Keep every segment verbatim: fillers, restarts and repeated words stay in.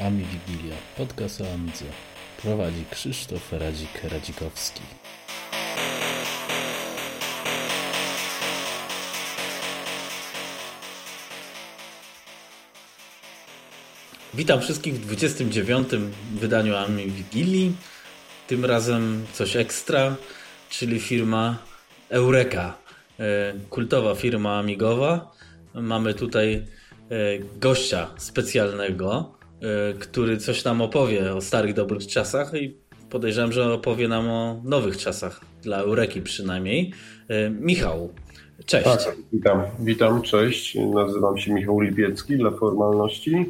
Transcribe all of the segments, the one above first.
Ami Wigilia, podcast o Amidze. Prowadzi Krzysztof Radzik-Radzikowski. Witam wszystkich w dwudziestym dziewiątym wydaniu Ami Wigilii. Tym razem coś ekstra, czyli firma Eureka. Kultowa firma amigowa. Mamy tutaj gościa specjalnego, który coś nam opowie o starych, dobrych czasach i podejrzewam, że opowie nam o nowych czasach, dla Eureki przynajmniej. Michał, cześć. Tak, witam, witam, cześć. Nazywam się Michał Lipiecki dla formalności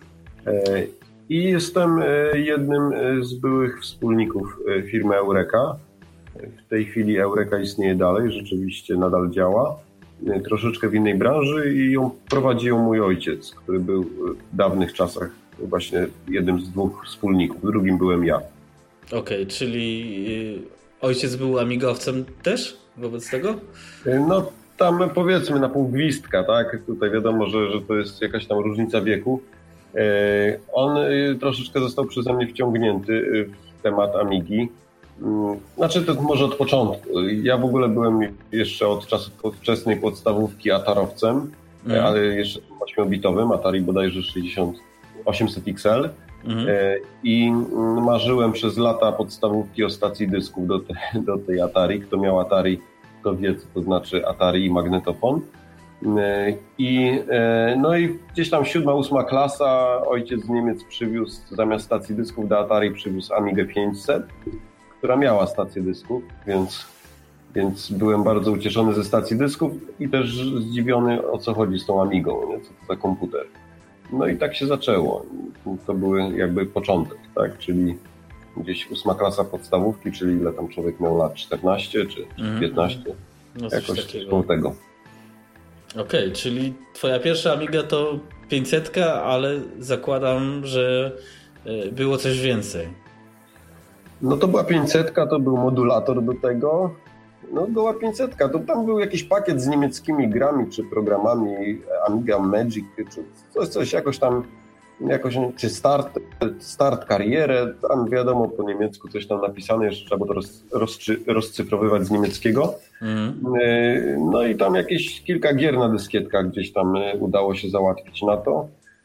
i jestem jednym z byłych wspólników firmy Eureka. W tej chwili Eureka istnieje dalej, rzeczywiście nadal działa. Troszeczkę w innej branży i ją prowadzi ją mój ojciec, który był w dawnych czasach właśnie jednym z dwóch wspólników, drugim byłem ja. Okej, okay, czyli ojciec był amigowcem też wobec tego? No tam powiedzmy na pół gwizdka, tak? Tutaj wiadomo, że, że to jest jakaś tam różnica wieku. On troszeczkę został przeze mnie wciągnięty w temat Amigi. Znaczy to może od początku. Ja w ogóle byłem jeszcze od czasów wczesnej podstawówki atarowcem, mm. ale jeszcze ośmiobitowym, Atari bodajże sześćdziesiąt osiemset X L mm. i marzyłem przez lata podstawówki o stacji dysków do, te, do tej Atari. Kto miał Atari, to wie, co to znaczy Atari i magnetofon. I, no i gdzieś tam siódma, ósma klasa, ojciec z Niemiec przywiózł zamiast stacji dysków do Atari przywiózł Amigę pięćset, która miała stację dysków, więc, więc byłem bardzo ucieszony ze stacji dysków i też zdziwiony, o co chodzi z tą Amigą, nie? Co to za komputer. No i tak się zaczęło. To był jakby początek, tak? Czyli gdzieś ósma klasa podstawówki, czyli ile tam człowiek miał lat, czternaście czy piętnaście, no jakoś koło tego. Okej, okay, czyli twoja pierwsza Amiga to pięćsetka, ale zakładam, że było coś więcej. No to była pięćsetka, to był modulator do tego. No była pięćsetka, to tam był jakiś pakiet z niemieckimi grami czy programami, Amiga Magic, czy coś, coś jakoś tam, jakoś, czy start, start karierę, tam wiadomo po niemiecku coś tam napisane, jeszcze trzeba było to roz, rozczy, rozcyfrowywać z niemieckiego. Mm. No i tam jakieś kilka gier na dyskietkach gdzieś tam udało się załatwić na to.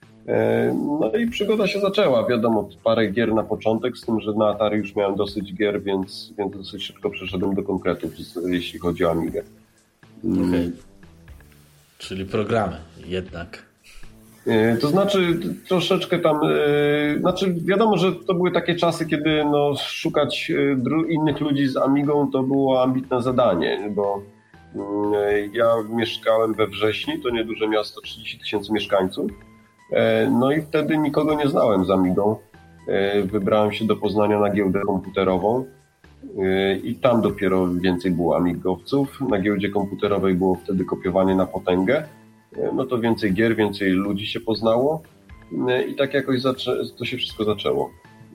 No i przygoda się zaczęła, wiadomo, parę gier na początek, z tym, że na Atari już miałem dosyć gier, więc, więc dosyć szybko przeszedłem do konkretów, jeśli chodzi o Amigę. Okej, okay. Czyli programy jednak. To znaczy troszeczkę tam, znaczy wiadomo, że to były takie czasy, kiedy no, szukać innych ludzi z Amigą to było ambitne zadanie, bo ja mieszkałem we Wrześni, to nieduże miasto, trzydzieści tysięcy mieszkańców. No i wtedy nikogo nie znałem z Amigą. Wybrałem się do Poznania na giełdę komputerową i tam dopiero więcej było amigowców. Na giełdzie komputerowej było wtedy kopiowanie na potęgę. No to więcej gier, więcej ludzi się poznało i tak jakoś zaczę- to się wszystko zaczęło.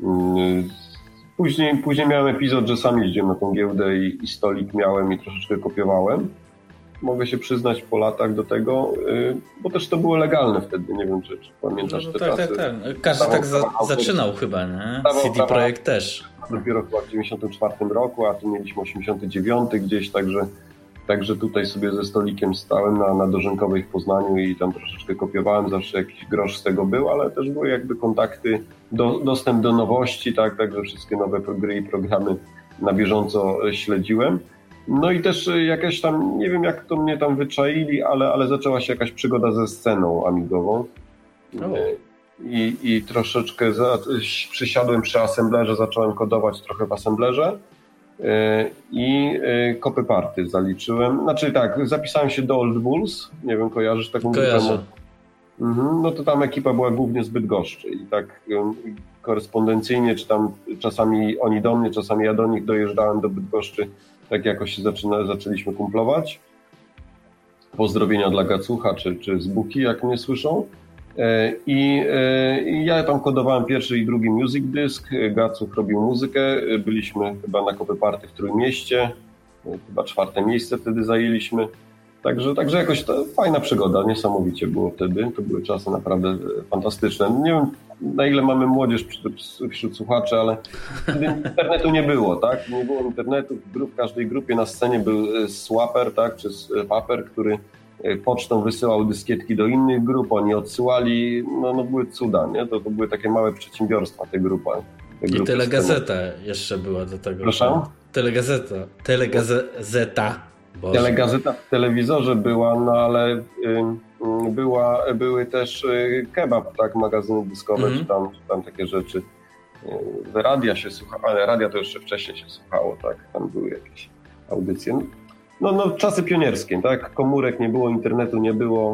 Później, później miałem epizod, że sam jeździłem na tą giełdę i, i stolik miałem i troszeczkę kopiowałem. Mogę się przyznać po latach do tego, bo też to było legalne wtedy, nie wiem, czy, czy pamiętasz no, te tak, czasy. Tak, tak. Każdy tak za, zaczynał chyba, nie? C D Projekt też. Dopiero chyba w dziewięćdziesiątym czwartym roku, a tu mieliśmy osiemdziesiąty dziewiąty gdzieś, także, także tutaj sobie ze stolikiem stałem na, na Dożynkowej w Poznaniu i tam troszeczkę kopiowałem, zawsze jakiś grosz z tego był, ale też były jakby kontakty, do, dostęp do nowości, tak, także wszystkie nowe gry i programy na bieżąco śledziłem. No i też jakaś tam, nie wiem jak to mnie tam wyczaili, ale, ale zaczęła się jakaś przygoda ze sceną amigową. Oh. I, i troszeczkę za, przysiadłem przy assemblerze, zacząłem kodować trochę w assemblerze i copy party zaliczyłem. Znaczy tak, zapisałem się do Old Bulls, nie wiem, kojarzysz taką grupę? Mhm, no to tam ekipa była głównie z Bydgoszczy i tak korespondencyjnie, czy tam czasami oni do mnie, czasami ja do nich dojeżdżałem do Bydgoszczy. Tak jakoś się zaczyna, zaczęliśmy kumplować. Pozdrowienia dla Gacucha czy, czy z Buki, jak mnie słyszą. I, I ja tam kodowałem pierwszy i drugi music disk. Gacuch robił muzykę. Byliśmy chyba na Copy Party w Trójmieście. Chyba czwarte miejsce wtedy zajęliśmy. Także, także jakoś to fajna przygoda, niesamowicie było wtedy. To były czasy naprawdę fantastyczne. Nie wiem, na ile mamy młodzież wśród słuchaczy, ale internetu nie było, tak? Nie było internetu, w każdej grupie na scenie był swapper, tak? Czy paper, który pocztą wysyłał dyskietki do innych grup, oni odsyłali, no, no były cuda, nie? To, to były takie małe przedsiębiorstwa, te grupy. Te I telegazeta jeszcze była do tego. Proszę? Telegazeta. Telegazeta. Boże. Telegazeta w telewizorze była, no ale y, y, była, były też y, kebab, tak, magazyny dyskowe, mm. czy, tam, czy tam takie rzeczy. Y, radia się słuchało, ale radia to jeszcze wcześniej się słuchało, tak, tam były jakieś audycje. No, no czasy pionierskie, tak, komórek nie było, internetu nie było.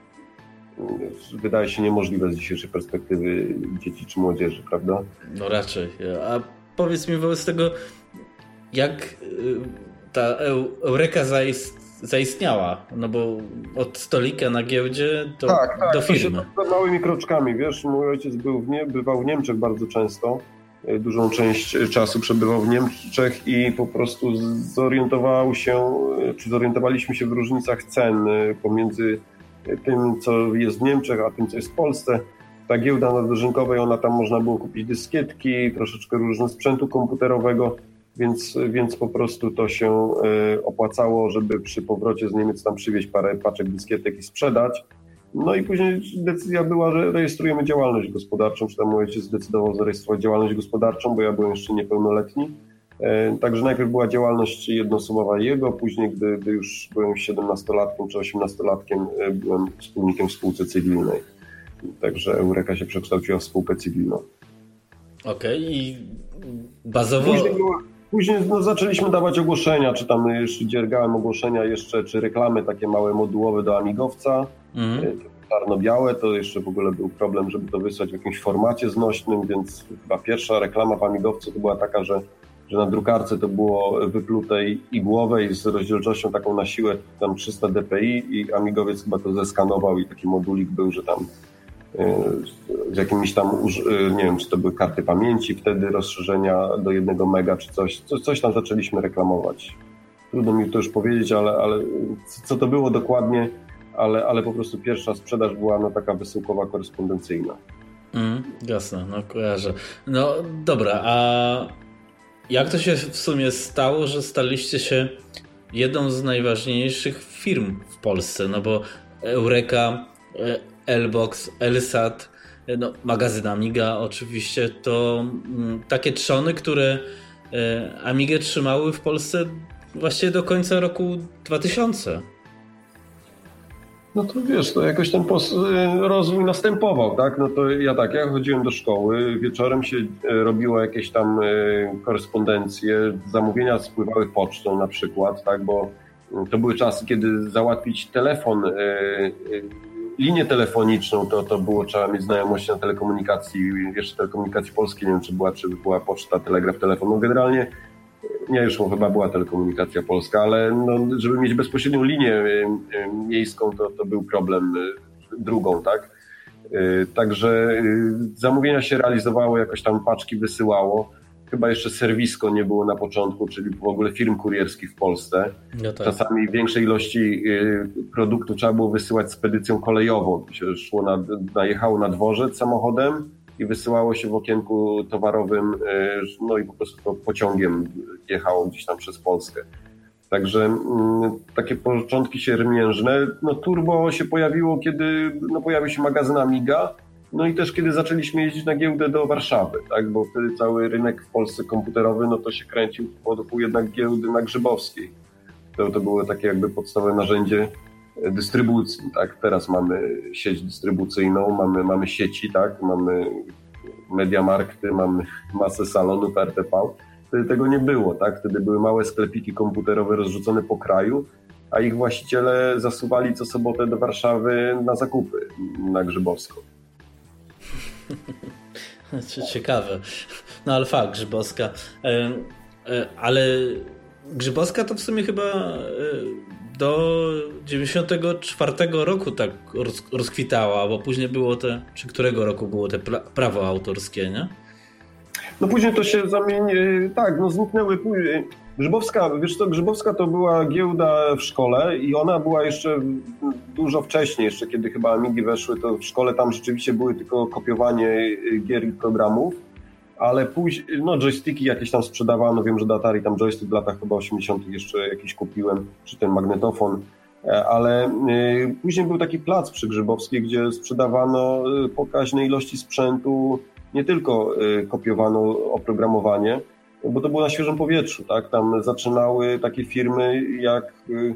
Wydaje się niemożliwe z dzisiejszej perspektywy dzieci czy młodzieży, prawda? No raczej. A powiedz mi wobec tego, jak ta Eureka zaistniała? No bo od stolika na giełdzie do, tak, tak, do firmy. To się małymi kroczkami, wiesz, mój ojciec był w nie, bywał w Niemczech bardzo często, dużą część czasu przebywał w Niemczech i po prostu zorientował się, czy zorientowaliśmy się w różnicach cen pomiędzy tym, co jest w Niemczech, a tym, co jest w Polsce. Ta giełda na Dożynkowej, ona tam można było kupić dyskietki, troszeczkę różnego sprzętu komputerowego, więc, więc po prostu to się opłacało, żeby przy powrocie z Niemiec tam przywieźć parę paczek dyskietek i sprzedać. No i później decyzja była, że rejestrujemy działalność gospodarczą, czy tam mój ojciec zdecydował zarejestrować działalność gospodarczą, bo ja byłem jeszcze niepełnoletni. Także najpierw była działalność jednoosobowa jego, później gdy, gdy już byłem siedemnastolatkiem czy osiemnastolatkiem, byłem wspólnikiem w spółce cywilnej. Także Eureka się przekształciła w spółkę cywilną. Okej, okay, i bazowo... Później, później no, zaczęliśmy dawać ogłoszenia, czy tam jeszcze dziergałem ogłoszenia jeszcze, czy reklamy takie małe modułowe do Amigowca. Mhm. Czarno-białe, to jeszcze w ogóle był problem, żeby to wysłać w jakimś formacie znośnym, więc chyba pierwsza reklama w Amigowcu to była taka, że że na drukarce to było wyplute igłowej z rozdzielczością taką na siłę tam trzysta dpi i Amigowiec chyba to zeskanował i taki modulik był, że tam z jakimiś tam, nie wiem, czy to były karty pamięci, wtedy rozszerzenia do jednego mega czy coś, coś, coś tam zaczęliśmy reklamować. Trudno mi to już powiedzieć, ale, ale co to było dokładnie, ale, ale po prostu pierwsza sprzedaż była no taka wysyłkowa korespondencyjna. Mm, jasne, no kojarzę. No dobra, a jak to się w sumie stało, że staliście się jedną z najważniejszych firm w Polsce? No bo Eureka, Elbox, Elsat, no magazyn Amiga oczywiście, to mm, takie trzony, które e, Amigę trzymały w Polsce właściwie do końca roku dwa tysiące. No to wiesz, to jakoś ten rozwój następował, tak? No to ja tak, ja chodziłem do szkoły, wieczorem się robiło jakieś tam korespondencje, zamówienia spływały pocztą na przykład, tak? Bo to były czasy, kiedy załatwić telefon, linię telefoniczną, to, to było, trzeba mieć znajomość na telekomunikacji, jeszcze telekomunikacji polskiej, nie wiem, czy była, czy była poczta, telegraf, telefon, no generalnie nie, już chyba była telekomunikacja polska, ale no, żeby mieć bezpośrednią linię miejską, to, to był problem drugą, tak? Także zamówienia się realizowało, jakoś tam paczki wysyłało. Chyba jeszcze serwisko nie było na początku, czyli w ogóle firm kurierskich w Polsce. No tak. Czasami większej ilości produktu trzeba było wysyłać spedycją kolejową. Się szło na, najechało na dworzec samochodem i wysyłało się w okienku towarowym, no i po prostu pociągiem jechało gdzieś tam przez Polskę. Także m, takie początki siermiężne. No turbo się pojawiło, kiedy no, pojawił się magazyn Amiga, no i też kiedy zaczęliśmy jeździć na giełdę do Warszawy, tak, bo wtedy cały rynek w Polsce komputerowy, no to się kręcił wokół jednak giełdy na Grzybowskiej. To, to było takie jakby podstawowe narzędzie dystrybucji, tak. Teraz mamy sieć dystrybucyjną, mamy, mamy sieci, tak, mamy Mediamarkty, mamy masę salonów R T V. Wtedy tego nie było, tak. Wtedy były małe sklepiki komputerowe rozrzucone po kraju, a ich właściciele zasuwali co sobotę do Warszawy na zakupy na Grzybowską. Ciekawe. No ale fakt, Grzybowska. Ale Grzybowska to w sumie chyba do dziewięćdziesiątego czwartego roku tak rozkwitała, bo później było te, czy którego roku było te prawo autorskie, nie? No później to się zamieni, tak, no zniknęły później. Grzybowska, wiesz co, Grzybowska to była giełda w szkole i ona była jeszcze dużo wcześniej, jeszcze kiedy chyba Amigi weszły, to w szkole tam rzeczywiście były tylko kopiowanie gier i programów, ale później, no joysticki jakieś tam sprzedawano, wiem, że do Atari tam joystick w latach chyba osiemdziesiątych jeszcze jakiś kupiłem, czy ten magnetofon, ale później był taki plac przy Grzybowskiej, gdzie sprzedawano pokaźne ilości sprzętu, nie tylko kopiowano oprogramowanie, bo to było na świeżym powietrzu, tak? Tam zaczynały takie firmy jak,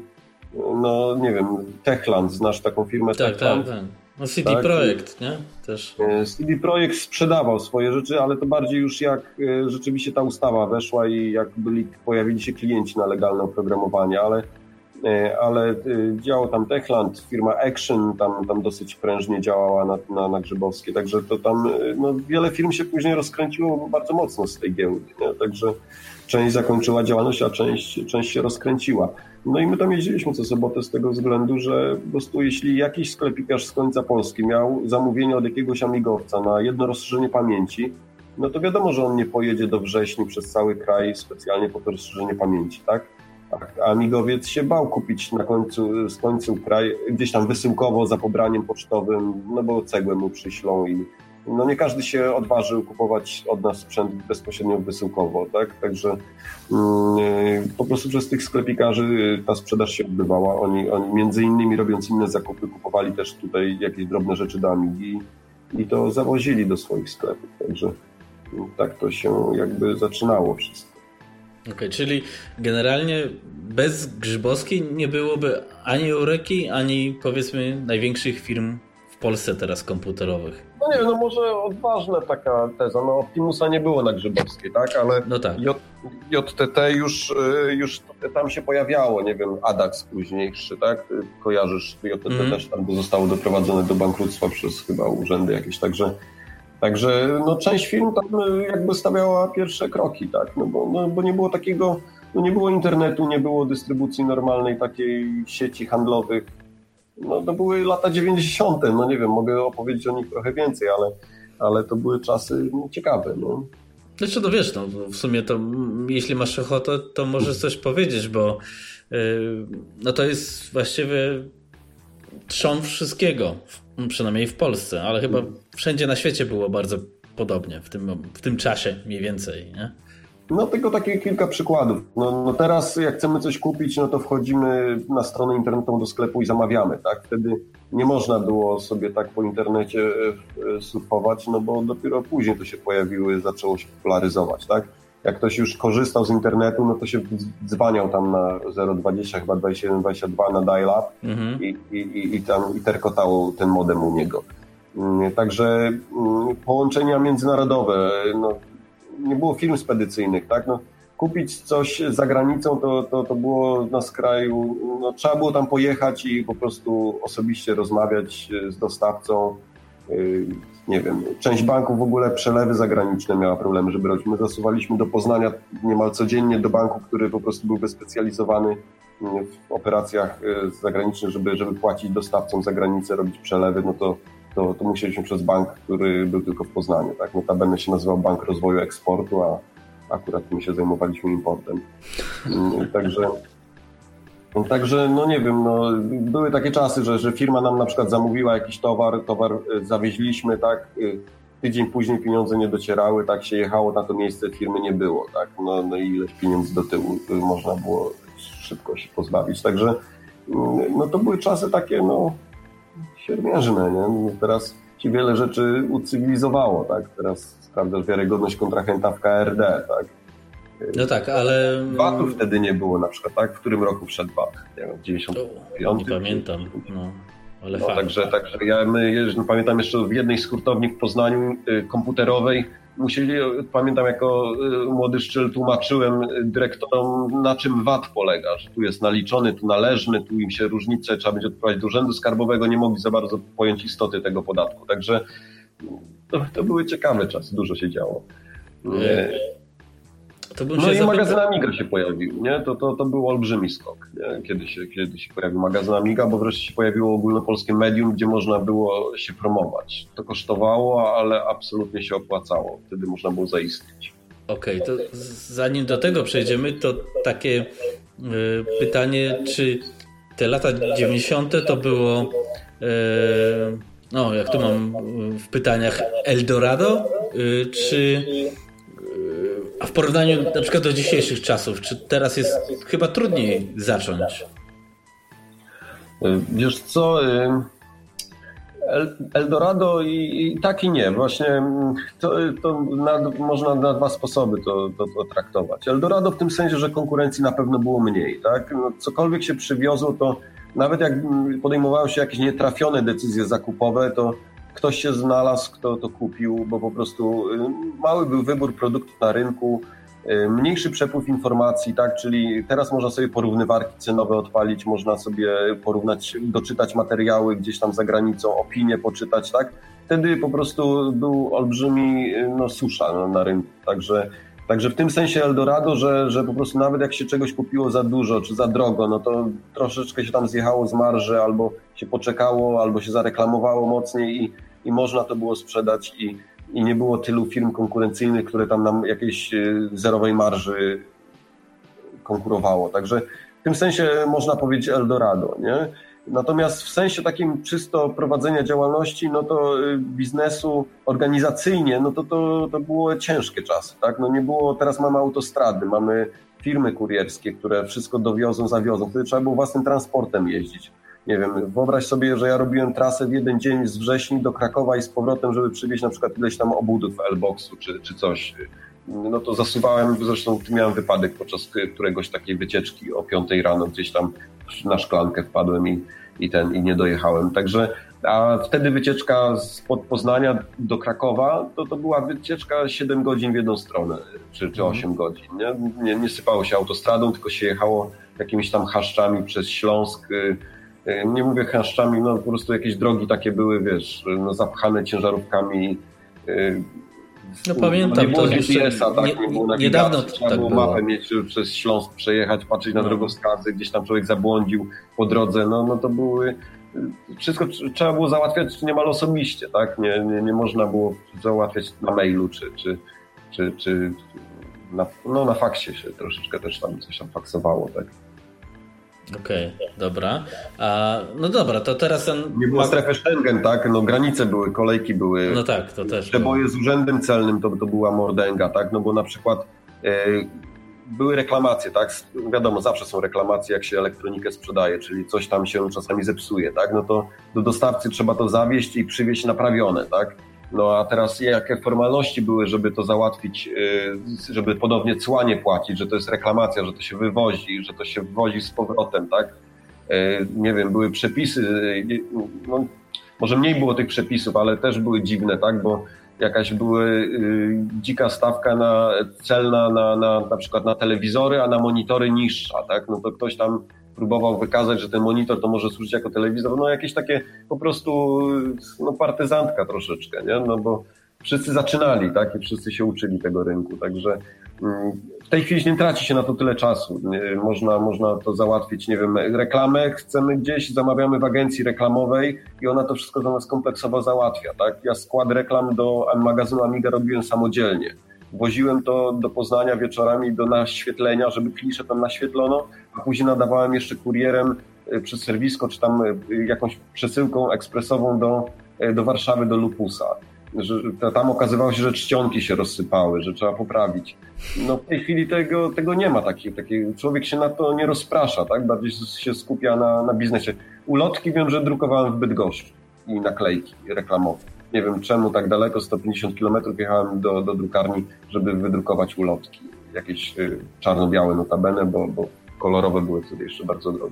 no nie wiem, Techland, znasz taką firmę tak, Techland? Tak, tak. No C D tak? Projekt, nie? Też. C D Projekt sprzedawał swoje rzeczy, ale to bardziej już jak rzeczywiście ta ustawa weszła i jak byli, pojawili się klienci na legalne oprogramowanie, ale ale działał tam Techland, firma Action tam, tam dosyć prężnie działała na, na, na Grzybowskiej, także to tam no, wiele firm się później rozkręciło bardzo mocno z tej giełdy, nie? Także część zakończyła działalność, a część, część się rozkręciła. No i my tam jeździliśmy co sobotę z tego względu, że po prostu jeśli jakiś sklepikarz z końca Polski miał zamówienie od jakiegoś amigowca na jedno rozszerzenie pamięci, no to wiadomo, że on nie pojedzie do Wrześni przez cały kraj specjalnie po to rozszerzenie pamięci, tak? A amigowiec się bał kupić na końcu, z końcu kraj, gdzieś tam wysyłkowo za pobraniem pocztowym, no bo cegłę mu przyślą i no nie każdy się odważył kupować od nas sprzęt bezpośrednio wysyłkowo, tak? Także yy, po prostu przez tych sklepikarzy ta sprzedaż się odbywała. Oni, oni między innymi robiąc inne zakupy kupowali też tutaj jakieś drobne rzeczy do Amigi i to zawozili do swoich sklepów, także tak to się jakby zaczynało wszystko. Okej, okay, czyli generalnie bez Grzybowskiej nie byłoby ani Eureki, ani powiedzmy największych firm w Polsce teraz komputerowych. No nie, no może odważna taka teza. No Optimusa nie było na Grzybowskiej, tak? Ale no tak. J T T już, już tam się pojawiało, nie wiem, Adax późniejszy, tak? Kojarzysz, J T T mm. też tam zostało doprowadzone do bankructwa przez chyba urzędy jakieś, także Także no, część firm tam jakby stawiała pierwsze kroki, tak, no bo, no, bo nie było takiego, no, nie było internetu, nie było dystrybucji normalnej takiej sieci handlowych. No to były lata dziewięćdziesiąte, no nie wiem, mogę opowiedzieć o nich trochę więcej, ale, ale to były czasy ciekawe, no. Znaczy, no wiesz, no w sumie to jeśli masz ochotę, to możesz coś powiedzieć, bo yy, no to jest właściwie trzon wszystkiego, przynajmniej w Polsce, ale chyba wszędzie na świecie było bardzo podobnie w tym, w tym czasie mniej więcej, nie? No tylko takie kilka przykładów. No, no teraz jak chcemy coś kupić, no to wchodzimy na stronę internetową do sklepu i zamawiamy, tak? Wtedy nie można było sobie tak po internecie surfować, no bo dopiero później to się pojawiły, zaczęło się popularyzować, tak? Jak ktoś już korzystał z internetu, no to się dzwaniał tam na zero dwadzieścia, chyba dwadzieścia jeden dwadzieścia dwa na dial-up mhm. i, i, i tam i terkotało ten modem u niego. Także połączenia międzynarodowe, no, nie było firm spedycyjnych, tak? No, kupić coś za granicą to, to, to było na skraju, no, trzeba było tam pojechać i po prostu osobiście rozmawiać z dostawcą. Nie wiem, część banków w ogóle przelewy zagraniczne miała problemy, żeby robić. My zasuwaliśmy do Poznania niemal codziennie do banku, który po prostu był wyspecjalizowany w operacjach zagranicznych, żeby, żeby płacić dostawcom za granicę, robić przelewy, no to, to, to musieliśmy przez bank, który był tylko w Poznaniu, tak? Notabene się nazywał Bank Rozwoju Eksportu, a akurat my się zajmowaliśmy importem. Także Także, no nie wiem, no, były takie czasy, że, że firma nam na przykład zamówiła jakiś towar, towar zawieźliśmy, tak, tydzień później pieniądze nie docierały, tak się jechało na to miejsce, firmy nie było, tak, no, no i ileś pieniędzy do tyłu można było szybko się pozbawić, także no to były czasy takie, no, siermiężne, nie, no, teraz się wiele rzeczy ucywilizowało, tak, teraz sprawdzasz wiarygodność kontrahenta w K R D, tak. No tak, ale... V A T-u wtedy nie było na przykład, tak? W którym roku wszedł V A T? Nie wiem, w dziewięćdziesiątym piątym? Nie pamiętam, no. Ale no, także, także ja my, pamiętam jeszcze w jednej z hurtowni w Poznaniu y, komputerowej musieli, pamiętam jako y, młody szczyl tłumaczyłem dyrektorom, na czym V A T polega, że tu jest naliczony, tu należny, tu im się różnice, trzeba będzie odprowadzić do urzędu skarbowego, nie mogli za bardzo pojąć istoty tego podatku, także to, to były ciekawe czasy, dużo się działo. Y To no i zapytał... magazyn Amiga się pojawił, nie? To, to, to był olbrzymi skok, nie? Kiedy, się, kiedy się pojawił magazyn Amiga, bo wreszcie się pojawiło ogólnopolskie medium, gdzie można było się promować. To kosztowało, ale absolutnie się opłacało. Wtedy można było zaistnieć. Okej, okay, to zanim do tego przejdziemy, to takie y, pytanie, czy te lata dziewięćdziesiąte to było, y, no jak tu mam w pytaniach, Eldorado, y, czy y, a w porównaniu na przykład do dzisiejszych czasów, czy teraz jest chyba trudniej zacząć? Wiesz co... Y... Eldorado i, i tak i nie. Właśnie to, to na, można na dwa sposoby to, to, to traktować. Eldorado w tym sensie, że konkurencji na pewno było mniej. Tak? No, cokolwiek się przywiozło, to nawet jak podejmowały się jakieś nietrafione decyzje zakupowe, to ktoś się znalazł, kto to kupił, bo po prostu mały był wybór produktów na rynku, mniejszy przepływ informacji, tak, czyli teraz można sobie porównywarki cenowe odpalić, można sobie porównać, doczytać materiały gdzieś tam za granicą, opinie poczytać, tak. Wtedy po prostu był olbrzymi no, susza no, na rynku, także, także w tym sensie Eldorado, że, że po prostu nawet jak się czegoś kupiło za dużo czy za drogo, no to troszeczkę się tam zjechało z marży, albo się poczekało, albo się zareklamowało mocniej i, i można to było sprzedać i i nie było tylu firm konkurencyjnych, które tam nam jakiejś zerowej marży konkurowało. Także w tym sensie można powiedzieć Eldorado, nie? Natomiast w sensie takim czysto prowadzenia działalności, no to biznesu organizacyjnie, no to to, to było ciężkie czasy, tak? No nie było, teraz mamy autostrady, mamy firmy kurierskie, które wszystko dowiozą, zawiozą. Wtedy trzeba było własnym transportem jeździć. Nie wiem, wyobraź sobie, że ja robiłem trasę w jeden dzień z Wrześni do Krakowa i z powrotem, żeby przywieźć na przykład ileś tam obudów L-Boxu czy, czy coś. No to zasuwałem, zresztą miałem wypadek podczas któregoś takiej wycieczki o piątej rano, gdzieś tam na szklankę wpadłem i, i ten i nie dojechałem. Także a wtedy wycieczka spod Poznania do Krakowa, to, to była wycieczka siedem godzin w jedną stronę, czy, czy osiem godzin. Nie? Nie, nie sypało się autostradą, tylko się jechało jakimiś tam chaszczami przez Śląsk. Nie mówię chaszczami, no po prostu jakieś drogi takie były, wiesz, no, zapchane ciężarówkami. No pamiętam, nie było to G P S-a, tak, nie, nie było nawigacji. Niedawno trzeba tak było było. mapę mieć, żeby przez Śląsk przejechać, patrzeć na no. drogowskazy, gdzieś tam człowiek zabłądził po drodze, no, no to były, wszystko trzeba było załatwiać niemal osobiście, tak, nie, nie, nie można było załatwiać na mailu, czy, czy, czy, czy na, no na faksie się troszeczkę też tam coś tam faksowało, tak. Okej, okay, dobra. A, no dobra, to teraz ten... Nie było strefy Schengen, tak? No granice były, kolejki były. No tak, to też. Przeboje z urzędem celnym to, to była mordęga, tak? No bo na przykład e, były reklamacje, tak? Wiadomo, zawsze są reklamacje, jak się elektronikę sprzedaje, czyli coś tam się czasami zepsuje, tak? No to do dostawcy trzeba to zawieźć i przywieźć naprawione, tak? No a teraz jakie formalności były, żeby to załatwić, żeby ponownie cła nie płacić, że to jest reklamacja, że to się wywozi, że to się wywozi z powrotem, tak? Nie wiem, były przepisy, no, może mniej było tych przepisów, ale też były dziwne, tak? Bo jakaś były dzika stawka na celna na, na, na przykład na telewizory, a na monitory niższa, tak? No to ktoś tam próbował wykazać, że ten monitor to może służyć jako telewizor, no jakieś takie po prostu no partyzantka troszeczkę, nie? No bo wszyscy zaczynali, tak? I wszyscy się uczyli tego rynku, także w tej chwili nie traci się na to tyle czasu. Można, można to załatwić, nie wiem, reklamę chcemy gdzieś, zamawiamy w agencji reklamowej i ona to wszystko za nas kompleksowo załatwia, tak? Ja skład reklam do magazynu Amiga robiłem samodzielnie. Woziłem to do Poznania wieczorami do naświetlenia, żeby klisze tam naświetlono, a później nadawałem jeszcze kurierem przez serwisko, czy tam jakąś przesyłką ekspresową do, do Warszawy, do Lupusa. Że tam okazywało się, że czcionki się rozsypały, że trzeba poprawić. No w tej chwili tego, tego nie ma takiej, takiej, człowiek się na to nie rozprasza, tak? Bardziej się skupia na, na biznesie. Ulotki wiem, że drukowałem w Bydgoszczy i naklejki reklamowe. Nie wiem czemu tak daleko, sto pięćdziesiąt kilometrów jechałem do, do drukarni, żeby wydrukować ulotki. Jakieś y, czarno-białe notabene, bo, bo kolorowe były wtedy jeszcze bardzo drogie.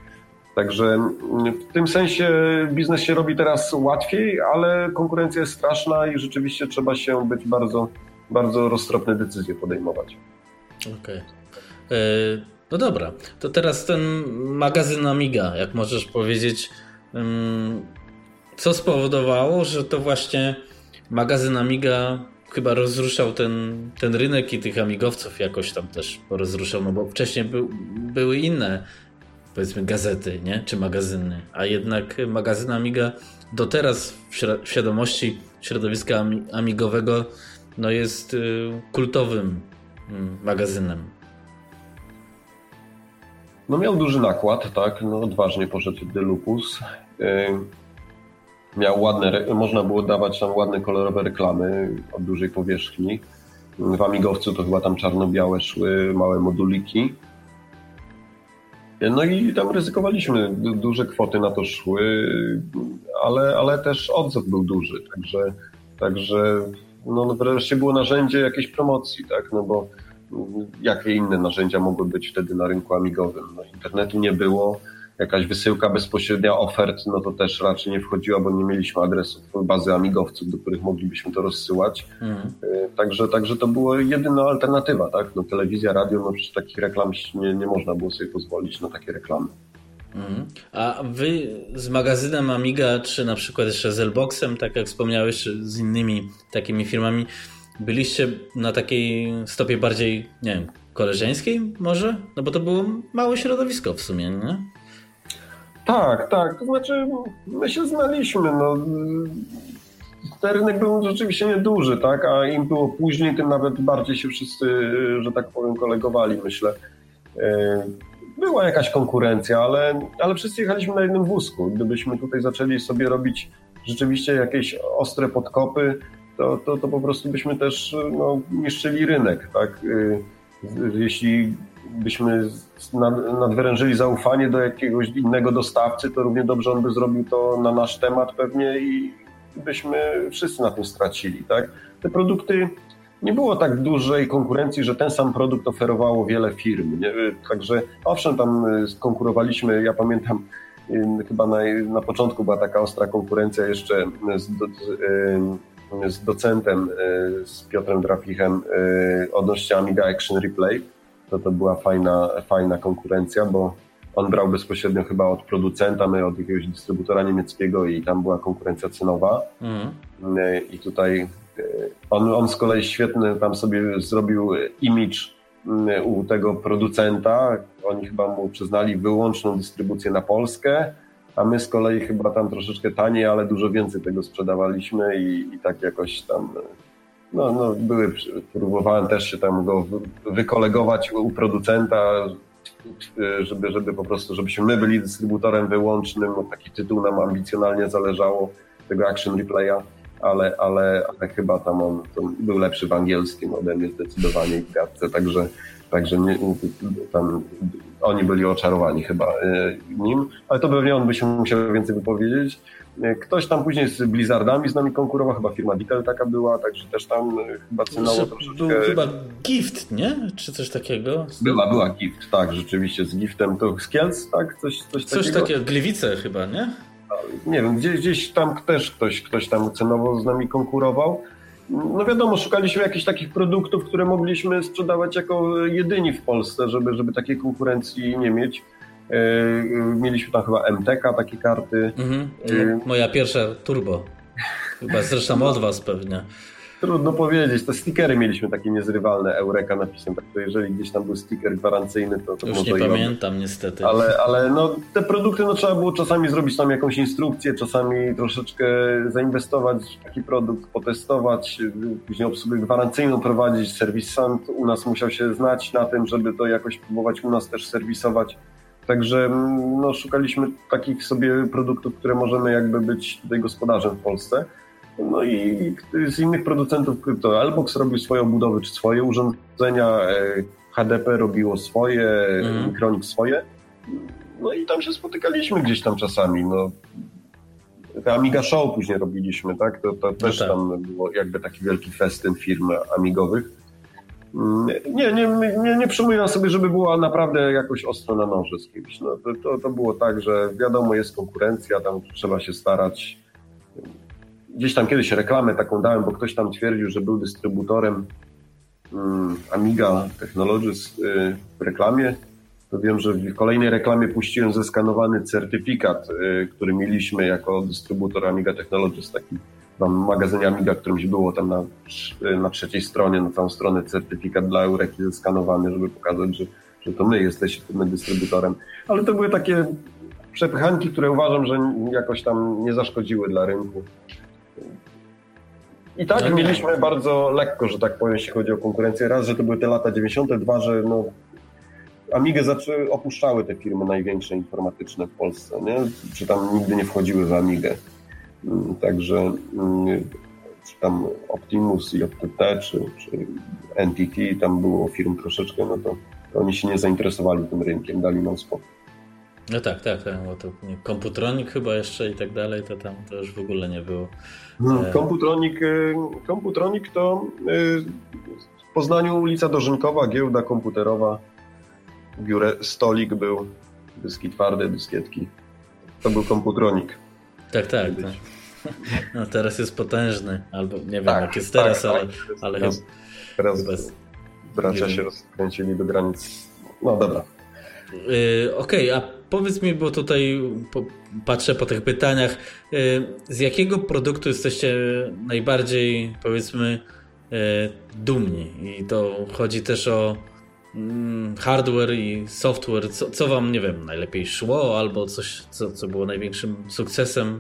Także w tym sensie biznes się robi teraz łatwiej, ale konkurencja jest straszna i rzeczywiście trzeba się być bardzo, bardzo roztropne decyzje podejmować. Okej. Okay. No dobra, to teraz ten magazyn Amiga, jak możesz powiedzieć, co spowodowało, że to właśnie magazyn Amiga chyba rozruszał ten, ten rynek i tych amigowców jakoś tam też rozruszał, no bo wcześniej był, były inne, powiedzmy, gazety, nie? Czy magazyny, a jednak magazyn Amiga do teraz w świadomości środowiska amigowego no jest kultowym magazynem? No miał duży nakład, tak, no odważnie poszedł The Lupus. Miał ładne, można było dawać tam ładne, kolorowe reklamy o dużej powierzchni. W Amigowcu to chyba tam czarno-białe szły, małe moduliki. No i tam ryzykowaliśmy, duże kwoty na to szły, ale, ale też odzew był duży, także, także no wreszcie było narzędzie jakiejś promocji, tak, no bo jakie inne narzędzia mogły być wtedy na rynku amigowym? No, internetu nie było, jakaś wysyłka bezpośrednia ofert, no to też raczej nie wchodziła, bo nie mieliśmy adresów bazy amigowców, do których moglibyśmy to rozsyłać. Mhm. Także, także to była jedyna alternatywa, tak? No, telewizja, radio, no przecież takich reklam nie, nie można było sobie pozwolić na takie reklamy. Mhm. A wy z magazynem Amiga, czy na przykład jeszcze z Elboxem, tak jak wspomniałeś, czy z innymi takimi firmami, byliście na takiej stopie bardziej, nie wiem, koleżeńskiej może? No bo to było małe środowisko w sumie, nie? Tak, tak. To znaczy my się znaliśmy. No. Ten rynek był rzeczywiście nieduży, tak? A im było później, tym nawet bardziej się wszyscy, że tak powiem, kolegowali, myślę. Była jakaś konkurencja, ale, ale wszyscy jechaliśmy na jednym wózku. Gdybyśmy tutaj zaczęli sobie robić rzeczywiście jakieś ostre podkopy, to, to, to po prostu byśmy też no, niszczyli rynek, tak? Jeśli byśmy nadwyrężyli zaufanie do jakiegoś innego dostawcy, to równie dobrze on by zrobił to na nasz temat pewnie i byśmy wszyscy na tym stracili, tak? Te produkty, nie było tak dużej konkurencji, że ten sam produkt oferowało wiele firm, nie? Także owszem, tam konkurowaliśmy, ja pamiętam, chyba na, na początku była taka ostra konkurencja jeszcze z, z, z docentem, z Piotrem Drapichem odnośnie Amiga Action Replay. To to była fajna, fajna konkurencja, bo on brał bezpośrednio chyba od producenta, my od jakiegoś dystrybutora niemieckiego i tam była konkurencja cenowa. Mhm. I tutaj on, on z kolei świetny tam sobie zrobił image u tego producenta. Oni chyba mu przyznali wyłączną dystrybucję na Polskę, a my z kolei chyba tam troszeczkę taniej, ale dużo więcej tego sprzedawaliśmy i, i tak jakoś tam no, no były, próbowałem też się tam go wykolegować u producenta, żeby, żeby po prostu, żebyśmy my byli dystrybutorem wyłącznym, no, taki tytuł nam ambicjonalnie zależało, tego Action Replaya, ale, ale, ale chyba tam on był lepszy w angielskim ode mnie zdecydowanie w gadce, także, także nie, tam oni byli oczarowani chyba nim, ale to pewnie on by się musiał więcej wypowiedzieć. Ktoś tam później z Blizzardami z nami konkurował, chyba firma Dickel taka była, także też tam chyba cenowo troszeczkę... Był chyba Gift, nie? Czy coś takiego? Była, była Gift, tak, rzeczywiście z Giftem. To z Kielc, tak? Coś, coś, coś takiego? takiego, Gliwice chyba, nie? Nie wiem, gdzieś, gdzieś tam też ktoś, ktoś tam cenowo z nami konkurował. No wiadomo, szukaliśmy jakichś takich produktów, które mogliśmy sprzedawać jako jedyni w Polsce, żeby, żeby takiej konkurencji nie mieć. Mieliśmy tam chyba M T K, takie karty. Mhm. Moja pierwsza turbo. Chyba zresztą od was pewnie. Trudno powiedzieć. Te stickery mieliśmy takie niezrywalne, Eureka napisem. Tak to jeżeli gdzieś tam był sticker gwarancyjny, to, to już może nie pamiętam robię. Niestety. Ale, ale no, te produkty no, trzeba było czasami zrobić tam jakąś instrukcję, czasami troszeczkę zainwestować w taki produkt, potestować, później obsługę gwarancyjną prowadzić. Serwisant u nas musiał się znać na tym, żeby to jakoś próbować u nas też serwisować. Także no, szukaliśmy takich sobie produktów, które możemy jakby być tutaj gospodarzem w Polsce. No i z innych producentów to Elbox robił swoje obudowy czy swoje urządzenia, H D P robiło swoje, mm. Micronic swoje. No i tam się spotykaliśmy gdzieś tam czasami. No. Te Amiga Show później robiliśmy, tak? To, to też no tak. Tam było jakby taki wielki festyn firm amigowych. Nie, nie, nie, nie przypominam sobie, żeby była naprawdę jakoś ostro na noże z kimś. No, to, to, to było tak, że wiadomo, jest konkurencja, tam trzeba się starać. Gdzieś tam kiedyś reklamę taką dałem, bo ktoś tam twierdził, że był dystrybutorem um, Amiga Technologies y, w reklamie. To wiem, że w kolejnej reklamie puściłem zeskanowany certyfikat, y, który mieliśmy jako dystrybutor Amiga Technologies, taki w magazynie Amiga, którymś było tam na, na trzeciej stronie, na całą stronę certyfikat dla Eureki zeskanowany, żeby pokazać, że, że to my jesteśmy dystrybutorem. Ale to były takie przepychanki, które uważam, że jakoś tam nie zaszkodziły dla rynku. I tak no mieliśmy nie. bardzo lekko, że tak powiem, jeśli chodzi o konkurencję. Raz, że to były te lata dziewięćdziesiąte, dwa, że no, Amigę zaczęły, opuszczały te firmy największe informatyczne w Polsce, nie? Czy tam nigdy nie wchodziły w Amigę. Także czy tam Optimus i J T T, czy, czy N T T, tam było firm troszeczkę, no to, to oni się nie zainteresowali tym rynkiem, dali nam spokój. No tak, tak, tak, bo to Komputronik chyba jeszcze i tak dalej, to tam to już w ogóle nie było. Komputronik, Komputronik to w Poznaniu ulica Dożynkowa, giełda komputerowa, w biurze stolik był, dyski twarde, dyskietki. To był Komputronik. Tak, tak. tak. No teraz jest potężny, albo nie wiem tak, jak jest teraz, tak, ale, tak. ale teraz, teraz bez... bracia się rozkręcili do granic. No dobra. Yy, Okej, okay, a powiedz mi, bo tutaj po, patrzę po tych pytaniach, yy, z jakiego produktu jesteście najbardziej, powiedzmy, yy, dumni? I to chodzi też o yy, hardware i software. Co, co wam, nie wiem, najlepiej szło, albo coś, co, co było największym sukcesem?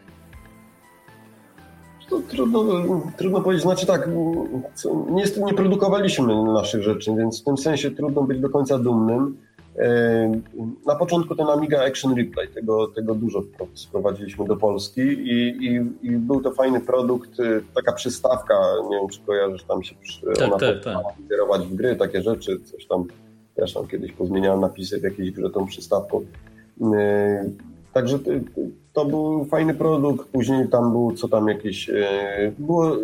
To trudno, trudno powiedzieć, znaczy tak, nie, nie produkowaliśmy naszych rzeczy, więc w tym sensie trudno być do końca dumnym. Na początku ten Amiga Action Replay, tego, tego dużo sprowadziliśmy do Polski i, i, i był to fajny produkt, taka przystawka, nie wiem czy kojarzysz, tam się tak, ona tak, tak. kierować w gry, takie rzeczy, coś tam, też tam kiedyś pozmieniałem napisy w jakiejś grze tą przystawką. Także to był fajny produkt, później tam był, co tam jakieś, było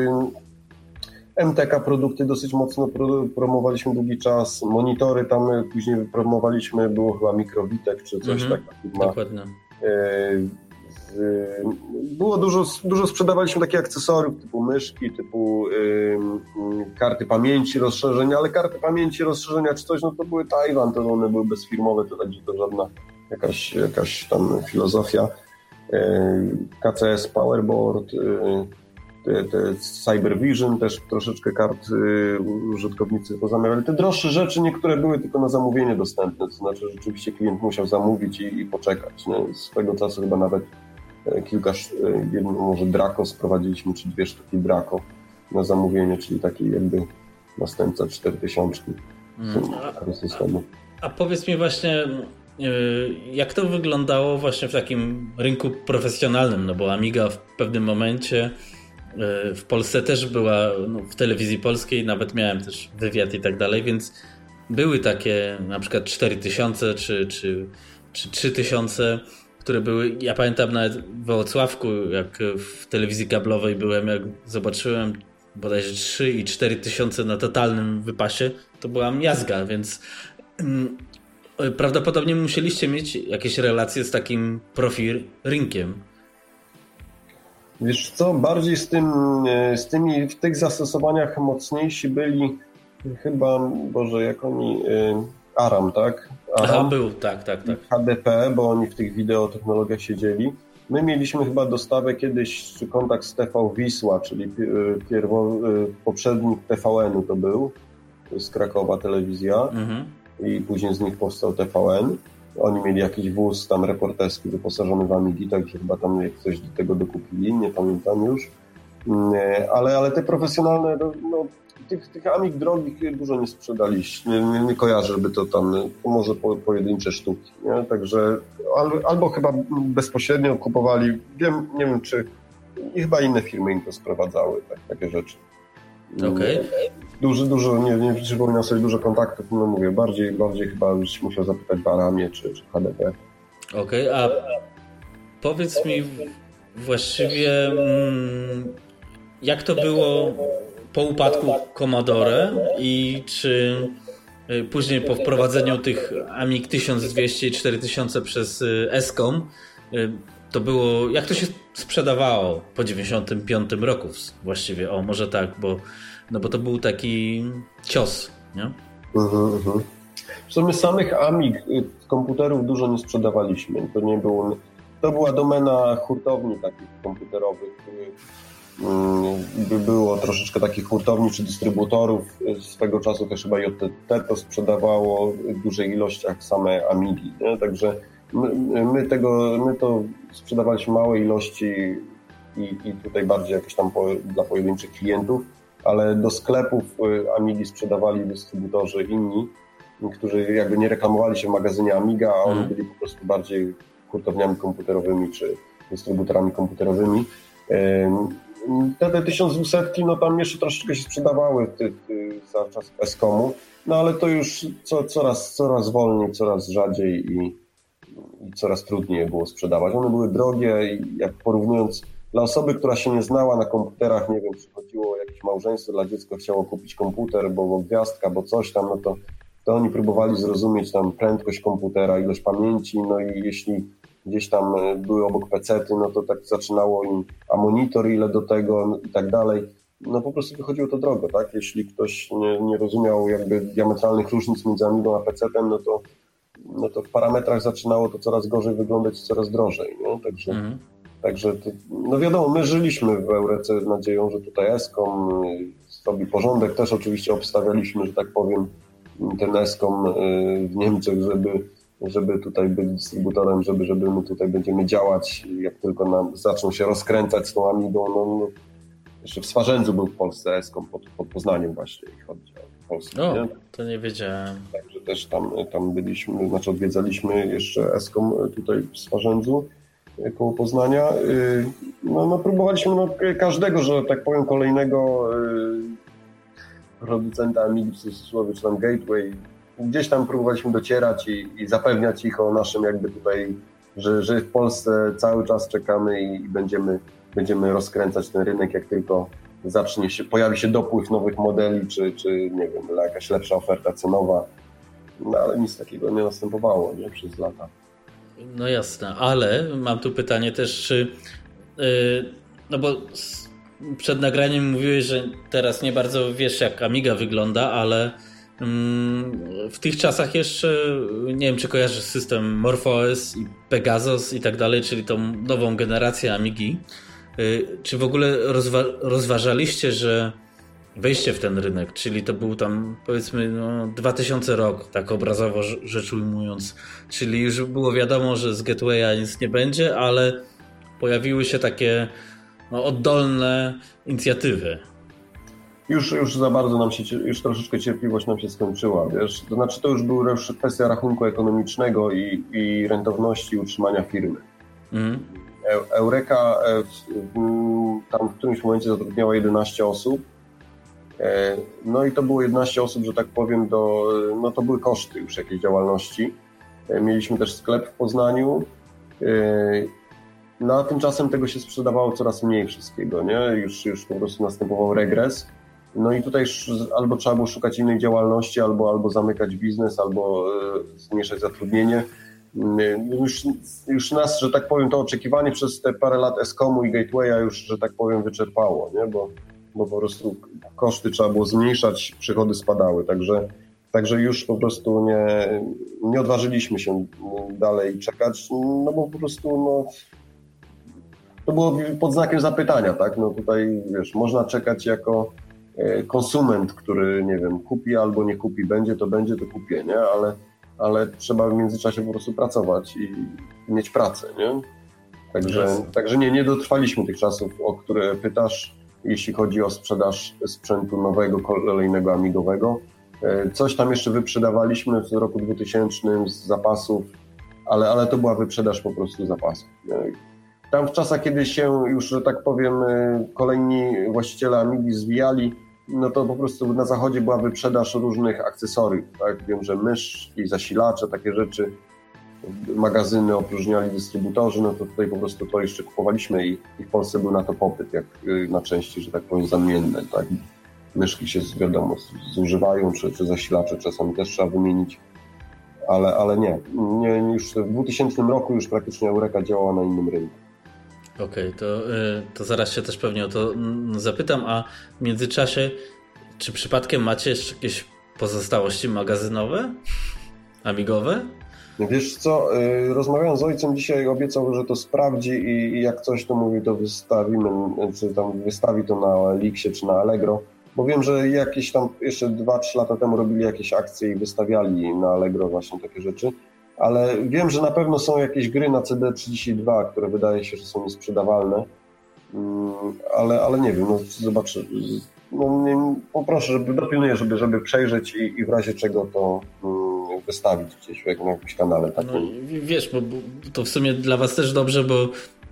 M T K produkty dosyć mocno promowaliśmy długi czas, monitory tam później promowaliśmy, było chyba Mikrowitek czy coś mhm, takiego. Dokładnie. Było dużo, dużo sprzedawaliśmy takich akcesoriów typu myszki, typu y, karty pamięci, rozszerzenia, ale karty pamięci, rozszerzenia czy coś, no to były Tajwan, to one były bezfirmowe, to także to żadna jakaś, jakaś tam filozofia. Y, K C S Powerboard, y, te, te Cyber Vision, też troszeczkę kart y, użytkownicy pozamiawiali. Te droższe rzeczy niektóre były tylko na zamówienie dostępne, to znaczy rzeczywiście klient musiał zamówić i, i poczekać. Nie? Swego czasu chyba nawet kilka, jedno może Draco sprowadziliśmy, czy dwie sztuki Draco na zamówienie, czyli taki jakby następca cztery tysiące tego systemu. A powiedz mi właśnie, jak to wyglądało właśnie w takim rynku profesjonalnym, no bo Amiga w pewnym momencie w Polsce też była, no, w telewizji polskiej, nawet miałem też wywiad i tak dalej, więc były takie na przykład cztery tysiące czy, czy, czy trzy tysiące, które były, ja pamiętam nawet w Wrocławku, jak w telewizji kablowej byłem, jak zobaczyłem bodajże trzy i cztery tysiące na totalnym wypasie, to była miazga, więc um, prawdopodobnie musieliście mieć jakieś relacje z takim profi rynkiem. Wiesz co, bardziej z tym, z tymi, w tych zastosowaniach mocniejsi byli chyba, Boże, jak oni, Aram, tak? Aram, Aha, był, tak, tak, tak. H D P, bo oni w tych wideotechnologiach siedzieli. My mieliśmy chyba dostawę kiedyś, czy kontakt z T V Wisła, czyli pierwo, poprzednik T V N-u to był, z Krakowa telewizja, mhm. I później z nich powstał T V N. Oni mieli jakiś wóz tam reporterski wyposażony w Amigi, także chyba tam coś do tego dokupili, nie pamiętam już. Ale, ale te profesjonalne, no, tych, tych Amig drogich dużo nie sprzedaliśmy, nie, nie, nie kojarzę, żeby to tam, to może po, pojedyncze sztuki, nie? Także albo, albo chyba bezpośrednio kupowali, wiem, nie wiem czy, i chyba inne firmy im to sprowadzały, tak, takie rzeczy. Okej. Okay. Dużo, dużo, nie, nie przypominam sobie dużo kontaktów, no mówię, bardziej, bardziej chyba już musiał zapytać w Aramie czy, czy H D P. Okej, okay, a powiedz mi właściwie, jak to było po upadku Commodore i czy później po wprowadzeniu tych Amig tysiąc dwieście i cztery tysiące przez Escom, to było, jak to się sprzedawało po dziewięćdziesiątym piątym roku właściwie, o może tak, bo, no bo to był taki cios, nie? Uh-huh, uh-huh. Zresztą my samych Amig komputerów dużo nie sprzedawaliśmy, to nie było, to była domena hurtowni takich komputerowych, by było troszeczkę takich hurtowni czy dystrybutorów, swego czasu też chyba J T T to sprzedawało w dużej ilościach same Amigi, nie? Także my, my tego, my to sprzedawaliśmy małe ilości i, i tutaj bardziej jakieś tam po, dla pojedynczych klientów, ale do sklepów Amigi sprzedawali dystrybutorzy inni, którzy jakby nie reklamowali się w magazynie Amiga, a oni byli po prostu bardziej hurtowniami komputerowymi czy dystrybutorami komputerowymi. Te, te tysiąc dwusetki, no tam jeszcze troszeczkę się sprzedawały ty, ty, za czas Escomu, no ale to już co, coraz, coraz wolniej, coraz rzadziej i, i coraz trudniej je było sprzedawać. One były drogie i jak porównując dla osoby, która się nie znała na komputerach, nie wiem, przychodziło jakieś małżeństwo dla dziecka, chciało kupić komputer, bo, bo gwiazdka, bo coś tam, no to, to oni próbowali zrozumieć tam prędkość komputera, ilość pamięci, no i jeśli gdzieś tam były obok pecety, no to tak zaczynało im, a monitor ile do tego no i tak dalej. No po prostu wychodziło to drogo, tak? Jeśli ktoś nie, nie rozumiał jakby diametralnych różnic między Amigą a pecetem, no to, no to w parametrach zaczynało to coraz gorzej wyglądać i coraz drożej, nie? Także, mhm. także to, no wiadomo, my żyliśmy w Eurece z nadzieją, że tutaj Eskom zrobi porządek. Też oczywiście obstawialiśmy, że tak powiem, ten Eskom w Niemczech, żeby żeby tutaj być dystrybutorem, żeby, żeby my tutaj będziemy działać, jak tylko nam zaczną się rozkręcać z tą Amigą. No, no, jeszcze w Swarzędzu był w Polsce Eskom, pod, pod Poznaniem właśnie, jeśli chodzi o Polskę. O, nie? to nie wiedziałem. Także też tam, tam byliśmy, znaczy odwiedzaliśmy jeszcze Eskom tutaj w Swarzędzu koło Poznania. No, no próbowaliśmy no, każdego, że tak powiem, kolejnego producenta Amigi, w cudzysłowie, czy tam Gateway, gdzieś tam próbowaliśmy docierać i, i zapewniać ich o naszym jakby tutaj, że, że w Polsce cały czas czekamy i będziemy, będziemy rozkręcać ten rynek, jak tylko zacznie się, pojawi się dopływ nowych modeli, czy, czy nie wiem, jakaś lepsza oferta cenowa. No ale nic takiego nie następowało, nie, przez lata. No jasne, ale mam tu pytanie też, czy yy, no bo przed nagraniem mówiłeś, że teraz nie bardzo wiesz, jak Amiga wygląda, ale w tych czasach jeszcze, nie wiem, czy kojarzysz system MorphOS i Pegasus i tak dalej, czyli tą nową generację Amigi. Czy w ogóle rozwa- rozważaliście, że wejście w ten rynek, czyli to był tam powiedzmy no, dwa tysiące rok, tak obrazowo rzecz ujmując, czyli już było wiadomo, że z Gatewaya nic nie będzie, ale pojawiły się takie no, oddolne inicjatywy. Już, już za bardzo nam się, już troszeczkę cierpliwość nam się skończyła, wiesz, to znaczy to już była już kwestia rachunku ekonomicznego i, i rentowności utrzymania firmy. Mm. Eureka tam w którymś momencie zatrudniała jedenaście osób, no i to było jedenaście osób, że tak powiem, do, no to były koszty już jakiejś działalności. Mieliśmy też sklep w Poznaniu, no a tymczasem tego się sprzedawało coraz mniej wszystkiego, nie? Już, już po prostu następował regres. No i tutaj albo trzeba było szukać innej działalności, albo, albo zamykać biznes, albo e, zmniejszać zatrudnienie. Już, już nas, że tak powiem, to oczekiwanie przez te parę lat Escomu i Gatewaya już, że tak powiem, wyczerpało, nie? Bo, bo po prostu koszty trzeba było zmniejszać, przychody spadały, także, także już po prostu nie, nie odważyliśmy się dalej czekać, no bo po prostu no, to było pod znakiem zapytania, tak? No tutaj, wiesz, można czekać jako konsument, który, nie wiem, kupi albo nie kupi, będzie to będzie, to kupię, nie? Ale, ale trzeba w międzyczasie po prostu pracować i mieć pracę, nie? Także, także nie, nie dotrwaliśmy tych czasów, o które pytasz, jeśli chodzi o sprzedaż sprzętu nowego, kolejnego amigowego. Coś tam jeszcze wyprzedawaliśmy w roku dwutysięcznym z zapasów, ale, ale to była wyprzedaż po prostu zapasów, nie? Tam w czasach, kiedy się już, że tak powiem, kolejni właściciele Amigi zwijali, no to po prostu na zachodzie była wyprzedaż różnych akcesoriów, tak? Wiem, że myszki, zasilacze, takie rzeczy, magazyny opróżniali dystrybutorzy, no to tutaj po prostu to jeszcze kupowaliśmy i, i w Polsce był na to popyt, jak na części, że tak powiem, zamienne, tak? Myszki się, wiadomo, zużywają, czy, czy zasilacze czasami też trzeba wymienić, ale, ale nie. nie. Już w dwutysięcznym roku już praktycznie Eureka działała na innym rynku. Okej, okay, to, to zaraz się też pewnie o to zapytam, a w międzyczasie czy przypadkiem macie jeszcze jakieś pozostałości magazynowe, amigowe? Wiesz co, rozmawiałem z ojcem dzisiaj, obiecał, że to sprawdzi i jak coś to mówi, to wystawimy, czy tam wystawi to na Elixie czy na Allegro, bo wiem, że jakieś tam jeszcze dwa trzy lata temu robili jakieś akcje i wystawiali na Allegro właśnie takie rzeczy. Ale wiem, że na pewno są jakieś gry na C D trzydzieści dwa, które wydaje się, że są niesprzedawalne. ale, ale nie wiem, no zobaczę. No, nie, poproszę, żeby dopilnuję, żeby, żeby przejrzeć i, i w razie czego to um, wystawić gdzieś na jakimś kanale takim. No, wiesz, bo, bo to w sumie dla was też dobrze, bo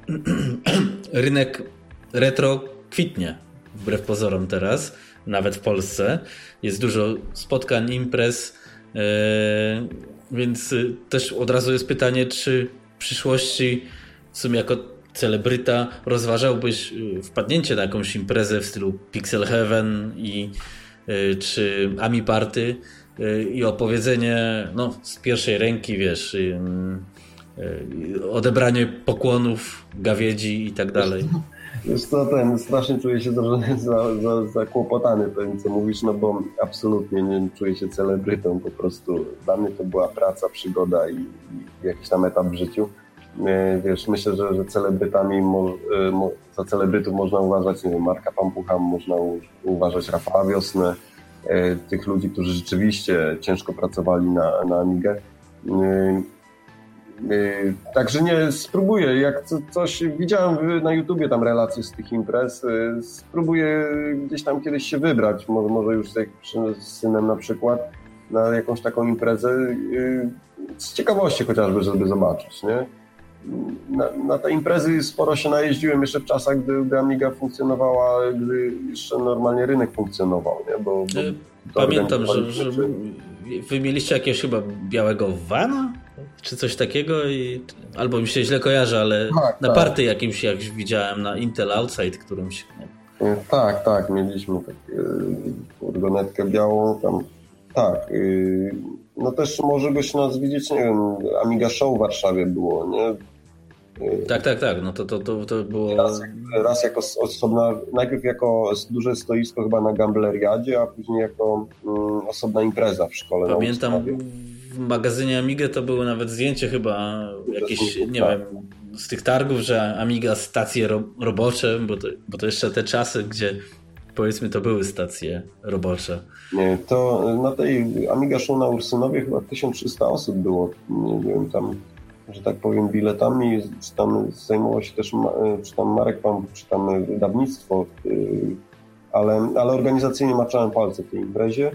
rynek retro kwitnie wbrew pozorom teraz, nawet w Polsce. Jest dużo spotkań, imprez, yy, więc też od razu jest pytanie, czy w przyszłości w sumie jako celebryta rozważałbyś wpadnięcie na jakąś imprezę w stylu Pixel Heaven i, yy, czy Ami Party yy, i opowiedzenie no, z pierwszej ręki, wiesz, yy, yy, odebranie pokłonów, gawiedzi i tak dalej. Wiesz co, ten, strasznie czuję się za, za, zakłopotany tym, co mówisz, no bo absolutnie nie czuję się celebrytą, po prostu dla mnie to była praca, przygoda i, i jakiś tam etap w życiu. Wiesz, myślę, że, że celebrytami, mo, mo, za celebrytów można uważać, nie wiem, Marka Pampucha, można u, uważać Rafała Wiosnę, tych ludzi, którzy rzeczywiście ciężko pracowali na, na Amigę. Yy, także nie, spróbuję, jak co, coś widziałem na YouTubie tam relacje z tych imprez, yy, spróbuję gdzieś tam kiedyś się wybrać, może, może już z, z synem na przykład, na jakąś taką imprezę, yy, z ciekawości chociażby, żeby zobaczyć, nie? Na, na te imprezy sporo się najeździłem jeszcze w czasach, gdy, gdy Amiga funkcjonowała, gdy jeszcze normalnie rynek funkcjonował, nie? Bo, bo pamiętam, że, że wy mieliście jakiegoś chyba białego vana? Czy coś takiego? I, albo mi się źle kojarzy, ale tak, na tak. Party jakimś, jak widziałem na Intel Outside którymś. Nie? Tak, tak, mieliśmy taką furgonetkę białą tam. Tak. Yy, no też może byś nas widzieć, nie wiem, Amiga Show w Warszawie było, nie? Yy, tak, tak, tak. No to, to, to, to było... Raz, raz jako osobna, najpierw jako duże stoisko chyba na Gambleriadzie, a później jako um, osobna impreza w szkole. Pamiętam, w magazynie Amigę to było nawet zdjęcie chyba jakieś, nie tak. wiem, z tych targów, że Amiga stacje ro, robocze, bo to, bo to jeszcze te czasy, gdzie powiedzmy to były stacje robocze. Nie, to na tej Amiga Show na Ursynowie chyba tysiąc trzysta osób było, nie wiem, tam, że tak powiem, biletami, czy tam zajmowało się też, czy tam Marek Pan, czy tam wydawnictwo, ale, ale organizacyjnie maczałem palce w tej imprezie.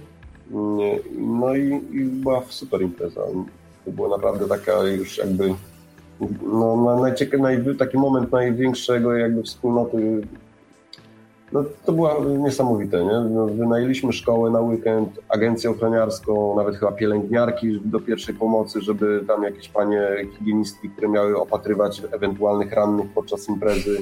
No i, i była super impreza. To była naprawdę taka już jakby no, najcieka- naj, taki moment największego jakby wspólnoty. No, to było niesamowite, nie? No, wynajęliśmy szkołę na weekend, agencję ochroniarską, nawet chyba pielęgniarki do pierwszej pomocy, żeby tam jakieś panie higienistki, które miały opatrywać ewentualnych rannych podczas imprezy.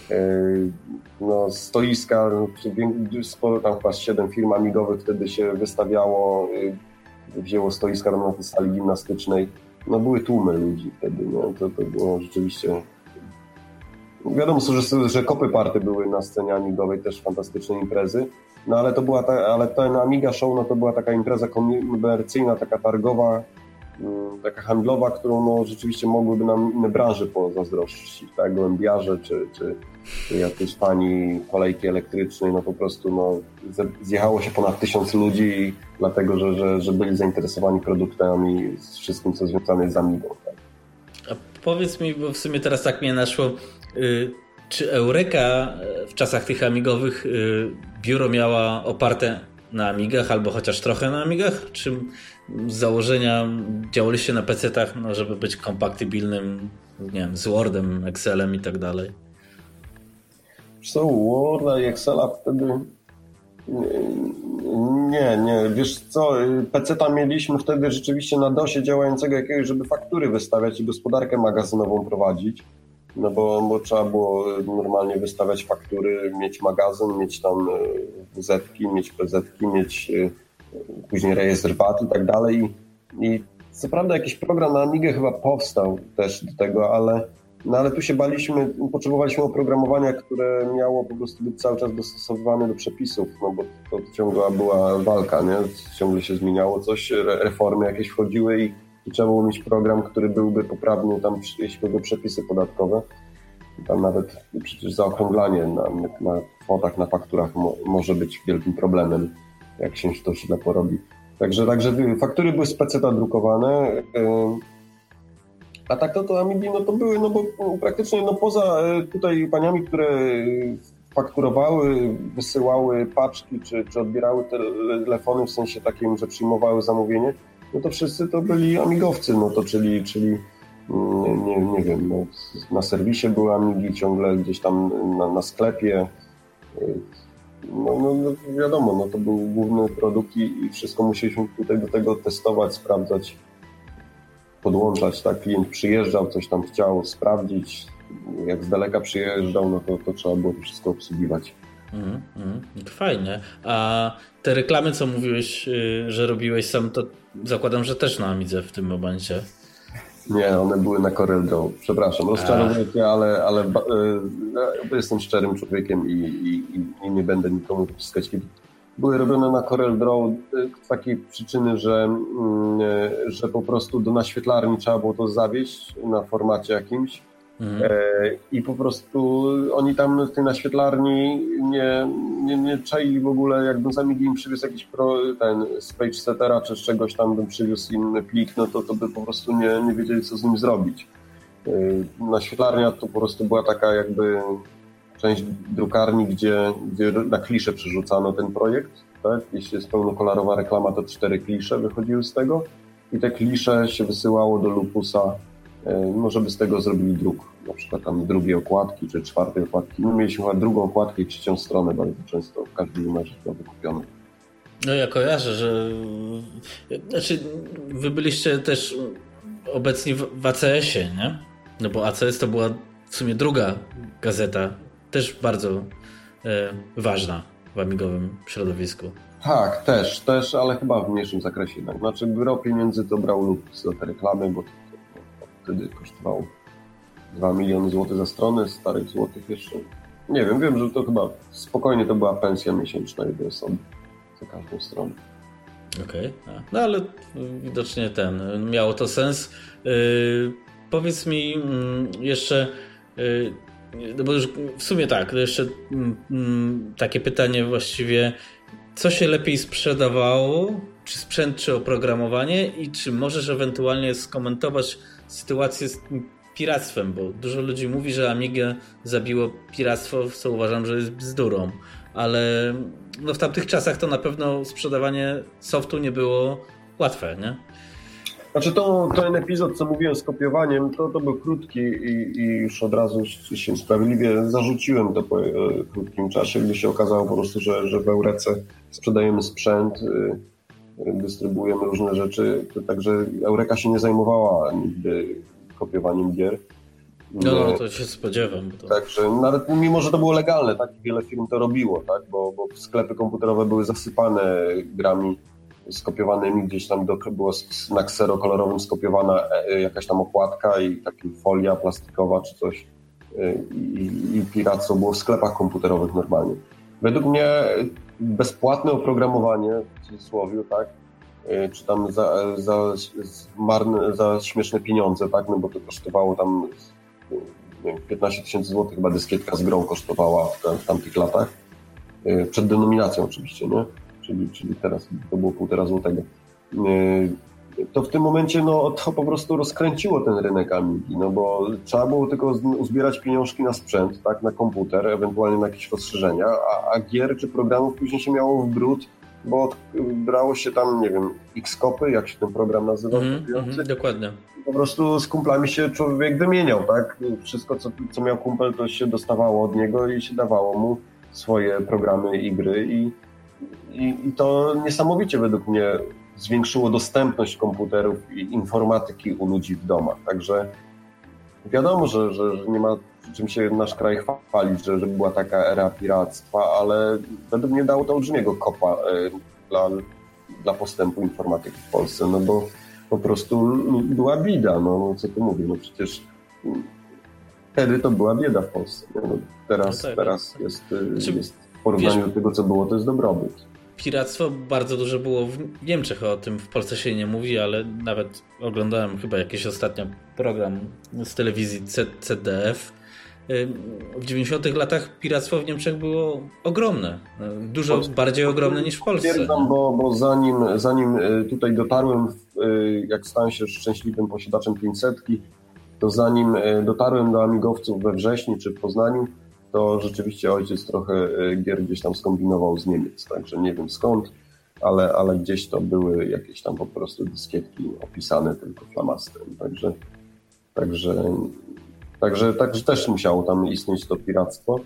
No, stoiska, sporo, tam chyba siedem firm amigowych wtedy się wystawiało, wzięło stoiska na tej sali gimnastycznej. No były tłumy ludzi wtedy, nie? To, to było rzeczywiście... Wiadomo, że, że kopy party były na scenie amigowej, też fantastyczne imprezy, no ale to była ta, ale ten Amiga Show, no to była taka impreza komercyjna, taka targowa, taka handlowa, którą no rzeczywiście mogłyby nam inne branże pozazdrościć, tak, gołębiarze, czy, czy, czy jakieś pani kolejki elektrycznej, no po prostu no zjechało się ponad tysiąc ludzi, dlatego, że, że, że byli zainteresowani produktami, z wszystkim, co związane jest z Amigą, tak. A powiedz mi, bo w sumie teraz tak mnie naszło, czy Eureka w czasach tych amigowych biuro miała oparte na Amigach albo chociaż trochę na Amigach? Czy z założenia działaliście na pecetach, no, żeby być kompatybilnym, nie wiem, z Wordem, Excelem i tak dalej? Co, Worda i Excela wtedy... Nie, nie, wiesz co, peceta mieliśmy wtedy rzeczywiście na dosie działającego jakiegoś, żeby faktury wystawiać i gospodarkę magazynową prowadzić. No bo, bo trzeba było normalnie wystawiać faktury, mieć magazyn, mieć tam W Z-ki, mieć P Z-ki, mieć później rejestr V A T i tak dalej. I co prawda jakiś program na Amigę chyba powstał też do tego, ale, no ale tu się baliśmy, potrzebowaliśmy oprogramowania, które miało po prostu być cały czas dostosowywane do przepisów, no bo to ciągła była walka, nie? Ciągle się zmieniało coś, reformy jakieś wchodziły i I trzeba było mieć program, który byłby poprawny tam, jeśli chodzi o przepisy podatkowe. Tam nawet przecież zaokrąglanie na, na kwotach, na fakturach mo, może być wielkim problemem, jak się to źle porobi. Także, także faktury były z peceta drukowane. A tak to, to Amigi, no to były, no bo praktycznie no poza tutaj paniami, które fakturowały, wysyłały paczki, czy, czy odbierały telefony w sensie takim, że przyjmowały zamówienie, no to wszyscy to byli amigowcy, no to czyli, czyli nie, nie wiem, no, na serwisie były Amigi ciągle gdzieś tam na, na sklepie. No, no, no wiadomo, no to był główny produkt i, i wszystko musieliśmy tutaj do tego testować, sprawdzać, podłączać, tak? Klient przyjeżdżał, coś tam chciał sprawdzić, jak z daleka przyjeżdżał, no to, to trzeba było to wszystko obsługiwać. Mm, mm, to fajnie. A te reklamy, co mówiłeś, że robiłeś sam, to zakładam, że też na Amidze w tym momencie. Nie, one były na CorelDRAW. Przepraszam, rozczarowuję cię, ale, ale ja jestem szczerym człowiekiem i, i, i nie będę nikomu wciskać. Były robione na CorelDRAW z takiej przyczyny, że, że po prostu do naświetlarni trzeba było to zawieść na formacie jakimś. Mhm. I po prostu oni tam w tej naświetlarni nie, nie, nie czaili w ogóle, jakbym z Amigi im przywiózł jakiś pro, ten z PageSettera czy z czegoś tam bym przywiózł inny plik, no to, to by po prostu nie, nie wiedzieli, co z nim zrobić. Naświetlarnia to po prostu była taka jakby część drukarni, gdzie, gdzie na klisze przerzucano ten projekt, tak? Jeśli jest pełnokolorowa reklama, to cztery klisze wychodziły z tego i te klisze się wysyłało do Lupusa, no żeby z tego zrobili druk, na przykład tam drugiej okładki czy czwartej okładki. My mieliśmy chyba drugą okładkę i trzecią stronę bardzo często w każdym numerze to wykupione. No ja kojarzę, że znaczy wy byliście też obecni w A C S-ie, nie? No bo A C S to była w sumie druga gazeta, też bardzo e, ważna w amigowym środowisku. Tak, też, też, ale chyba w mniejszym zakresie. Tak? Znaczy gro pieniędzy to brał Lupus za te reklamy, bo wtedy kosztowało dwa miliony złotych za stronę, starych złotych jeszcze. Nie wiem, wiem, że to chyba spokojnie to była pensja miesięczna jednej osoby za każdą stronę. Okej, okay. No ale widocznie ten, miało to sens. Yy, powiedz mi yy, jeszcze, yy, bo już w sumie tak, jeszcze yy, takie pytanie właściwie, co się lepiej sprzedawało, czy sprzęt, czy oprogramowanie i czy możesz ewentualnie skomentować sytuację z piractwem, bo dużo ludzi mówi, że Amigę zabiło piractwo, co uważam, że jest bzdurą, ale no w tamtych czasach to na pewno sprzedawanie softu nie było łatwe, nie? Znaczy to, ten epizod, co mówiłem z kopiowaniem, to, to był krótki i, i już od razu się sprawiedliwie zarzuciłem to po e, krótkim czasie, gdy się okazało po prostu, że, że w Eurece sprzedajemy sprzęt, y, dystrybuujemy różne rzeczy, to także Eureka się nie zajmowała nigdy kopiowaniem gier. No, no to się spodziewam. To... Także nawet mimo, że to było legalne, tak wiele firm to robiło, tak, bo, bo sklepy komputerowe były zasypane grami skopiowanymi, gdzieś tam do, było na ksero kolorowym skopiowana jakaś tam okładka i taka folia plastikowa czy coś i, i piractwo było w sklepach komputerowych normalnie. Według mnie bezpłatne oprogramowanie, w cudzysłowie, tak, czy tam za, za, marne, za śmieszne pieniądze, tak, no bo to kosztowało tam nie wiem, piętnaście tysięcy złotych, chyba dyskietka z grą kosztowała w, tam, w tamtych latach, przed denominacją oczywiście, nie? Czyli, czyli teraz to było półtora złotego. To w tym momencie no, to po prostu rozkręciło ten rynek Amigi, no bo trzeba było tylko uzbierać pieniążki na sprzęt, tak, na komputer, ewentualnie na jakieś rozszerzenia, a, a gier czy programów później się miało w bród, bo brało się tam, nie wiem, X-kopy, jak się ten program nazywał. Mm, mm, dokładnie. Po prostu z kumplami się człowiek wymieniał, tak? Wszystko, co, co miał kumpel, to się dostawało od niego i się dawało mu swoje programy i gry i, i, i to niesamowicie według mnie zwiększyło dostępność komputerów i informatyki u ludzi w domach. Także wiadomo, że, że, że nie ma czym się nasz kraj chwalić, że, że była taka era piractwa, ale według mnie dało to olbrzymiego kopa y, dla, dla postępu informatyki w Polsce, no bo po prostu była bieda, no, no co tu mówię, no przecież wtedy to była bieda w Polsce. No, teraz, no tak, teraz tak. Jest, znaczy, jest w porównaniu wiesz, do tego, co było, to jest dobrobyt. Piractwo bardzo dużo było w Niemczech, o tym w Polsce się nie mówi, ale nawet oglądałem chyba jakiś ostatnio program z telewizji C D F. W dziewięćdziesiątych latach piractwo w Niemczech było ogromne. Dużo Polsce. bardziej ogromne niż w Polsce. Stwierdzam, bo, bo zanim, zanim tutaj dotarłem, jak stałem się szczęśliwym posiadaczem pięćsetki, to zanim dotarłem do amigowców we Wrześniu czy w Poznaniu, to rzeczywiście ojciec trochę gier gdzieś tam skombinował z Niemiec, także nie wiem skąd, ale, ale gdzieś to były jakieś tam po prostu dyskietki opisane tylko flamastrem, także, także, także, także też musiało tam istnieć to piractwo.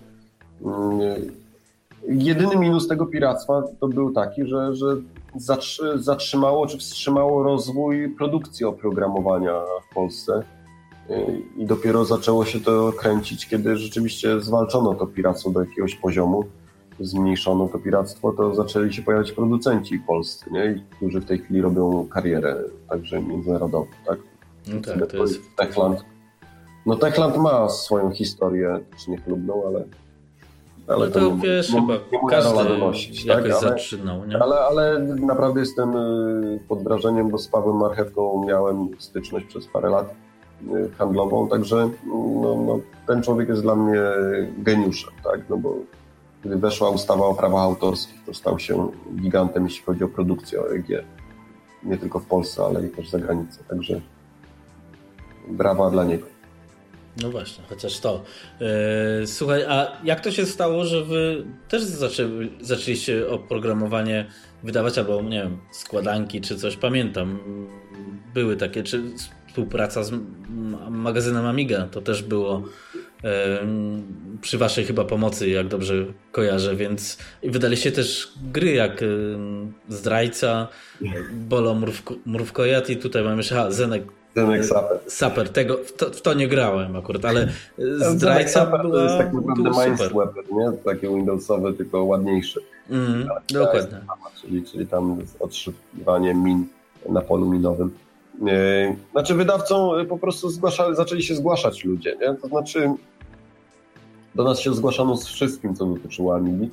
Jedyny minus tego piractwa to był taki, że, że zatrzymało czy wstrzymało rozwój produkcji oprogramowania w Polsce i dopiero zaczęło się to kręcić, kiedy rzeczywiście zwalczono to piractwo do jakiegoś poziomu, zmniejszono to piractwo, to zaczęli się pojawiać producenci polscy, nie? Którzy w tej chwili robią karierę także międzynarodową. Tak? No tak, to jest... Techland. No Techland ma swoją historię, też niechlubną, ale ale no to, to wiesz, nie, chyba nie każdy donosić, jakoś tak? ale, zaczynał, nie? Ale, ale naprawdę jestem pod wrażeniem, bo z Pawłem Marchewką miałem styczność przez parę lat handlową, także no, no, ten człowiek jest dla mnie geniuszem, tak? No bo gdy weszła ustawa o prawach autorskich, to stał się gigantem, jeśli chodzi o produkcję O E G. Nie tylko w Polsce, ale i też za granicą, także brawa dla niego. No właśnie, chociaż to. Yy, słuchaj, a jak to się stało, że wy też zaczę, zaczęliście oprogramowanie wydawać, albo nie wiem, składanki czy coś, pamiętam, były takie, czy współpraca z magazynem Amiga, to też było yy, przy waszej chyba pomocy, jak dobrze kojarzę, więc i wydaliście też gry jak yy, Zdrajca, Bolo Mrówko, Mrówkojad i tutaj mamy jeszcze, aha, Zenek Zenek Saper. Saper, tego, w, to, w to nie grałem akurat, ale Zdrajca była... To jest tak naprawdę Minesweeper, nie? Takie Windowsowe, tylko ładniejsze. Mm, dokładnie. Czyli, czyli tam odszukiwanie min na polu minowym. Znaczy wydawcą po prostu zgłaszali, zaczęli się zgłaszać ludzie, nie? To znaczy do nas się zgłaszano z wszystkim, co dotyczyło Amigi.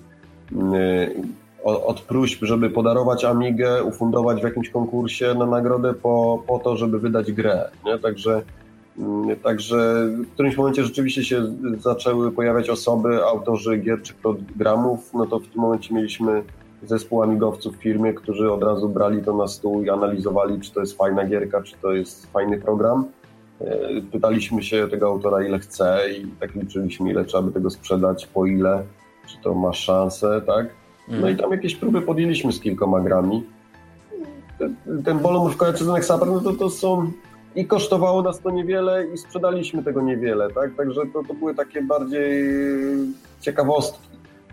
Od próśb, żeby podarować Amigę, ufundować w jakimś konkursie na nagrodę po, po to, żeby wydać grę. Nie? Także, także w którymś momencie rzeczywiście się zaczęły pojawiać osoby, autorzy gier czy programów, no to w tym momencie mieliśmy zespół amigowców w firmie, którzy od razu brali to na stół i analizowali, czy to jest fajna gierka, czy to jest fajny program. Pytaliśmy się tego autora, ile chce i tak liczyliśmy, ile trzeba by tego sprzedać, po ile, czy to ma szansę, tak? No i tam jakieś próby podjęliśmy z kilkoma grami. Ten Bolo Mrówkojad czy Zenek Saper, no to, to są... I kosztowało nas to niewiele i sprzedaliśmy tego niewiele, tak? Także to, to były takie bardziej ciekawostki.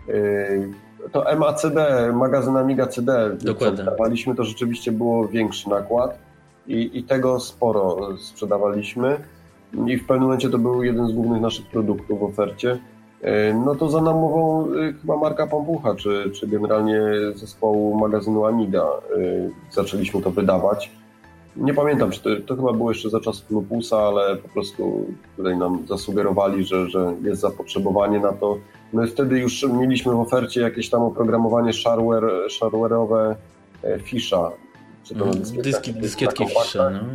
To M A C D, magazyn Amiga C D, dokładnie, co dawaliśmy, to rzeczywiście było większy nakład i, i tego sporo sprzedawaliśmy. I w pewnym momencie to był jeden z głównych naszych produktów w ofercie. No to za namową chyba Marka Pampucha, czy, czy generalnie zespołu magazynu Amiga zaczęliśmy to wydawać. Nie pamiętam, czy to, to chyba było jeszcze za czasów Lupusa, ale po prostu tutaj nam zasugerowali, że, że jest zapotrzebowanie na to. My wtedy już mieliśmy w ofercie jakieś tam oprogramowanie shareware, shareware'owe Fisha. Czy to mm, dyski, dyskietki Fisha, no.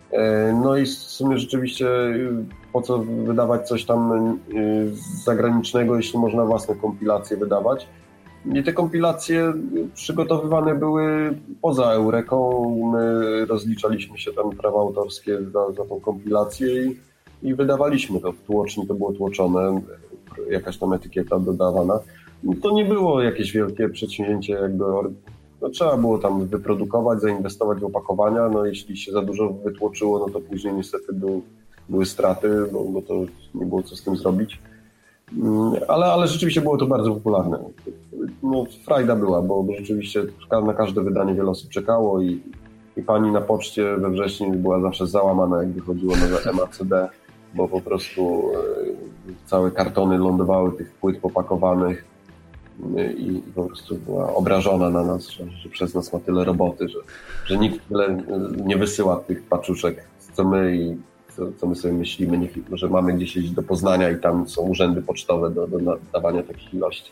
No i w sumie rzeczywiście po co wydawać coś tam zagranicznego, jeśli można własne kompilacje wydawać. I te kompilacje przygotowywane były poza Eureką. My rozliczaliśmy się tam prawa autorskie za, za tą kompilację i, i wydawaliśmy to. W tłoczni to było tłoczone, jakaś tam etykieta dodawana. To nie było jakieś wielkie przedsięwzięcie, jakby no, trzeba było tam wyprodukować, zainwestować w opakowania. No jeśli się za dużo wytłoczyło, no to później niestety był, były straty, bo, bo to nie było co z tym zrobić. Ale, ale rzeczywiście było to bardzo popularne. No, frajda była, bo rzeczywiście na każde wydanie wiele osób czekało i, i pani na poczcie we wrześniu była zawsze załamana, jak wychodziło nowe M A C D, bo po prostu e, całe kartony lądowały tych płyt popakowanych i, i po prostu była obrażona na nas, że, że przez nas ma tyle roboty, że, że nikt tyle nie wysyła tych paczuszek, co my i Co, co my sobie myślimy, nie, że mamy gdzieś iść do Poznania i tam są urzędy pocztowe do, do nadawania takich ilości.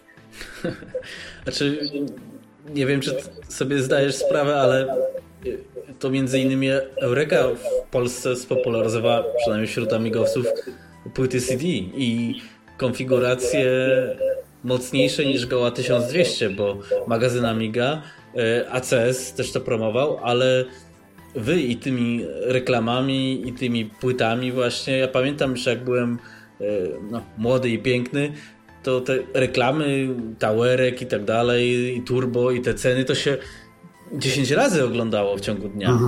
Znaczy, nie wiem, czy sobie zdajesz sprawę, ale to między innymi Eureka w Polsce spopularyzowała, przynajmniej wśród amigowców, płyty C D i konfiguracje mocniejsze niż Goła tysiąc dwieście, bo magazyn Amiga, A C S też to promował, ale wy i tymi reklamami i tymi płytami właśnie. Ja pamiętam, że jak byłem no, młody i piękny, to te reklamy, Towerek i tak dalej, i Turbo i te ceny to się dziesięć razy oglądało w ciągu dnia. Mhm.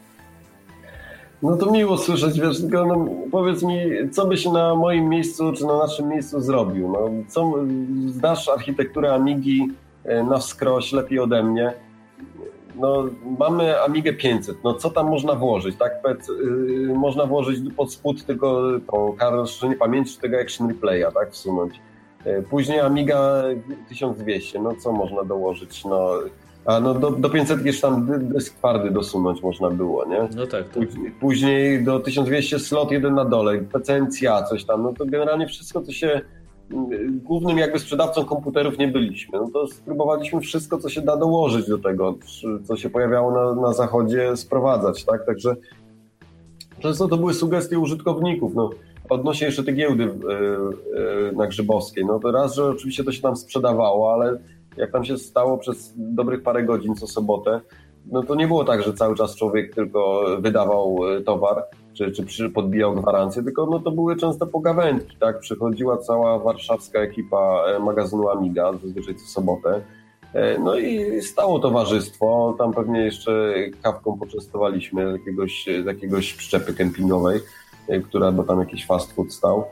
No to miło słyszeć, wiesz, tylko no, powiedz mi, co byś na moim miejscu, czy na naszym miejscu zrobił? No, co, znasz architekturę Amigi na wskroś lepiej ode mnie. No, mamy Amigę pięćset, no co tam można włożyć, tak? Pet, yy, można włożyć pod spód tylko tą kartę rozszerzenia pamięci, czy tego Action Replaya, tak? Wsunąć. Yy, później Amiga tysiąc dwieście, no co można dołożyć? No, a no do, do pięćset jeszcze tam dysk twardy dosunąć można było, nie? No tak. tak. Później, później do tysiąc dwieście slot jeden na dole, P C N C A, coś tam, no to generalnie wszystko, co się głównym jakby sprzedawcą komputerów nie byliśmy. No to spróbowaliśmy wszystko, co się da dołożyć do tego, co się pojawiało na, na zachodzie, sprowadzać, tak? Także często to były sugestie użytkowników. No, odnośnie jeszcze tej giełdy yy, yy, na Grzybowskiej, no to raz, że oczywiście to się tam sprzedawało, ale jak tam się stało przez dobrych parę godzin co sobotę, no to nie było tak, że cały czas człowiek tylko wydawał towar, czy, czy przy, podbijał gwarancję, tylko no to były często pogawędki, tak? Przychodziła cała warszawska ekipa magazynu Amiga, zazwyczaj co sobotę, no i stało towarzystwo, tam pewnie jeszcze kawką poczęstowaliśmy z jakiegoś, z jakiegoś przyczepy kempingowej, która, bo tam jakiś fast food stał.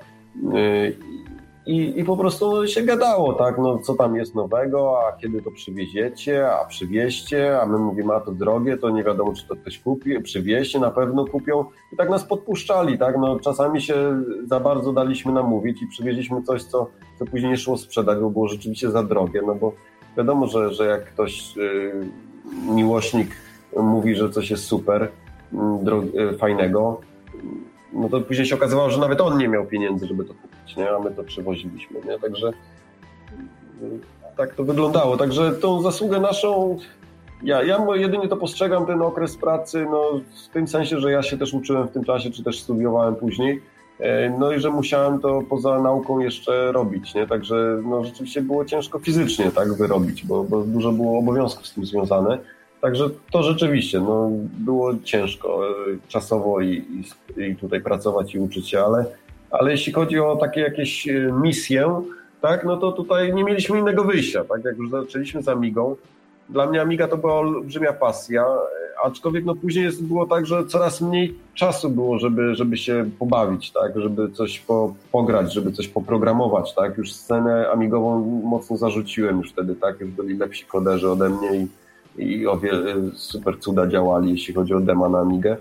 I, I po prostu no, się gadało, tak, no co tam jest nowego, a kiedy to przywieziecie, a przywieźcie, a my mówimy, a to drogie, to nie wiadomo, czy to ktoś kupi, przywieźcie, na pewno kupią i tak nas podpuszczali, tak, no czasami się za bardzo daliśmy namówić i przywieźliśmy coś, co, co później nie szło sprzedać, bo było rzeczywiście za drogie, no bo wiadomo, że, że jak ktoś yy, miłośnik mówi, że coś jest super, yy, yy, fajnego, no to później się okazywało, że nawet on nie miał pieniędzy, żeby to kupić, nie? A my to przywoziliśmy, nie? Także tak to wyglądało. Także tą zasługę naszą, ja, ja jedynie to postrzegam, ten okres pracy, no w tym sensie, że ja się też uczyłem w tym czasie, czy też studiowałem później, no i że musiałem to poza nauką jeszcze robić, nie? Także no rzeczywiście było ciężko fizycznie tak wyrobić, bo, bo dużo było obowiązków z tym związane. Także to rzeczywiście, no, było ciężko czasowo i, i, i tutaj pracować i uczyć się, ale, ale jeśli chodzi o takie jakieś misje, tak, no to tutaj nie mieliśmy innego wyjścia, tak, jak już zaczęliśmy z Amigą. Dla mnie Amiga to była olbrzymia pasja, aczkolwiek no później jest, było tak, że coraz mniej czasu było, żeby, żeby się pobawić, tak, żeby coś po, pograć, żeby coś poprogramować, tak, już scenę amigową mocno zarzuciłem już wtedy, tak, już byli lepsi koderzy ode mnie i i o wiele super cuda działali, jeśli chodzi o dema na Amigę.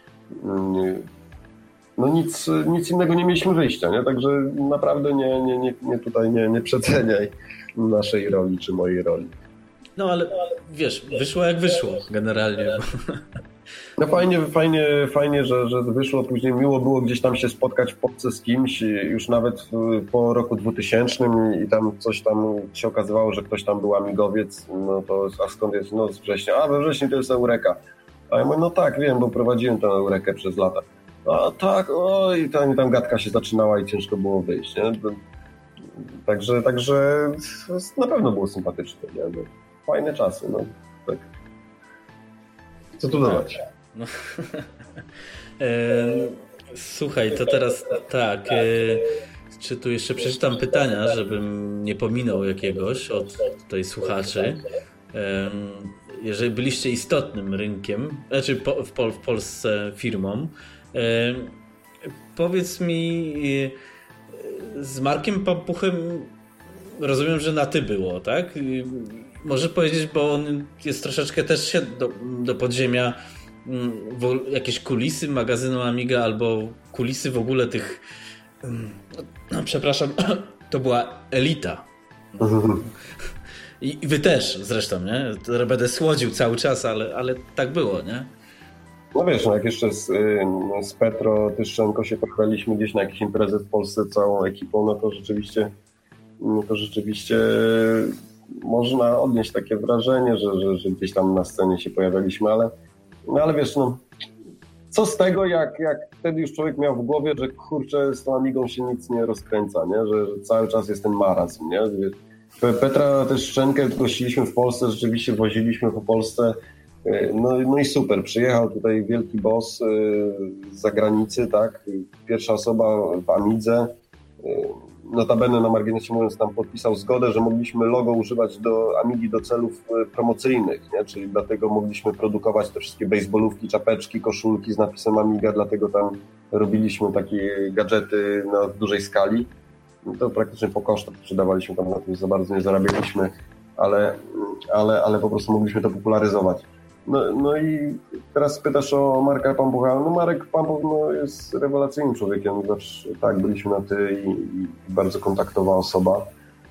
No nic, nic innego nie mieliśmy wyjścia, nie? Także naprawdę nie, nie, nie, nie tutaj nie, nie przeceniaj naszej roli czy mojej roli. No ale wiesz, wyszło jak wyszło generalnie. No fajnie, fajnie, fajnie, że, że wyszło. Później miło było gdzieś tam się spotkać w Polsce z kimś, już nawet po roku dwutysięcznym i tam coś tam się okazywało, że ktoś tam był amigowiec, no to a skąd jest, no z września, a we wrześniu to jest Eureka. A ja mówię, no tak, wiem, bo prowadziłem tę Eurekę przez lata. A tak, o i tam, tam gadka się zaczynała i ciężko było wyjść, nie? Także, także na pewno było sympatyczne, nie? No, fajne czasy, no tak. Co tu dodać? No. Słuchaj, to teraz tak, czy tu jeszcze przeczytam pytania, żebym nie pominął jakiegoś od tutaj słuchaczy. Jeżeli byliście istotnym rynkiem, znaczy w, Pol- w Polsce firmą, powiedz mi, z Markiem Pampuchem rozumiem, że na ty było, tak? Może powiedzieć, bo on jest troszeczkę też się do, do podziemia, jakieś kulisy magazynu Amiga albo kulisy w ogóle tych, no, przepraszam, to była elita. I wy też zresztą, nie? To będę słodził cały czas, ale, ale tak było, nie? No wiesz, no jak jeszcze z, z Petro Tyszczenko się pochwaliliśmy gdzieś na jakieś imprezy w Polsce całą ekipą, no to rzeczywiście no to rzeczywiście można odnieść takie wrażenie, że, że, że gdzieś tam na scenie się pojawialiśmy, ale, no ale wiesz, no co z tego, jak, jak wtedy już człowiek miał w głowie, że kurczę, z tą Amigą się nic nie rozkręca, nie? Że, że cały czas jest ten marazm, nie? Petra Tyszczenkę gościliśmy w Polsce, rzeczywiście woziliśmy po Polsce No, no i super, przyjechał tutaj wielki boss z zagranicy, tak, pierwsza osoba w Amidze, notabene na marginesie mówiąc tam podpisał zgodę, że mogliśmy logo używać do Amigi do celów promocyjnych, nie? Czyli dlatego mogliśmy produkować te wszystkie baseballówki, czapeczki, koszulki z napisem Amiga, dlatego tam robiliśmy takie gadżety na dużej skali. To praktycznie po kosztach sprzedawaliśmy, tam na tym za bardzo nie zarabialiśmy, ale, ale, ale po prostu mogliśmy to popularyzować. No, no i teraz pytasz o Marka Pampucha. No Marek Pampuch no, jest rewelacyjnym człowiekiem. Zawsze, tak, byliśmy na ty i, i bardzo kontaktowa osoba.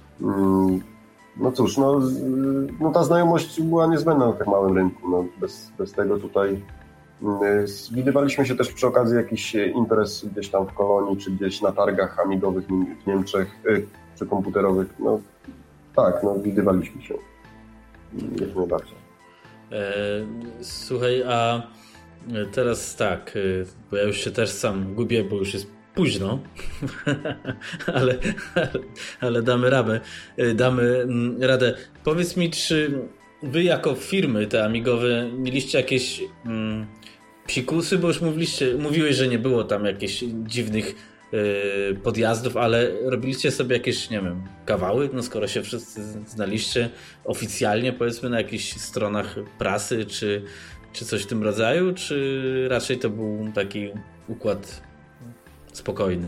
No cóż, no, no ta znajomość była niezbędna na tak małym rynku. No, bez, bez tego tutaj widywaliśmy się też przy okazji jakichś imprez gdzieś tam w Kolonii, czy gdzieś na targach amigowych w Niemczech, czy komputerowych. No tak, no widywaliśmy się. Jak najbardziej. Słuchaj, a teraz tak, bo ja już się też sam gubię, bo już jest późno, ale, ale, ale damy radę, damy radę. Powiedz mi, czy wy jako firmy te amigowe mieliście jakieś mm, psikusy, bo już mówiliście, mówiłeś, że nie było tam jakichś dziwnych podjazdów, ale robiliście sobie jakieś, nie wiem, kawały, no skoro się wszyscy znaliście oficjalnie, powiedzmy, na jakichś stronach prasy, czy, czy coś w tym rodzaju, czy raczej to był taki układ spokojny?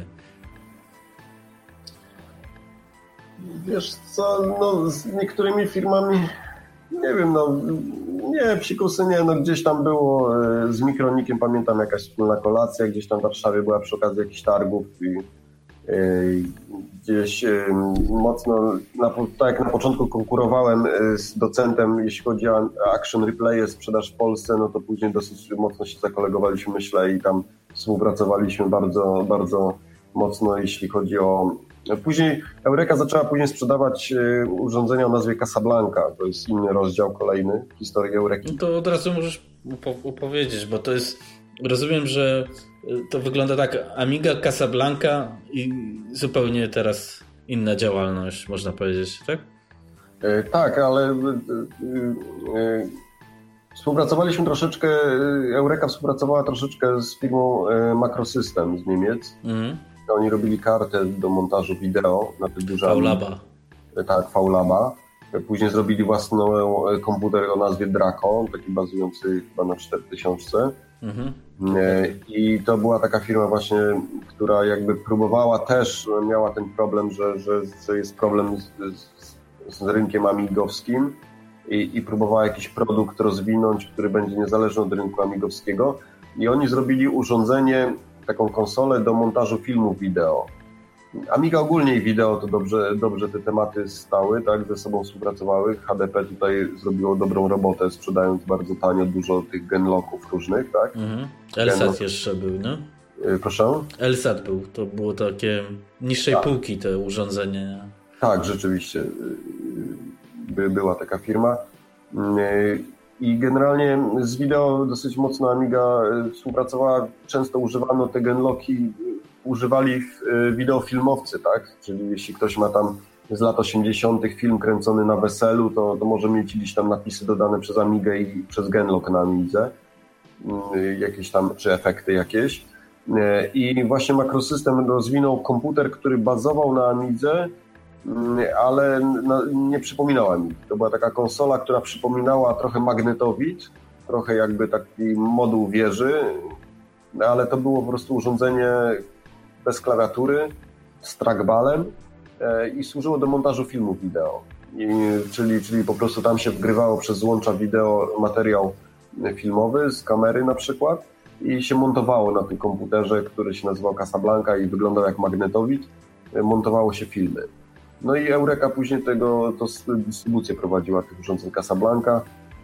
Wiesz co, no z niektórymi firmami nie wiem, no nie, psikusy nie, no gdzieś tam było z Mikronikiem, pamiętam jakaś wspólna kolacja, gdzieś tam w Warszawie była przy okazji jakichś targów i y, gdzieś y, mocno, na, tak jak na początku konkurowałem z docentem, jeśli chodzi o Action Replay, sprzedaż w Polsce, no to później dosyć mocno się zakolegowaliśmy, myślę, i tam współpracowaliśmy bardzo, bardzo mocno, jeśli chodzi o... Później Eureka zaczęła później sprzedawać urządzenia o nazwie Casablanca. To jest inny rozdział kolejny w historii Eureki. No to od razu możesz opowiedzieć, bo to jest... Rozumiem, że to wygląda tak, Amiga, Casablanca i zupełnie teraz inna działalność, można powiedzieć, tak? Tak, ale współpracowaliśmy troszeczkę, Eureka współpracowała troszeczkę z firmą Macrosystem z Niemiec. Mhm. Oni robili kartę do montażu wideo na te duże... V-Laba. Tak, V-Laba. Później zrobili własny komputer o nazwie Draco, taki bazujący chyba na cztery tysiące. Mhm. I to była taka firma właśnie, która jakby próbowała też, miała ten problem, że, że, że jest problem z, z, z rynkiem amigowskim i, i próbowała jakiś produkt rozwinąć, który będzie niezależny od rynku amigowskiego. I oni zrobili urządzenie, taką konsolę do montażu filmów wideo. Amiga ogólnie i wideo to dobrze, dobrze te tematy stały, tak, ze sobą współpracowały. H D P tutaj zrobiło dobrą robotę, sprzedając bardzo tanio dużo tych genlocków różnych, tak. Mhm. Elsat Genlock... jeszcze był, no? Yy, proszę? Elsat był, to było takie niższej tak. półki te urządzenie. Tak, rzeczywiście. By, była taka firma. Yy, I generalnie z wideo dosyć mocno Amiga współpracowała, często używano te genlocki, używali wideofilmowcy, tak? Czyli jeśli ktoś ma tam z lat osiemdziesiątych film kręcony na weselu, to, to może mieć gdzieś tam napisy dodane przez Amigę i przez genlock na Amidze, jakieś tam, czy efekty jakieś. I właśnie Macrosystem rozwinął komputer, który bazował na Amidze, ale nie przypominała mi. To była taka konsola, która przypominała trochę magnetowid, trochę jakby taki moduł wieży, ale to było po prostu urządzenie bez klawiatury, z trackballem i służyło do montażu filmów wideo. I, czyli, czyli po prostu tam się wgrywało przez złącza wideo materiał filmowy z kamery na przykład i się montowało na tym komputerze, który się nazywał Casablanca i wyglądał jak magnetowid, montowało się filmy. No i Eureka później tego, to dystrybucję prowadziła tych urządzeń Casablanca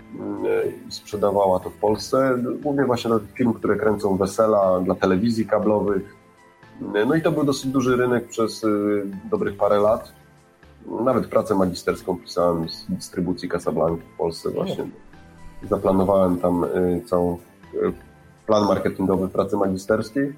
i sprzedawała to w Polsce, głównie właśnie dla tych firm, które kręcą wesela, dla telewizji kablowych. No i to był dosyć duży rynek przez dobrych parę lat. Nawet pracę magisterską pisałem z dystrybucji Casablanca w Polsce właśnie. Zaplanowałem tam cały plan marketingowy pracy magisterskiej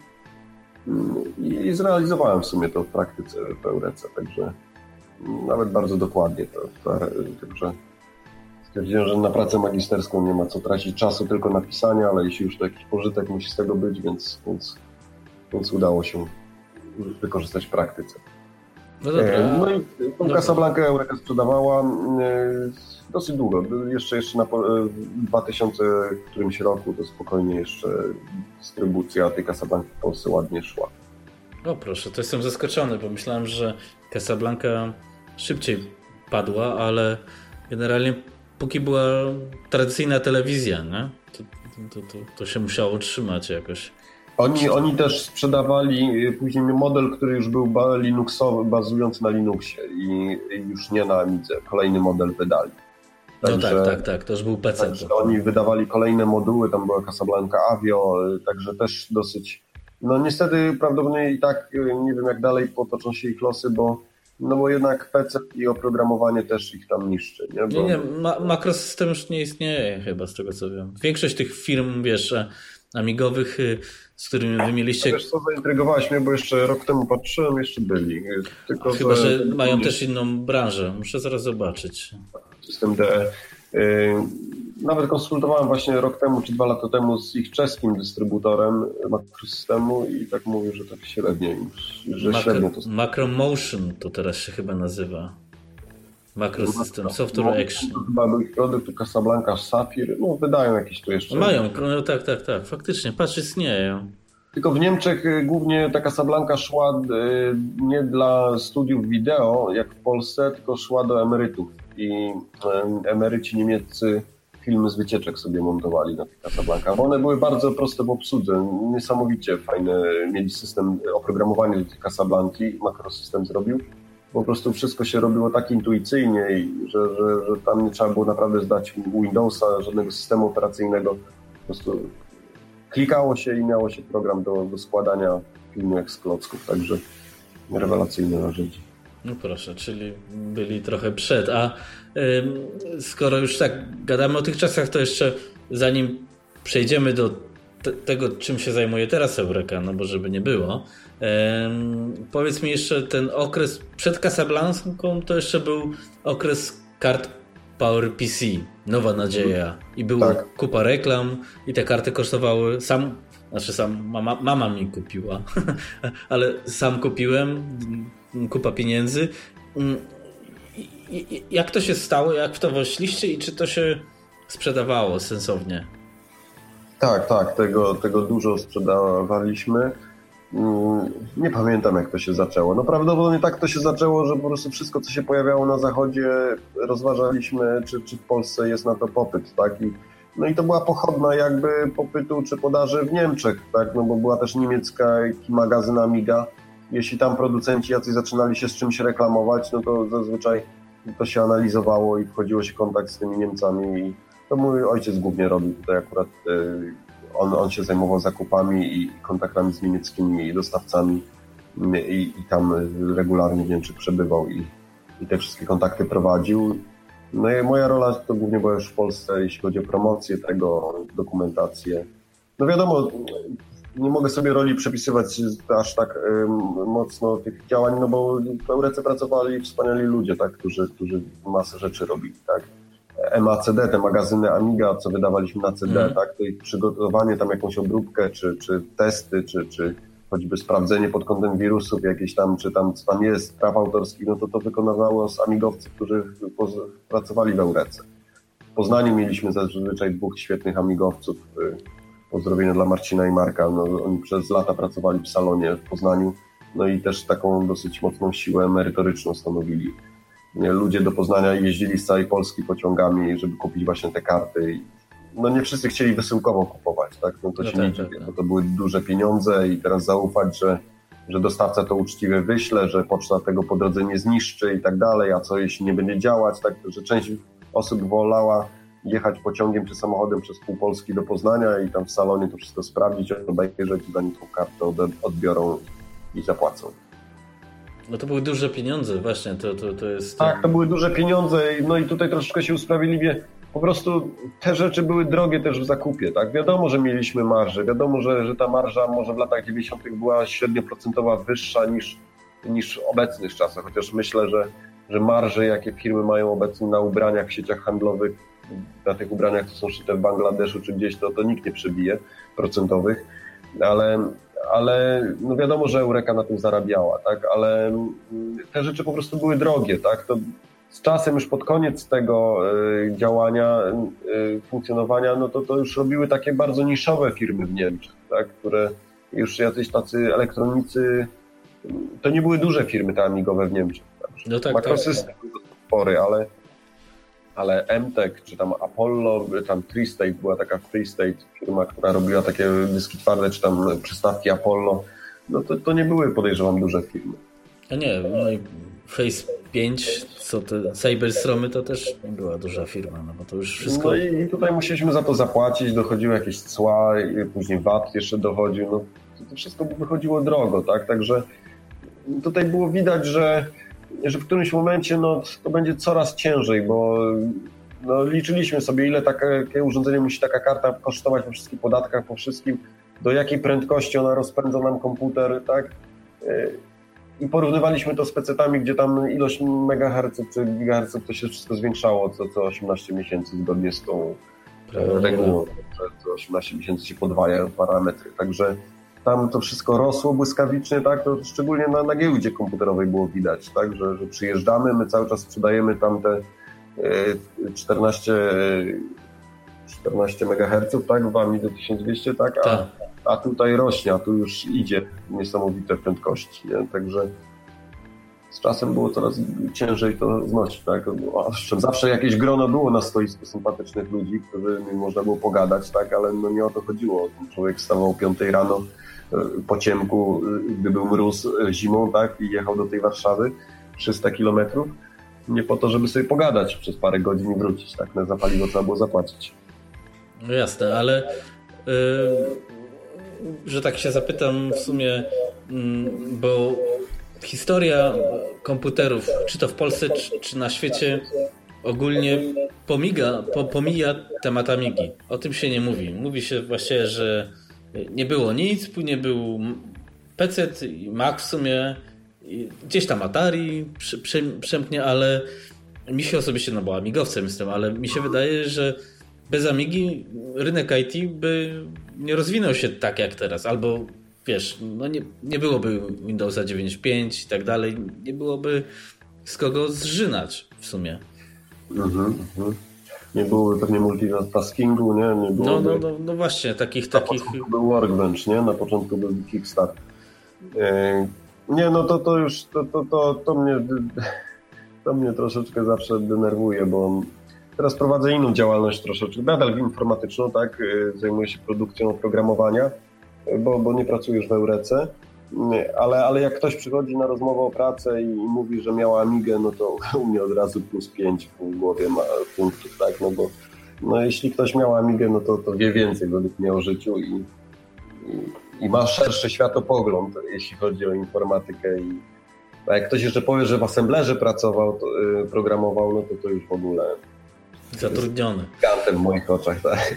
i zrealizowałem w sumie to w praktyce w Eurece, także nawet bardzo dokładnie to, to, także Stwierdziłem, że na pracę magisterską nie ma co tracić czasu, tylko na pisanie, ale jeśli już to jakiś pożytek musi z tego być, więc, więc, więc udało się wykorzystać w praktyce. No dobra. No i tą Casablankę Eureka sprzedawała dosyć długo. Jeszcze, jeszcze na dwa tysiące którymś roku to spokojnie jeszcze dystrybucja tej Casablanki w Polsce ładnie szła. O proszę, to jestem zaskoczony, bo myślałem, że Casablanca szybciej padła, ale generalnie póki była tradycyjna telewizja, nie? To, to, to, to się musiało trzymać jakoś. Oni, oni też sprzedawali później model, który już był Linuxowy, bazujący na Linuxie i już nie na Amidze. Kolejny model wydali. Także, no tak, tak, tak. To już był P C. Także oni wydawali kolejne moduły, tam była Casablanca Avio, także też dosyć... No niestety prawdopodobnie i tak nie wiem jak dalej potoczą się ich losy, bo no bo jednak P C i oprogramowanie też ich tam niszczy. Nie, bo... nie, nie ma- makrosystem już nie istnieje chyba z tego co wiem. Większość tych firm, wiesz, amigowych, z którymi wy mieliście... Wiesz co, zaintrygowałeś mnie, bo jeszcze rok temu patrzyłem, jeszcze byli. Tylko, chyba, że, że mają nie... też inną branżę. Muszę zaraz zobaczyć. System D E. Nawet konsultowałem właśnie rok temu czy dwa lata temu z ich czeskim dystrybutorem makrosystemu i tak mówię, że tak średnio że Macro, średnio to... Macromotion to teraz się chyba nazywa. Macrosystem, Software no, Action. To chyba był ich produkt, Casablanca, Sapphire, no wydają jakieś tu jeszcze. Mają, no tak, tak, tak, faktycznie, patrz, istnieją. Tylko w Niemczech głównie ta Casablanca szła nie dla studiów wideo, jak w Polsce, tylko szła do emerytów i emeryci niemieccy filmy z wycieczek sobie montowali na tych Casablanca, bo one były bardzo proste w obsłudze, niesamowicie fajne, mieli system oprogramowania do tej Casablanki, makrosystem zrobił. Po prostu wszystko się robiło tak intuicyjnie, że, że, że tam nie trzeba było naprawdę zdać Windowsa, żadnego systemu operacyjnego. Po prostu klikało się i miało się program do, do składania filmu jak z klocków, także rewelacyjne narzędzie. No proszę, czyli byli trochę przed. A y, skoro już tak gadamy o tych czasach, to jeszcze zanim przejdziemy do te, tego, czym się zajmuje teraz Eureka, no bo żeby nie było, y, powiedz mi jeszcze, ten okres przed Casablanką to jeszcze był okres kart PowerPC, nowa nadzieja i była tak. Kupa reklam i te karty kosztowały, sam, znaczy sam mama, mama mi kupiła, ale sam kupiłem, kupa pieniędzy. Jak to się stało, jak w to weszliście i czy to się sprzedawało sensownie? Tak, tak, tego, tego dużo sprzedawaliśmy. Nie pamiętam jak to się zaczęło. No prawdopodobnie tak to się zaczęło, że po prostu wszystko co się pojawiało na zachodzie rozważaliśmy, czy, czy w Polsce jest na to popyt, tak? I, no i to była pochodna jakby popytu czy podaży w Niemczech, tak? No bo była też niemiecki magazyn Amiga. Jeśli tam producenci jacyś zaczynali się z czymś reklamować, no to zazwyczaj to się analizowało i wchodziło się w kontakt z tymi Niemcami i to mój ojciec głównie robił tutaj akurat. Yy, On, on się zajmował zakupami i kontaktami z niemieckimi dostawcami i, i tam regularnie w Niemczech przebywał i, i te wszystkie kontakty prowadził. No i moja rola to głównie była już w Polsce, jeśli chodzi o promocję tego, dokumentację. No wiadomo, nie mogę sobie roli przepisywać aż tak y, mocno tych działań, no bo w Eurece pracowali wspaniali ludzie, tak, którzy, którzy masę rzeczy robili, tak. M A C D, te magazyny Amiga, co wydawaliśmy na C D, mm. tak, to ich przygotowanie, tam jakąś obróbkę, czy, czy testy, czy, czy choćby sprawdzenie pod kątem wirusów jakieś tam, czy tam, co tam jest, praw autorskich, no to to wykonywało z amigowcy, którzy pracowali w Eurece. W Poznaniu mieliśmy zazwyczaj dwóch świetnych amigowców, pozdrowienia dla Marcina i Marka, no, oni przez lata pracowali w salonie w Poznaniu, no i też taką dosyć mocną siłę merytoryczną stanowili. Ludzie do Poznania jeździli z całej Polski pociągami, żeby kupić właśnie te karty. No nie wszyscy chcieli wysyłkowo kupować, tak? No to no się tak, nie dzieje, tak, bo to były duże pieniądze i teraz zaufać, że, że dostawca to uczciwie wyśle, że poczta tego po drodze nie zniszczy i tak dalej, a co jeśli nie będzie działać, tak? Że część osób wolała jechać pociągiem czy samochodem przez pół Polski do Poznania i tam w salonie to wszystko sprawdzić, obejrzeć, zanim tą kartę odbiorą i zapłacą. No to były duże pieniądze, właśnie, to, to, to jest... Tak, to były duże pieniądze, no i tutaj troszeczkę się usprawiedliwię. Po prostu te rzeczy były drogie też w zakupie, tak? Wiadomo, że mieliśmy marżę, wiadomo, że, że ta marża może w latach dziewięćdziesiątych była średnioprocentowa wyższa niż, niż w obecnych czasach, chociaż myślę, że, że marże, jakie firmy mają obecnie na ubraniach w sieciach handlowych, na tych ubraniach, co są szyte w Bangladeszu czy gdzieś, to, to nikt nie przebije procentowych, ale, ale no wiadomo, że Eureka na tym zarabiała, tak? Ale te rzeczy po prostu były drogie, tak? To z czasem już pod koniec tego y, działania, y, funkcjonowania, no to, to już robiły takie bardzo niszowe firmy w Niemczech, tak? Które już jacyś tacy elektronicy, to nie były duże firmy te amigowe w Niemczech. Tak? No tak, Macrosystem był spory, ale, ale M T E C czy tam Apollo, tam Tri-State była taka Tri-State firma, która robiła takie dyski twarde, czy tam przystawki Apollo, no to, to nie były, podejrzewam, duże firmy. A nie, no i Face pięć, co te Cyberstromy, to też nie była duża firma, no bo to już wszystko... No i tutaj musieliśmy za to zapłacić, dochodziły jakieś cła, i później V A T jeszcze dochodził, no to wszystko wychodziło drogo, tak, także tutaj było widać, że, że w którymś momencie no, to będzie coraz ciężej, bo no, liczyliśmy sobie, ile takie urządzenie musi taka karta kosztować po wszystkich podatkach, po wszystkim, do jakiej prędkości ona rozpędza nam komputer, tak, i porównywaliśmy to z pecetami, gdzie tam ilość megaherców czy gigaherców to się wszystko zwiększało co, co osiemnaście miesięcy zgodnie z tą regułą, że co osiemnaście miesięcy się podwajają parametry, także tam to wszystko rosło błyskawicznie, tak, to szczególnie na, na giełdzie komputerowej było widać, tak, że, że przyjeżdżamy, my cały czas sprzedajemy tam te czternaście, czternaście megaherców, tak, w AMI do tysiąc dwieście, tak, a, tak. a tutaj rośnie, a tu już idzie niesamowite prędkości, nie? Także z czasem było coraz ciężej to znosić, tak, owszem, zawsze jakieś grono było na stoisku sympatycznych ludzi, którymi można było pogadać, tak, ale no nie o to chodziło, człowiek wstawał o piątej rano po ciemku, gdy był mróz zimą, tak, i jechał do tej Warszawy trzysta kilometrów, nie po to, żeby sobie pogadać przez parę godzin i wrócić, tak, na za paliwo trzeba było zapłacić. No jasne, ale yy, że tak się zapytam w sumie, yy, bo historia komputerów, czy to w Polsce, czy, czy na świecie, ogólnie pomiga, po, pomija temat Amigi. O tym się nie mówi. Mówi się właściwie, że nie było nic, później był P C i Mac w sumie, gdzieś tam Atari przy, przy, przemknie, ale mi się osobiście, no bo amigowcem jestem, ale mi się wydaje, że bez Amigi rynek I T by nie rozwinął się tak jak teraz, albo wiesz, no nie, nie byłoby Windowsa dziewięćdziesiąt pięć i tak dalej, nie byłoby z kogo zżynać w sumie. Mhm, mhm. Nie byłoby pewnie multitaskingu, nie? Nie byłoby... No, no, no, no właśnie, takich... takich... Na początku był Workbench, nie? Na początku był Kickstart. Yy, nie, no to, to już, to, to, to, to, mnie, to mnie troszeczkę zawsze denerwuje, bo teraz prowadzę inną działalność troszeczkę, nadal informatyczną, tak? Yy, zajmuję się produkcją oprogramowania, bo, bo nie pracuję już w Eurece, ale, ale jak ktoś przychodzi na rozmowę o pracę i, i mówi, że miała Amigę, no to u mnie od razu plus pięć w głowie ma punktów, tak, no bo no jeśli ktoś miał Amigę, no to, to wie więcej według mnie o życiu i, i, i ma szerszy światopogląd, jeśli chodzi o informatykę i a jak ktoś jeszcze powie, że w assemblerze pracował, to, yy, programował, no to to już w ogóle zatrudniony. Gigantem w moich oczach, tak.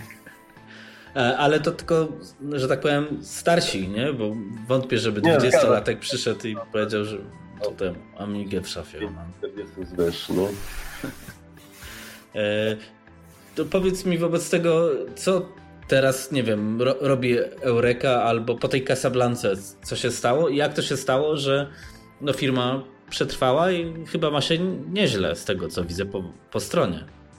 Ale to tylko, że tak powiem, starsi, nie? Bo wątpię, żeby dwudziestolatek przyszedł i powiedział, że tutaj Amigę w szafie mam. czterdzieści zwyż, no. To powiedz mi wobec tego, co teraz, nie wiem, ro- robi Eureka albo po tej Casablance, co się stało i jak to się stało, że no, firma przetrwała i chyba ma się nieźle z tego, co widzę po, po stronie.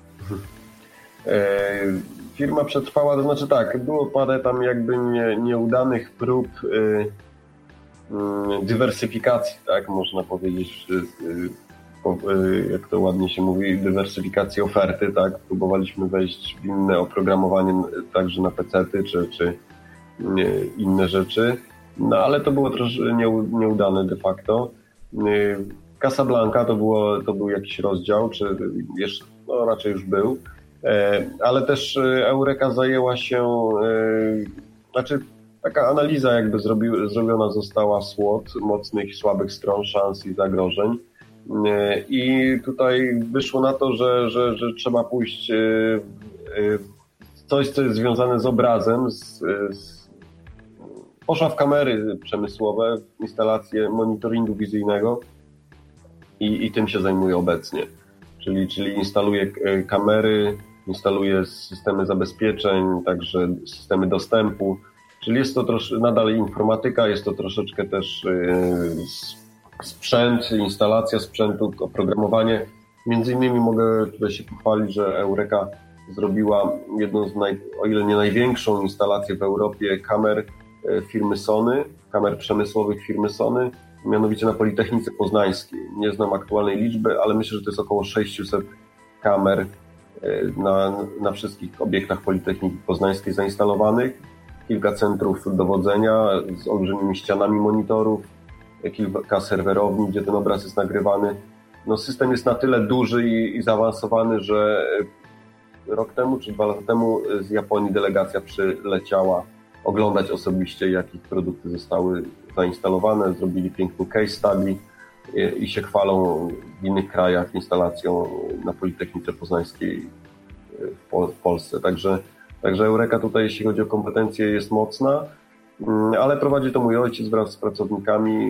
E, firma przetrwała, to znaczy tak, było parę tam jakby nie, nieudanych prób y, y, dywersyfikacji, tak, można powiedzieć, y, y, jak to ładnie się mówi, dywersyfikacji oferty, tak, próbowaliśmy wejść w inne oprogramowanie także na pecety czy, czy y, inne rzeczy, no ale to było troszkę nieudane de facto. Y, Casablanca to, było, to był jakiś rozdział, czy jeszcze, no raczej już był. Ale też Eureka zajęła się, znaczy taka analiza jakby zrobi, zrobiona została SWOT, mocnych, słabych stron, szans i zagrożeń i tutaj wyszło na to, że, że, że trzeba pójść w coś, co jest związane z obrazem, z, z, poszła w kamery przemysłowe, w instalację monitoringu wizyjnego i, i tym się zajmuje obecnie. Czyli, czyli instaluje kamery instaluje systemy zabezpieczeń, także systemy dostępu, czyli jest to trosz, nadal informatyka, jest to troszeczkę też yy, sprzęt, instalacja sprzętu, oprogramowanie. Między innymi mogę tutaj się pochwalić, że Eureka zrobiła jedną z, naj, o ile nie największą instalację w Europie kamer firmy Sony, kamer przemysłowych firmy Sony, mianowicie na Politechnice Poznańskiej. Nie znam aktualnej liczby, ale myślę, że to jest około sześćset kamer na, na wszystkich obiektach Politechniki Poznańskiej zainstalowanych. Kilka centrów dowodzenia z olbrzymimi ścianami monitorów, kilka serwerowni, gdzie ten obraz jest nagrywany. No, system jest na tyle duży i, i zaawansowany, że rok temu czy dwa lata temu z Japonii delegacja przyleciała oglądać osobiście, jak ich produkty zostały zainstalowane, zrobili piękny case study i, i się chwalą w innych krajach instalacją na Politechnice Poznańskiej w, Pol- w Polsce. Także, także Eureka tutaj, jeśli chodzi o kompetencje, jest mocna, ale prowadzi to mój ojciec wraz z pracownikami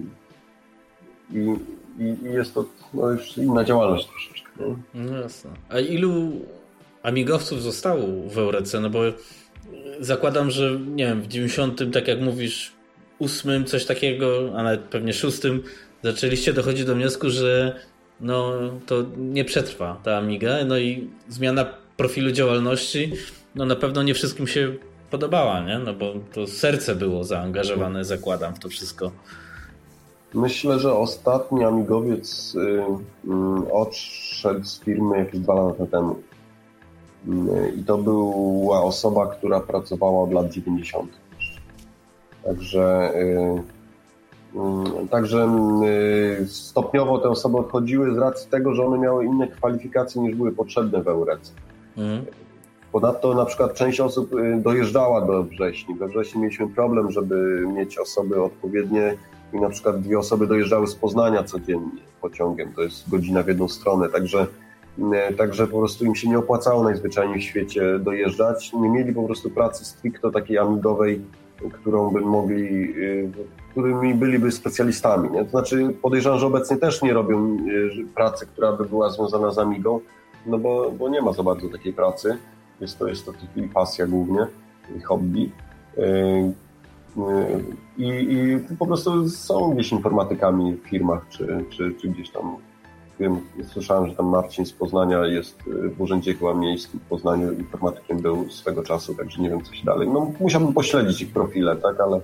i, i, i jest to no, już inna działalność troszeczkę. Nie? No jasne. A ilu amigowców zostało w Eurece? No bo zakładam, że nie wiem, w dziewięćdziesiątym, tak jak mówisz, ósmym, coś takiego, a nawet pewnie szóstym, zaczęliście dochodzić do wniosku, że no to nie przetrwa ta Amiga, no i zmiana profilu działalności, no na pewno nie wszystkim się podobała, nie? No bo to serce było zaangażowane, zakładam, w to wszystko. Myślę, że ostatni amigowiec y, y, odszedł z firmy jakieś dwa lata temu. Y, I to była osoba, która pracowała od lat dziewięćdziesiątych. Także, y, y, także y, stopniowo te osoby odchodziły z racji tego, że one miały inne kwalifikacje niż były potrzebne w Eurece. Mm. Ponadto na przykład część osób dojeżdżała do Wrześni. We Wrześni mieliśmy problem, żeby mieć osoby odpowiednie i na przykład dwie osoby dojeżdżały z Poznania codziennie pociągiem. To jest godzina w jedną stronę, także, także po prostu im się nie opłacało najzwyczajniej w świecie dojeżdżać. Nie mieli po prostu pracy stricte takiej amigowej, którą by mogli, którymi byliby specjalistami. Nie? To znaczy podejrzewam, że obecnie też nie robią pracy, która by była związana z Amigą, no bo, bo nie ma za bardzo takiej pracy. Jest to, jest to tylko pasja głównie, hobby. I, I po prostu są gdzieś informatykami w firmach, czy, czy, czy gdzieś tam, wiem, słyszałem, że tam Marcin z Poznania jest w Urzędzie chyba Miejskim w Poznaniu, informatykiem był swego czasu, także nie wiem, co się dalej. No, musiałbym pośledzić ich profile, tak, ale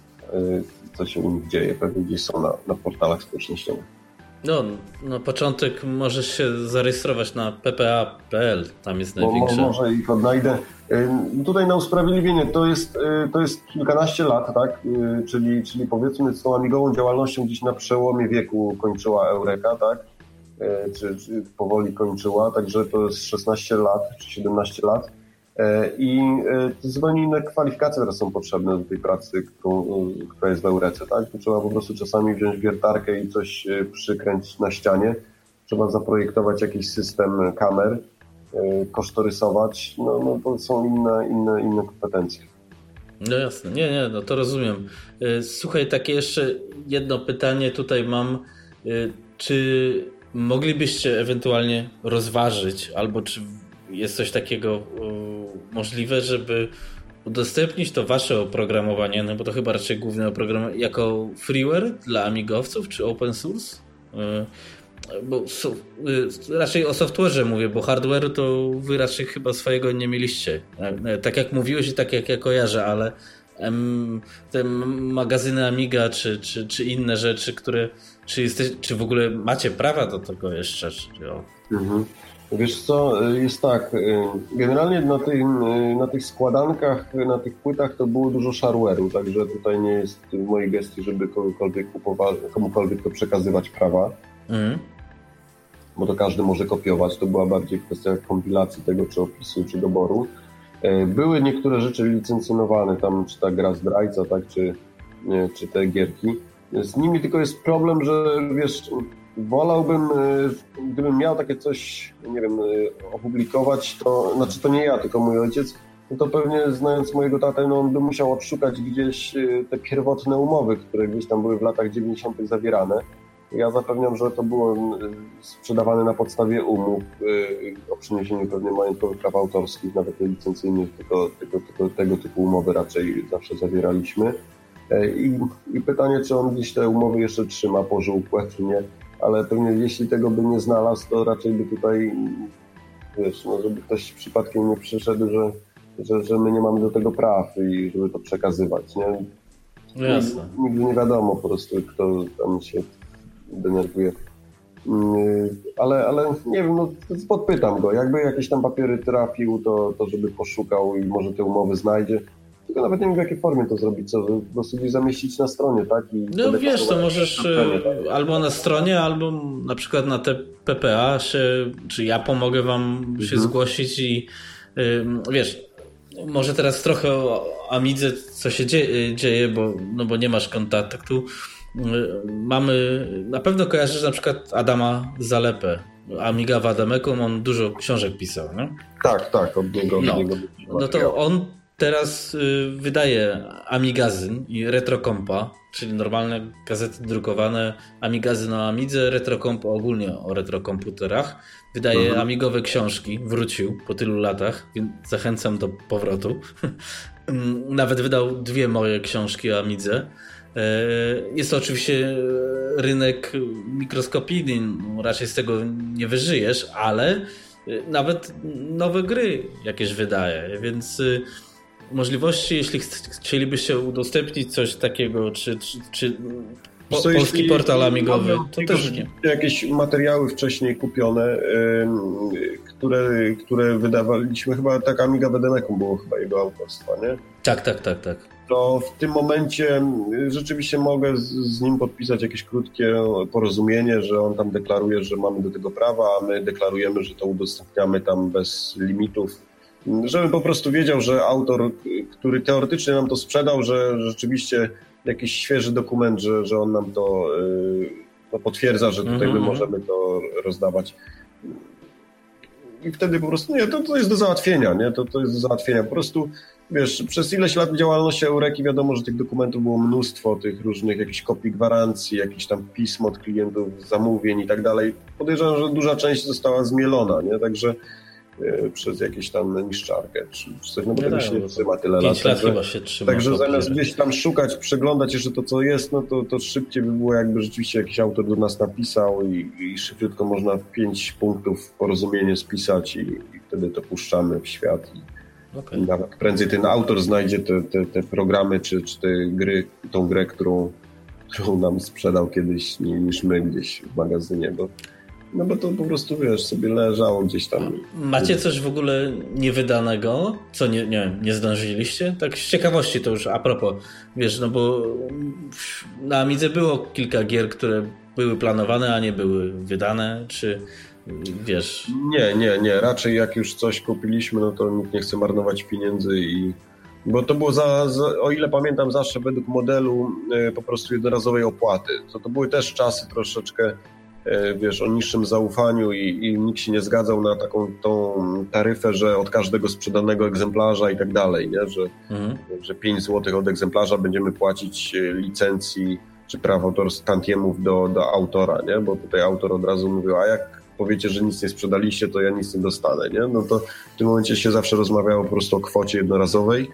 co się u nich dzieje, pewnie gdzieś są na, na portalach społecznościowych. No, na początek możesz się zarejestrować na p p a kropka p l, tam jest największe. Bo, może ich odnajdę. Tutaj na usprawiedliwienie, to jest, to jest kilkanaście lat, tak? Czyli, czyli powiedzmy z tą amigową działalnością gdzieś na przełomie wieku kończyła Eureka, tak? Czy, czy powoli kończyła, także to jest szesnaście lat czy siedemnaście lat. I zupełnie inne kwalifikacje teraz są potrzebne do tej pracy, którą, która jest w Eurece, tak? To trzeba po prostu czasami wziąć wiertarkę i coś przykręcić na ścianie. Trzeba zaprojektować jakiś system kamer, kosztorysować. No, no to są inne, inne, inne kompetencje. No jasne, nie, nie, no to rozumiem. Słuchaj, takie jeszcze jedno pytanie tutaj mam. Czy moglibyście ewentualnie rozważyć, albo czy jest coś takiego możliwe, żeby udostępnić to wasze oprogramowanie, no bo to chyba raczej główne oprogramowanie, jako freeware dla amigowców, czy open source? Bo so, raczej o software'ze mówię, bo hardware'u to wy raczej chyba swojego nie mieliście. Tak jak mówiłeś i tak jak ja kojarzę, ale te magazyny Amiga czy, czy, czy inne rzeczy, które czy, jesteś, czy w ogóle macie prawa do tego jeszcze? Czy, mhm. Wiesz co, jest tak, generalnie na tych, na tych składankach, na tych płytach to było dużo shareware'u, także tutaj nie jest w mojej gestii, żeby kogokolwiek kupować, komukolwiek to przekazywać prawa, mhm. bo to każdy może kopiować, to była bardziej kwestia kompilacji tego, czy opisu, czy doboru. Były niektóre rzeczy licencjonowane, tam czy ta gra zdrajca, tak, czy, czy te gierki. Z nimi tylko jest problem, że wiesz, wolałbym, gdybym miał takie coś, nie wiem, opublikować, to, znaczy to nie ja, tylko mój ojciec, no to pewnie znając mojego tatę, no on by musiał odszukać gdzieś te pierwotne umowy, które gdzieś tam były w latach dziewięćdziesiątych zawierane. Ja zapewniam, że to było sprzedawane na podstawie umów o przeniesieniu pewnie majątkowych praw autorskich, nawet nie licencyjnych, tylko, tylko, tylko tego typu umowy raczej zawsze zawieraliśmy. I, I pytanie, czy on gdzieś te umowy jeszcze trzyma po żółkłach, czy nie, ale pewnie jeśli tego by nie znalazł, to raczej by tutaj, wiesz, no, żeby ktoś przypadkiem nie przyszedł, że, że, że my nie mamy do tego praw i żeby to przekazywać, nie? Jasne. Nigdy nie wiadomo po prostu, kto tam się denerwuje. Ale, ale nie wiem, no podpytam go. Jakby jakieś tam papiery trafił, to, to żeby poszukał i może te umowy znajdzie. Tylko nawet nie wiem, w jakiej formie to zrobić, co, po prostu gdzieś zamieścić na stronie, tak? I no wiesz, to możesz stronie, tak? Albo na stronie, albo na przykład na te P P A, czy, czy ja pomogę wam mhm. się zgłosić i yy, wiesz, może teraz trochę o Amidze, co się dzieje, dzieje bo, no bo nie masz kontaktu. Mamy, na pewno kojarzysz na przykład Adama Zalepę, Amiga Vademekum, on dużo książek pisał, nie? Tak, tak, od niego. No, od niego no to on teraz wydaje Amigazyn i Retrokompa, czyli normalne gazety drukowane, Amigazyn o Amidze, Retrokompa ogólnie o retrokomputerach. Wydaje mhm. amigowe książki, wrócił po tylu latach, więc zachęcam do powrotu. Nawet wydał dwie moje książki o Amidze. Jest to oczywiście rynek mikroskopijny, raczej z tego nie wyżyjesz, ale nawet nowe gry jakieś wydaje, więc możliwości, jeśli chcielibyście udostępnić coś takiego, czy, czy, czy po, co, polski portal amigowy, to też nie. Jakieś materiały wcześniej kupione, yy, które, które wydawaliśmy, chyba tak Amiga Vademekum było chyba jego autorstwa, nie? Tak, tak, tak, tak. To w tym momencie rzeczywiście mogę z, z nim podpisać jakieś krótkie porozumienie, że on tam deklaruje, że mamy do tego prawa, a my deklarujemy, że to udostępniamy tam bez limitów. Żebym po prostu wiedział, że autor, który teoretycznie nam to sprzedał, że rzeczywiście jakiś świeży dokument, że, że on nam to no, potwierdza, że tutaj mm-hmm. my możemy to rozdawać. I wtedy po prostu, nie, to, to jest do załatwienia, nie? To, to jest do załatwienia. Po prostu, wiesz, przez ileś lat działalności Eureki wiadomo, że tych dokumentów było mnóstwo, tych różnych jakichś kopii gwarancji, jakichś tam pism od klientów, zamówień i tak dalej. Podejrzewam, że duża część została zmielona, nie? Także e, przez jakieś tam niszczarkę czy, czy coś, no bo tego się nie trzyma tyle lat. lat chyba się trzyma. Także zamiast gdzieś tam szukać, przeglądać jeszcze to, co jest, no to, to szybciej by było, jakby rzeczywiście jakiś autor do nas napisał i, i szybciutko można pięć punktów porozumienie spisać i, i wtedy to puszczamy w świat. I, okay. i nawet prędzej ten autor znajdzie te, te, te programy czy, czy te gry, tą grę, którą, którą nam sprzedał kiedyś, niż my gdzieś w magazynie, bo no bo to po prostu, wiesz, sobie leżało gdzieś tam. Macie coś w ogóle niewydanego, co nie, nie wiem, nie zdążyliście? Tak z ciekawości to już a propos, wiesz, no bo na Amidze było kilka gier, które były planowane, a nie były wydane, czy wiesz? Nie, nie, nie. Raczej jak już coś kupiliśmy, no to nikt nie chce marnować pieniędzy i bo to było, za, za, o ile pamiętam, zawsze według modelu y, po prostu jednorazowej opłaty. To, to były też czasy troszeczkę wiesz, o niższym zaufaniu i, i nikt się nie zgadzał na taką tą taryfę, że od każdego sprzedanego egzemplarza i tak dalej, nie? Że, mhm. że pięć złotych od egzemplarza będziemy płacić licencji czy praw autorskich, tantiemów do, do autora, nie? Bo tutaj autor od razu mówił, a jak powiecie, że nic nie sprzedaliście, to ja nic nie dostanę, nie? No to w tym momencie się zawsze rozmawiało po prostu o kwocie jednorazowej.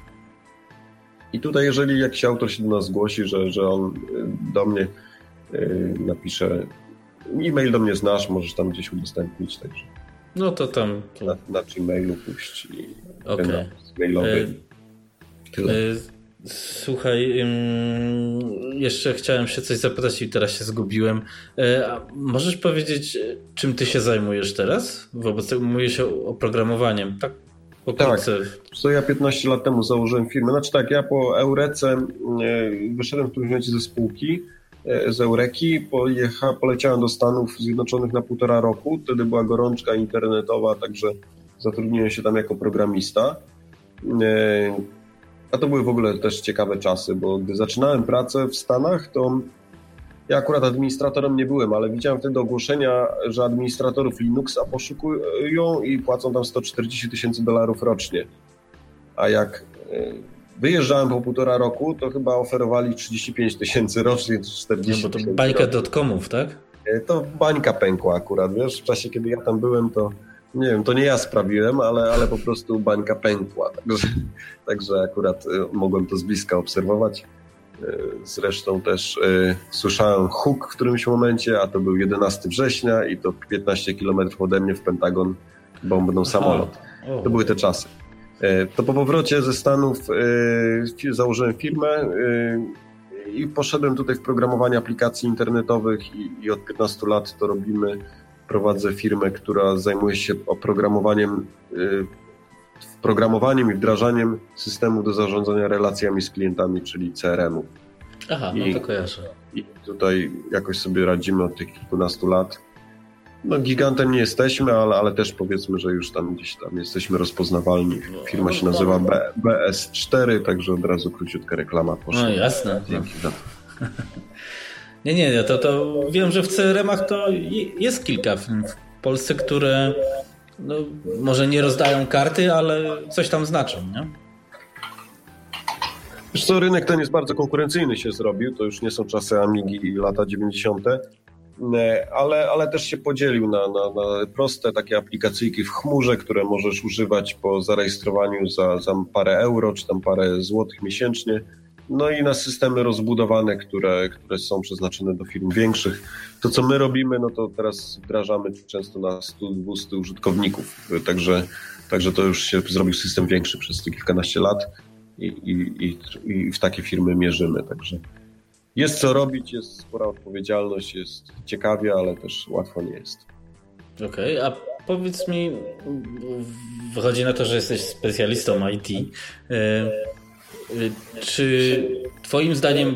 I tutaj jeżeli jakiś autor się do nas zgłosi, że, że on do mnie yy, napisze e-mail do mnie znasz, możesz tam gdzieś udostępnić, także no to tam to... Na, na Gmailu puść i okay. ten mailowy. Tyle. Słuchaj, jeszcze chciałem się coś zapytać i teraz się zgubiłem. A możesz powiedzieć, czym ty się zajmujesz teraz? Wobec tego mówię się oprogramowaniem, tak? Tak, co ja piętnaście lat temu założyłem firmę. Znaczy tak, ja po Eurece wyszedłem w którymś momencie ze spółki, z Eureki, pojecha, poleciałem do Stanów Zjednoczonych na półtora roku, wtedy była gorączka internetowa, także zatrudniłem się tam jako programista. A to były w ogóle też ciekawe czasy, bo gdy zaczynałem pracę w Stanach, to ja akurat administratorem nie byłem, ale widziałem wtedy ogłoszenia, że administratorów Linuxa poszukują i płacą tam sto czterdzieści tysięcy dolarów rocznie. A jak wyjeżdżałem po półtora roku, to chyba oferowali trzydzieści pięć tysięcy rocznie, czterdzieści No bo to tysięcy bańka rocznie. dotcomów, tak? To bańka pękła akurat, wiesz, w czasie kiedy ja tam byłem, to nie wiem, to nie ja sprawiłem, ale, ale po prostu bańka pękła, także, także akurat mogłem to z bliska obserwować. Zresztą też y, słyszałem huk w którymś momencie, a to był jedenastego września i to piętnaście kilometrów ode mnie w Pentagon bombnął samolot. O. To były te czasy. Y, to po powrocie ze Stanów y, założyłem firmę y, i poszedłem tutaj w programowanie aplikacji internetowych i, i od piętnastu lat to robimy. Prowadzę firmę, która zajmuje się oprogramowaniem y, programowaniem i wdrażaniem systemu do zarządzania relacjami z klientami, czyli C R M-ów. Aha, no I, to kojarzę. I tutaj jakoś sobie radzimy od tych kilkunastu lat. No gigantem nie jesteśmy, ale, ale też powiedzmy, że już tam gdzieś tam jesteśmy rozpoznawalni. Firma się nazywa B S cztery, także od razu króciutka reklama poszła. No jasne. Dzięki za to. Nie, nie, to, to wiem, że w C R M-ach to jest kilka w Polsce, które no, może nie rozdają karty, ale coś tam znaczą, nie? Wiesz co, rynek ten jest bardzo konkurencyjny się zrobił, to już nie są czasy Amigi i lata dziewięćdziesiąte, ale, ale też się podzielił na, na, na proste takie aplikacyjki w chmurze, które możesz używać po zarejestrowaniu za, za parę euro, czy tam parę złotych miesięcznie. No i na systemy rozbudowane, które, które są przeznaczone do firm większych. To, co my robimy, no to teraz wdrażamy często na sto dwieście użytkowników. Także, także to już się zrobił system większy przez te kilkanaście lat i, i, i, i w takie firmy mierzymy. Także jest co robić, jest spora odpowiedzialność, jest ciekawie, ale też łatwo nie jest. Okej, okay, a powiedz mi, wychodzi na to, że jesteś specjalistą I T. Czy twoim zdaniem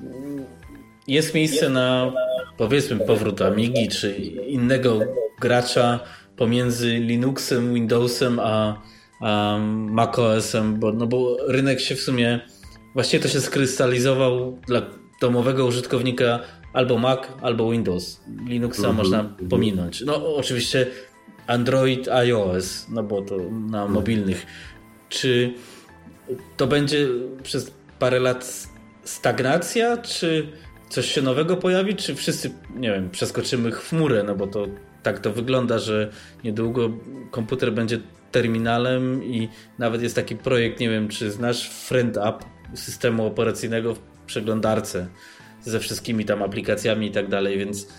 jest miejsce na, powiedzmy, powrót Amigi czy innego gracza pomiędzy Linuxem, Windowsem a, a macOSem, bo, no bo rynek się w sumie, właściwie to się skrystalizował dla domowego użytkownika albo Mac, albo Windows. Linuxa mm-hmm. można pominąć. No oczywiście Android, iOS, no bo to na mobilnych. Czy to będzie przez parę lat stagnacja, czy coś się nowego pojawi, czy wszyscy, nie wiem, przeskoczymy chmurę, no bo to tak to wygląda, że niedługo komputer będzie terminalem i nawet jest taki projekt, nie wiem, czy znasz Friend App systemu operacyjnego w przeglądarce ze wszystkimi tam aplikacjami i tak dalej, więc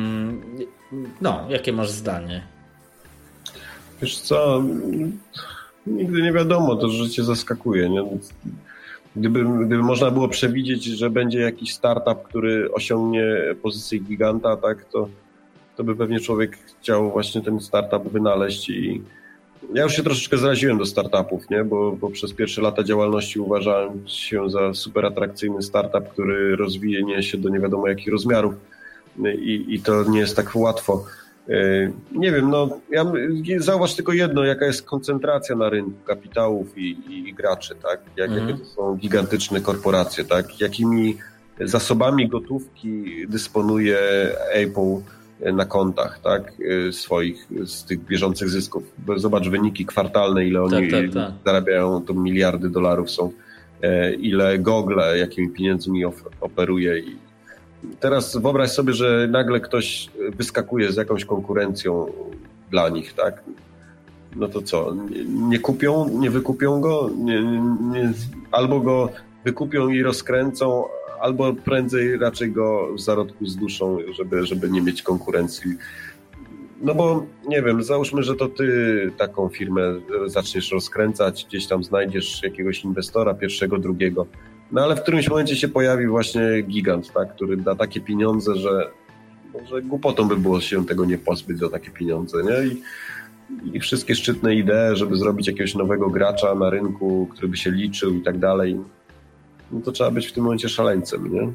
no, jakie masz zdanie? Wiesz co, nigdy nie wiadomo, to życie zaskakuje, nie? Gdyby, gdyby można było przewidzieć, że będzie jakiś startup, który osiągnie pozycję giganta, tak, to, to by pewnie człowiek chciał właśnie ten startup wynaleźć i ja już się troszeczkę zraziłem do startupów, nie? Bo, bo przez pierwsze lata działalności uważałem się za super atrakcyjny startup, który rozwinie się do nie wiadomo jakich rozmiarów i, i to nie jest tak łatwo. Nie wiem, no ja zauważ tylko jedno, jaka jest koncentracja na rynku kapitałów i, i, i graczy, tak? Jak, mm. Jakie to są gigantyczne korporacje, tak? Jakimi zasobami gotówki dysponuje Apple na kontach, tak? Swoich, z tych bieżących zysków. Zobacz wyniki kwartalne, ile oni tak, tak, tak. zarabiają, to miliardy dolarów są, ile Google, jakimi pieniędzmi operuje i teraz wyobraź sobie, że nagle ktoś wyskakuje z jakąś konkurencją dla nich, tak? No to co? Nie, nie kupią, nie wykupią go? Nie, nie, albo go wykupią i rozkręcą, albo prędzej raczej go w zarodku zduszą, żeby, żeby nie mieć konkurencji. No bo nie wiem, załóżmy, że to ty taką firmę zaczniesz rozkręcać, gdzieś tam znajdziesz jakiegoś inwestora, pierwszego, drugiego. No ale w którymś momencie się pojawi właśnie gigant, tak, który da takie pieniądze, że, że głupotą by było się tego nie pozbyć za takie pieniądze, nie? I, i wszystkie szczytne idee, żeby zrobić jakiegoś nowego gracza na rynku, który by się liczył i tak dalej, no to trzeba być w tym momencie szaleńcem, nie?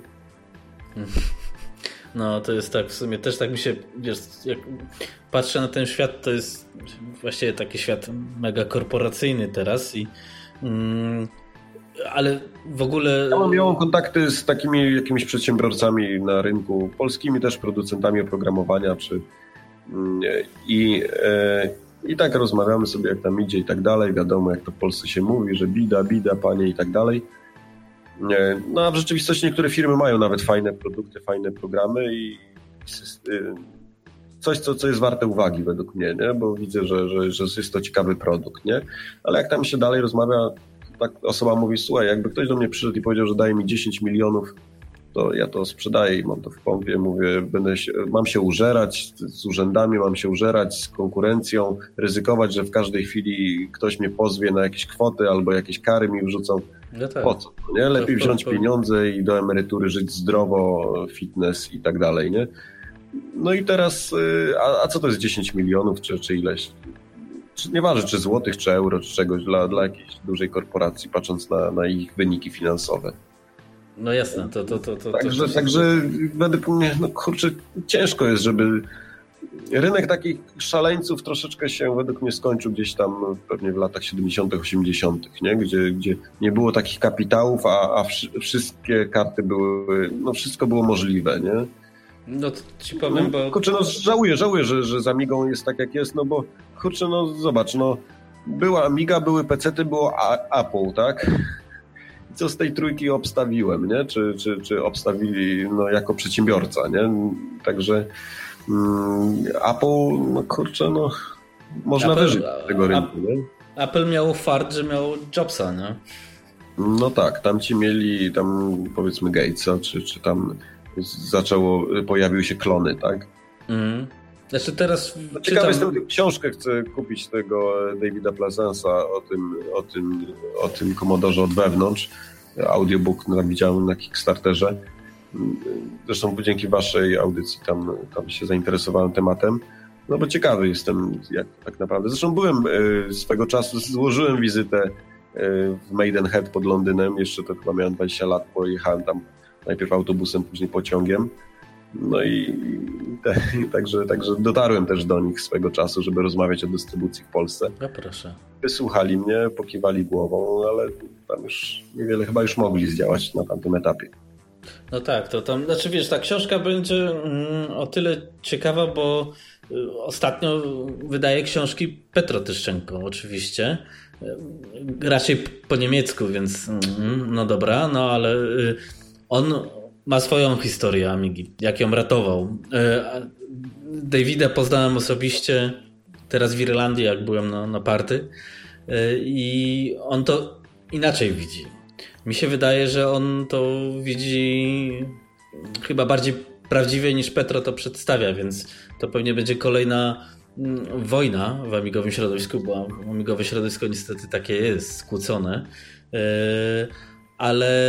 No to jest tak, w sumie też tak mi się, wiesz, jak patrzę na ten świat, to jest właściwie taki świat mega korporacyjny teraz i mm, ale w ogóle... Ja mam, ja mam kontakty z takimi jakimiś przedsiębiorcami na rynku, polskimi też producentami oprogramowania, czy i e, I tak rozmawiamy sobie, jak tam idzie i tak dalej. Wiadomo, jak to w Polsce się mówi, że bida, bida, panie i tak dalej. No a w rzeczywistości niektóre firmy mają nawet fajne produkty, fajne programy i coś, co, co jest warte uwagi według mnie, nie? Bo widzę, że, że, że jest to ciekawy produkt, nie? Ale jak tam się dalej rozmawia, tak osoba mówi, słuchaj, jakby ktoś do mnie przyszedł i powiedział, że daje mi dziesięć milionów, to ja to sprzedaję i mam to w pompie, mówię, będę się, mam się użerać z urzędami, mam się użerać z konkurencją, ryzykować, że w każdej chwili ktoś mnie pozwie na jakieś kwoty albo jakieś kary mi wrzucą. No tak. Po co? Nie? Lepiej wziąć pieniądze i do emerytury żyć zdrowo, fitness i tak dalej, nie? No i teraz, a, a co to jest dziesięć milionów, czy, czy ileś? Czy, nieważne, czy złotych, czy euro, czy czegoś dla, dla jakiejś dużej korporacji, patrząc na, na ich wyniki finansowe. No jasne, to... to, to, to także, to, to... także według mnie, no kurczę, ciężko jest, żeby... Rynek takich szaleńców troszeczkę się według mnie skończył gdzieś tam pewnie w latach siedemdziesiątych, osiemdziesiątych, nie? Gdzie, gdzie nie było takich kapitałów, a, a wszystkie karty były, no wszystko było możliwe, nie? No to ci powiem, bo... Kurczę, no żałuję, żałuję, że, że z Amigą jest tak jak jest, no bo kurczę, no zobacz, no była Amiga, były pecety, było A- Apple, tak? I co z tej trójki obstawiłem, nie? Czy, czy, czy obstawili no, jako przedsiębiorca, nie? Także mm, Apple, no kurczę, no można Apple, wyżyć z tego rynku, nie? Apple miał fart, że miał Jobsa, nie? No tak, tam ci mieli, tam powiedzmy Gatesa, czy, czy tam zaczęło, pojawiły się klony, tak? Mm. Znaczy teraz no, ciekawe jestem, tę książkę chcę kupić tego Davida Pleasance'a o tym, o tym, o tym Commodorze od wewnątrz. Audiobook no, widziałem na Kickstarterze. Zresztą dzięki waszej audycji tam, tam się zainteresowałem tematem. No bo ciekawy jestem, jak tak naprawdę. Zresztą byłem y, swego czasu, złożyłem wizytę y, w Maidenhead pod Londynem. Jeszcze to chyba miałem dwadzieścia lat, pojechałem tam najpierw autobusem, później pociągiem. No i te, także, także dotarłem też do nich swego czasu, żeby rozmawiać o dystrybucji w Polsce. No proszę. Wysłuchali mnie, pokiwali głową, ale tam już niewiele chyba już mogli zdziałać na tamtym etapie. No tak, to tam, znaczy wiesz, ta książka będzie mm, o tyle ciekawa, bo y, ostatnio wydaje książki Petro Tyszczenko oczywiście. Y, raczej po niemiecku, więc mm, no dobra, no ale y, on ma swoją historię Amigi, jak ją ratował. Davida poznałem osobiście teraz w Irlandii, jak byłem na, na party i on to inaczej widzi. Mi się wydaje, że on to widzi chyba bardziej prawdziwie niż Petro to przedstawia, więc to pewnie będzie kolejna wojna w amigowym środowisku, bo amigowe środowisko niestety takie jest, skłócone. Ale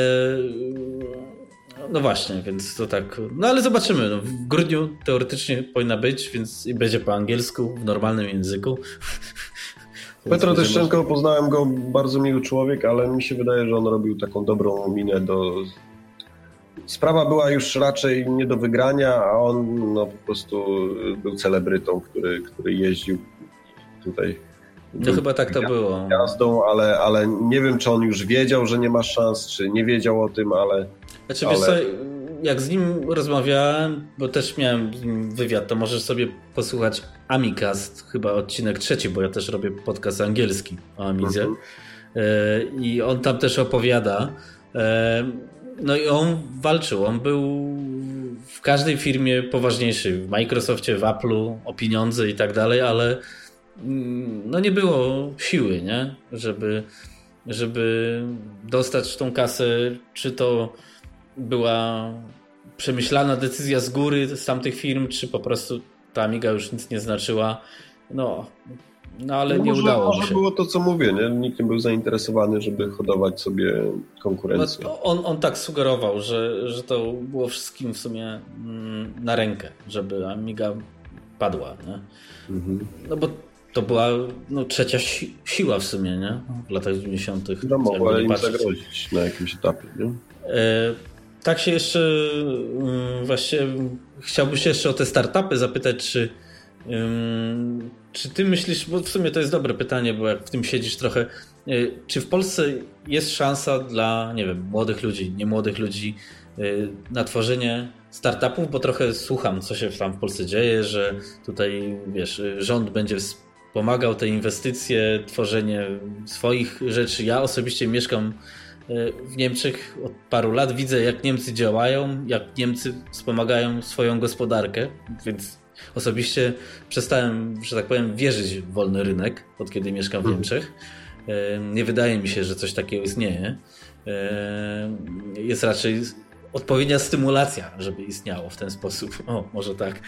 no właśnie, więc to tak. No ale zobaczymy. No, w grudniu teoretycznie powinna być, więc i będzie po angielsku, w normalnym języku. Petro Tyszczenko, poznałem go, bardzo miły człowiek, ale mi się wydaje, że on robił taką dobrą minę do... Sprawa była już raczej nie do wygrania, a on no, po prostu był celebrytą, który, który jeździł tutaj. No chyba tak to było. Jazdą, ale, ale nie wiem, czy on już wiedział, że nie ma szans, czy nie wiedział o tym, ale... Znaczy, ale... wiesz co, jak z nim rozmawiałem, bo też miałem z nim wywiad, to możesz sobie posłuchać Amicast, chyba odcinek trzeci, bo ja też robię podcast angielski o Amidze. Mhm. I on tam też opowiada. No i on walczył, on był w każdej firmie poważniejszy, w Microsoftie, w Apple'u, o pieniądze i tak dalej, ale no nie było siły, nie? Żeby, żeby dostać tą kasę, czy to była przemyślana decyzja z góry z tamtych firm, czy po prostu ta Amiga już nic nie znaczyła. No, no ale no nie może, udało może mu się. Było to, co mówię, nie? Nikt nie był zainteresowany, żeby hodować sobie konkurencję. No, on, on tak sugerował, że, że to było wszystkim w sumie na rękę, żeby Amiga padła. Nie? Mhm. No bo to była no, trzecia si- siła w sumie, nie? W latach dziewięćdziesiątych. No mogła im zagrozić na jakimś etapie, nie? E, tak się jeszcze um, właśnie chciałbym się jeszcze o te startupy zapytać, czy um, czy ty myślisz, bo w sumie to jest dobre pytanie, bo jak w tym siedzisz trochę, y, czy w Polsce jest szansa dla, nie wiem, młodych ludzi, nie młodych ludzi y, na tworzenie startupów, bo trochę słucham, co się tam w Polsce dzieje, że tutaj, wiesz, rząd będzie pomagał te inwestycje, tworzenie swoich rzeczy. Ja osobiście mieszkam w Niemczech od paru lat, widzę jak Niemcy działają, jak Niemcy wspomagają swoją gospodarkę, więc osobiście przestałem, że tak powiem, wierzyć w wolny rynek, od kiedy mieszkam w Niemczech. Nie wydaje mi się, że coś takiego istnieje. Jest raczej odpowiednia stymulacja, żeby istniało w ten sposób. O, może tak.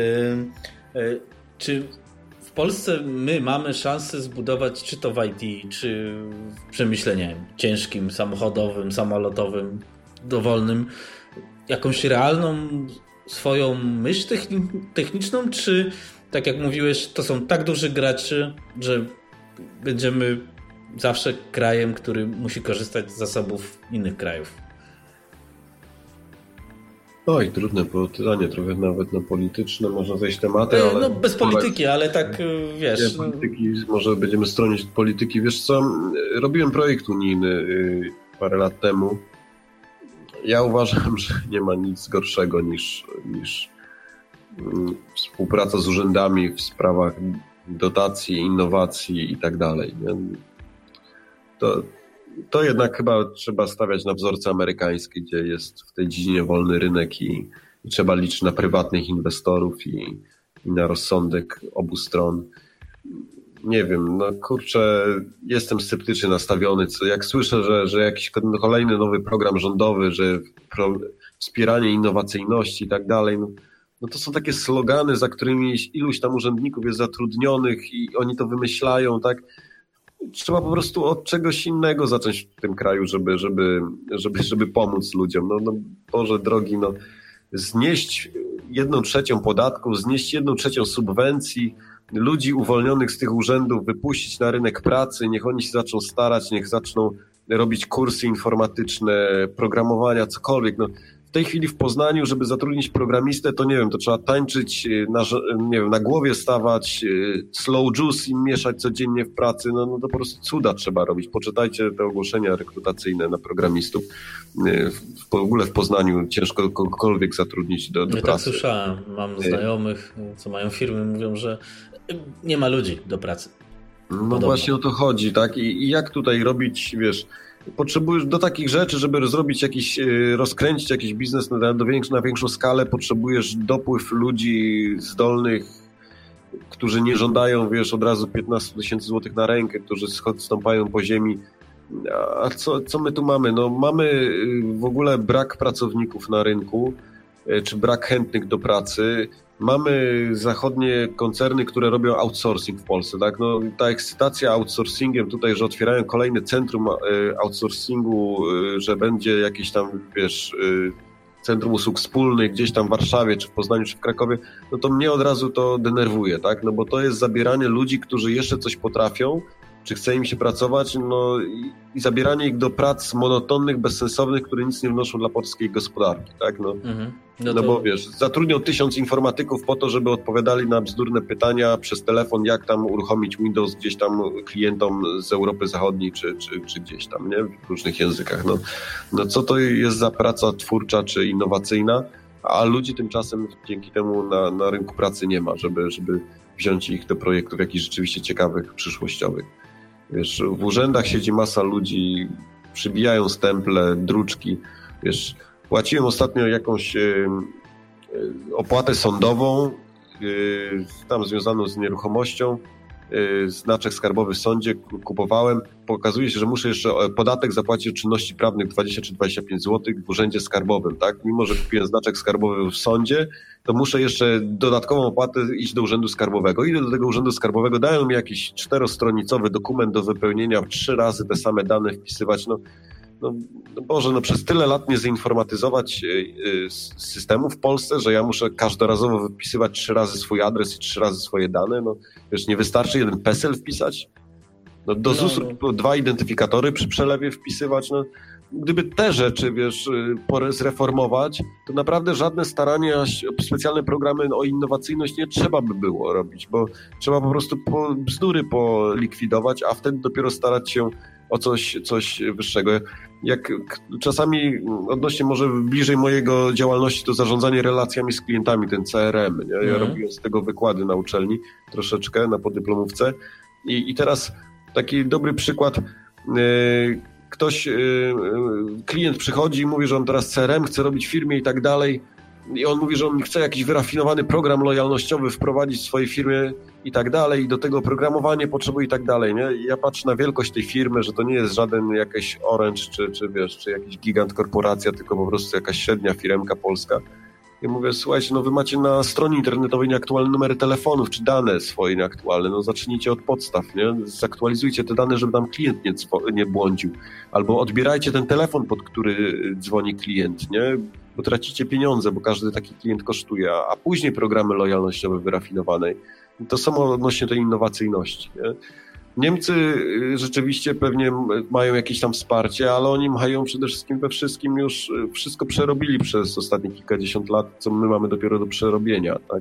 Czy w Polsce my mamy szansę zbudować, czy to w I T, czy w przemyśle, nie wiem, ciężkim, samochodowym, samolotowym, dowolnym, jakąś realną swoją myśl techniczną, czy tak jak mówiłeś, to są tak duży gracze, że będziemy zawsze krajem, który musi korzystać z zasobów innych krajów? Oj, trudne pytanie, trochę nawet na polityczne można zejść tematy, ale... No bez polityki, ale tak, wiesz... Nie, polityki, może będziemy stronić od polityki. Wiesz co, robiłem projekt unijny parę lat temu. Ja uważam, że nie ma nic gorszego niż, niż współpraca z urzędami w sprawach dotacji, innowacji i tak dalej. To, to jednak chyba trzeba stawiać na wzorce amerykańskie, gdzie jest w tej dziedzinie wolny rynek i, i trzeba liczyć na prywatnych inwestorów i, i na rozsądek obu stron. Nie wiem, no kurczę, jestem sceptycznie nastawiony. Co, jak słyszę, że, że jakiś kolejny nowy program rządowy, że pro, wspieranie innowacyjności i tak dalej, no, no to są takie slogany, za którymi iluś tam urzędników jest zatrudnionych i oni to wymyślają, tak? Trzeba po prostu od czegoś innego zacząć w tym kraju, żeby, żeby, żeby, żeby pomóc ludziom. No, no Boże drogi, no znieść jedną trzecią podatków, znieść jedną trzecią subwencji, ludzi uwolnionych z tych urzędów wypuścić na rynek pracy, niech oni się zaczną starać, niech zaczną robić kursy informatyczne, programowania, cokolwiek. No, w tej chwili w Poznaniu, żeby zatrudnić programistę, to nie wiem, to trzeba tańczyć, na, nie wiem, na głowie stawać, slow juice im mieszać codziennie w pracy, no, no to po prostu cuda trzeba robić. Poczytajcie te ogłoszenia rekrutacyjne na programistów. W, w ogóle w Poznaniu ciężko kogokolwiek zatrudnić do, do ja pracy. Tak słyszałem, mam znajomych, co mają firmy, mówią, że nie ma ludzi do pracy. No Podobno. Właśnie o to chodzi, tak? I, i jak tutaj robić, wiesz... Potrzebujesz do takich rzeczy, żeby zrobić jakiś, rozkręcić jakiś biznes na, do większ, na większą skalę, potrzebujesz dopływ ludzi zdolnych, którzy nie żądają, wiesz, od razu piętnaście tysięcy złotych na rękę, którzy stąpają po ziemi. A co, co my tu mamy? No mamy w ogóle brak pracowników na rynku, czy brak chętnych do pracy. Mamy zachodnie koncerny, które robią outsourcing w Polsce, tak? No, ta ekscytacja outsourcingiem tutaj, że otwierają kolejne centrum outsourcingu, że będzie jakieś tam, wiesz, centrum usług wspólnych gdzieś tam w Warszawie, czy w Poznaniu, czy w Krakowie, no to mnie od razu to denerwuje, tak? No bo to jest zabieranie ludzi, którzy jeszcze coś potrafią, czy chce im się pracować, no i, i zabieranie ich do prac monotonnych, bezsensownych, które nic nie wnoszą dla polskiej gospodarki, tak? No, mhm. no, no to... bo wiesz, zatrudnią tysiąc informatyków po to, żeby odpowiadali na bzdurne pytania przez telefon, jak tam uruchomić Windows gdzieś tam klientom z Europy Zachodniej, czy, czy, czy gdzieś tam, nie? W różnych językach. No, no co to jest za praca twórcza, czy innowacyjna, a ludzi tymczasem dzięki temu na, na rynku pracy nie ma, żeby, żeby wziąć ich do projektów jakichś rzeczywiście ciekawych, przyszłościowych. Wiesz, w urzędach siedzi masa ludzi, przybijają stemple, druczki. Wiesz, płaciłem ostatnio jakąś y, y, opłatę sądową, y, tam związaną z nieruchomością, y, znaczek skarbowy w sądzie kupowałem. Pokazuje się, że muszę jeszcze podatek zapłacić od czynności prawnych dwadzieścia czy dwadzieścia pięć złotych w urzędzie skarbowym, tak? Mimo że kupiłem znaczek skarbowy w sądzie, to muszę jeszcze dodatkową opłatę iść do urzędu skarbowego. Idę do tego urzędu skarbowego, dają mi jakiś czterostronicowy dokument do wypełnienia, trzy razy te same dane wpisywać. No, no, no Boże, no przez tyle lat nie zinformatyzować yy, systemu w Polsce, że ja muszę każdorazowo wypisywać trzy razy swój adres i trzy razy swoje dane. No, wiesz, nie wystarczy jeden PESEL wpisać? No, do no, ZUS-u no. dwa identyfikatory przy przelewie wpisywać, no. Gdyby te rzeczy, wiesz, zreformować, to naprawdę żadne starania, specjalne programy o innowacyjność nie trzeba by było robić, bo trzeba po prostu po bzdury polikwidować, a wtedy dopiero starać się o coś, coś wyższego. Jak czasami odnośnie może bliżej mojego działalności to zarządzanie relacjami z klientami, ten C R M. Nie? Ja mm. robiłem z tego wykłady na uczelni troszeczkę, na podyplomówce i, i teraz taki dobry przykład. Yy, ktoś, yy, klient przychodzi i mówi, że on teraz C R M chce robić w firmie i tak dalej i on mówi, że on chce jakiś wyrafinowany program lojalnościowy wprowadzić w swojej firmie i tak dalej i do tego programowanie potrzebuje i tak dalej, nie? I ja patrzę na wielkość tej firmy, że to nie jest żaden jakiś Orange czy, czy wiesz, czy jakiś gigant korporacja, tylko po prostu jakaś średnia firemka polska. I mówię, słuchajcie, no wy macie na stronie internetowej nieaktualne numery telefonów, czy dane swoje nieaktualne, no zacznijcie od podstaw, nie? Zaktualizujcie te dane, żeby tam klient nie, nie błądził. Albo odbierajcie ten telefon, pod który dzwoni klient, nie? Bo tracicie pieniądze, bo każdy taki klient kosztuje, a później programy lojalnościowe wyrafinowane. To samo odnośnie tej innowacyjności, nie? Niemcy rzeczywiście pewnie mają jakieś tam wsparcie, ale oni mają przede wszystkim we wszystkim już wszystko przerobili przez ostatnie kilkadziesiąt lat, co my mamy dopiero do przerobienia, tak?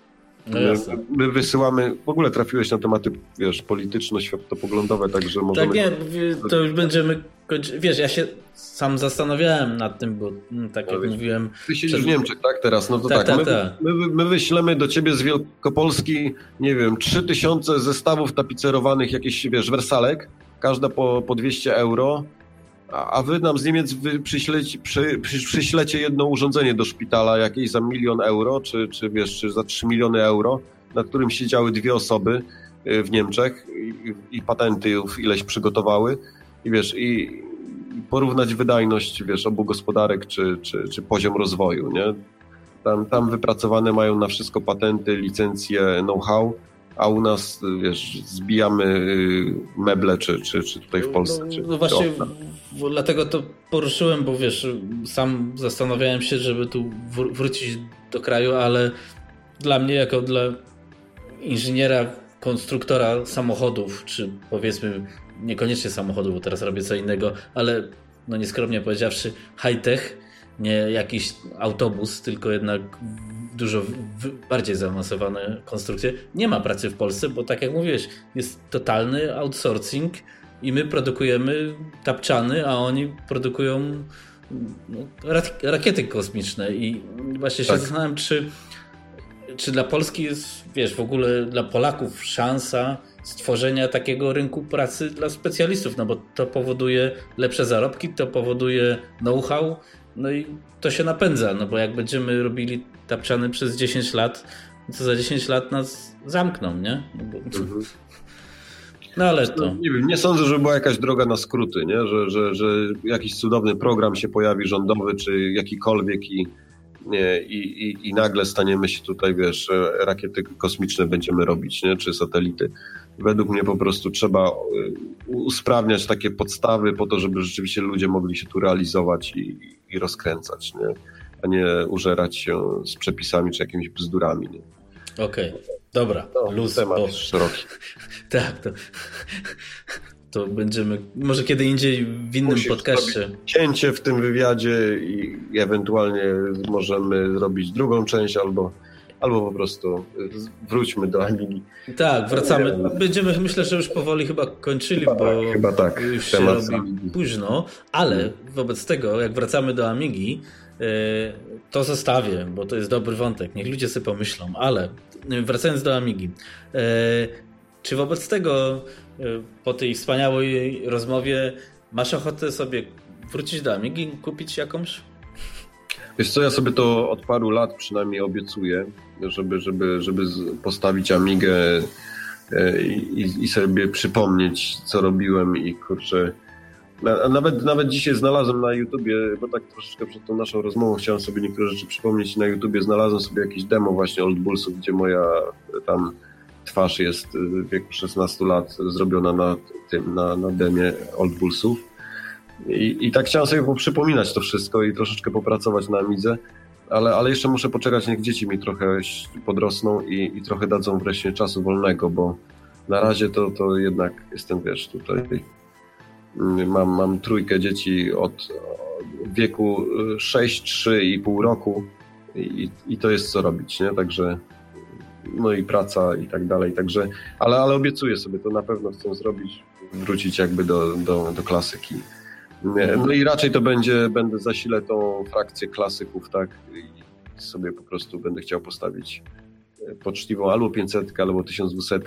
No jasne. My, my wysyłamy, w ogóle trafiłeś na tematy, wiesz, polityczno-światopoglądowe, także możemy... Tak, nie, to już będziemy kończyć. Wiesz, ja się sam zastanawiałem nad tym, bo tak jak no, mówiłem... Ty siedzisz przed... w Niemczech, tak, teraz? No to tak, tak, tak, my, tak. My, my wyślemy do ciebie z Wielkopolski, nie wiem, trzy tysiące zestawów tapicerowanych, jakichś, wiesz, wersalek, każda po, po dwieście euro, a, a wy nam z Niemiec wy przyślecie, przy, przy, przyślecie jedno urządzenie do szpitala jakieś za milion euro, czy, czy wiesz, czy za trzy miliony euro, na którym siedziały dwie osoby w Niemczech i, i patenty ileś przygotowały i wiesz, i porównać wydajność, wiesz, obu gospodarek, czy, czy, czy poziom rozwoju, nie? Tam, tam wypracowane mają na wszystko patenty, licencje, know-how, a u nas, wiesz, zbijamy meble, czy, czy, czy tutaj w Polsce. No, czy, no właśnie, czy dlatego to poruszyłem, bo wiesz, sam zastanawiałem się, żeby tu wr- wrócić do kraju, ale dla mnie, jako dla inżyniera, konstruktora samochodów, czy powiedzmy niekoniecznie samochodów, bo teraz robię co innego, ale no nieskromnie powiedziawszy high-tech, nie jakiś autobus, tylko jednak dużo bardziej zaawansowane konstrukcje. Nie ma pracy w Polsce, bo tak jak mówiłeś, jest totalny outsourcing i my produkujemy tapczany, a oni produkują no, rakiety kosmiczne i właśnie się tak. zastanawiam, czy czy dla Polski jest, wiesz, w ogóle dla Polaków szansa stworzenia takiego rynku pracy dla specjalistów, no bo to powoduje lepsze zarobki, to powoduje know-how, no i to się napędza, no bo jak będziemy robili tapczany przez dziesięć lat, to za dziesięć lat nas zamkną, nie? No, bo... mhm. no ale to... Nie wiem, nie sądzę, że była jakaś droga na skróty, nie? Że, że, że jakiś cudowny program się pojawi rządowy, czy jakikolwiek i Nie, i, i, i nagle staniemy się tutaj, wiesz, rakiety kosmiczne będziemy robić, nie? Czy satelity. Według mnie po prostu trzeba usprawniać takie podstawy po to, żeby rzeczywiście ludzie mogli się tu realizować i, i rozkręcać, nie? A nie użerać się z przepisami czy jakimiś bzdurami. Okej, okay. Dobra. No, luz, temat bo... szeroki. tak, to... to będziemy może kiedy indziej w innym Musisz podcaście. Cięcie w tym wywiadzie i ewentualnie możemy zrobić drugą część albo, albo po prostu wróćmy do Amigi. Tak, wracamy. Będziemy, myślę, że już powoli chyba kończyli, chyba bo tak, chyba tak. już się robi późno, ale wobec tego, jak wracamy do Amigi, to zostawię, bo to jest dobry wątek. Niech ludzie sobie pomyślą, ale wracając do Amigi, czy wobec tego po tej wspaniałej rozmowie masz ochotę sobie wrócić do Amigi, kupić jakąś? Wiesz co, ja sobie to od paru lat przynajmniej obiecuję, żeby, żeby, żeby postawić Amigę i, i sobie przypomnieć, co robiłem i kurczę, nawet, nawet dzisiaj znalazłem na YouTubie, bo tak troszeczkę przed tą naszą rozmową chciałem sobie niektóre rzeczy przypomnieć, na YouTubie znalazłem sobie jakieś demo właśnie Old Bullsów, gdzie moja tam twarz jest w wieku szesnastu lat zrobiona na tym, na, na demie Old Bullsów. I, I tak chciałem sobie przypominać to wszystko i troszeczkę popracować na Amidze, ale, ale jeszcze muszę poczekać, niech dzieci mi trochę podrosną i, i trochę dadzą wreszcie czasu wolnego, bo na razie to, to jednak jestem, wiesz, tutaj mam, mam trójkę dzieci od wieku sześć, trzy i pół roku i, i to jest co robić, nie? Także no i praca i tak dalej, także, ale, ale obiecuję sobie, to na pewno chcę zrobić, wrócić jakby do, do, do klasyki. No i raczej to będzie, będę zasilę tą frakcję klasyków, tak, i sobie po prostu będę chciał postawić poczciwą albo pięćsetkę, albo tysiąc dwieście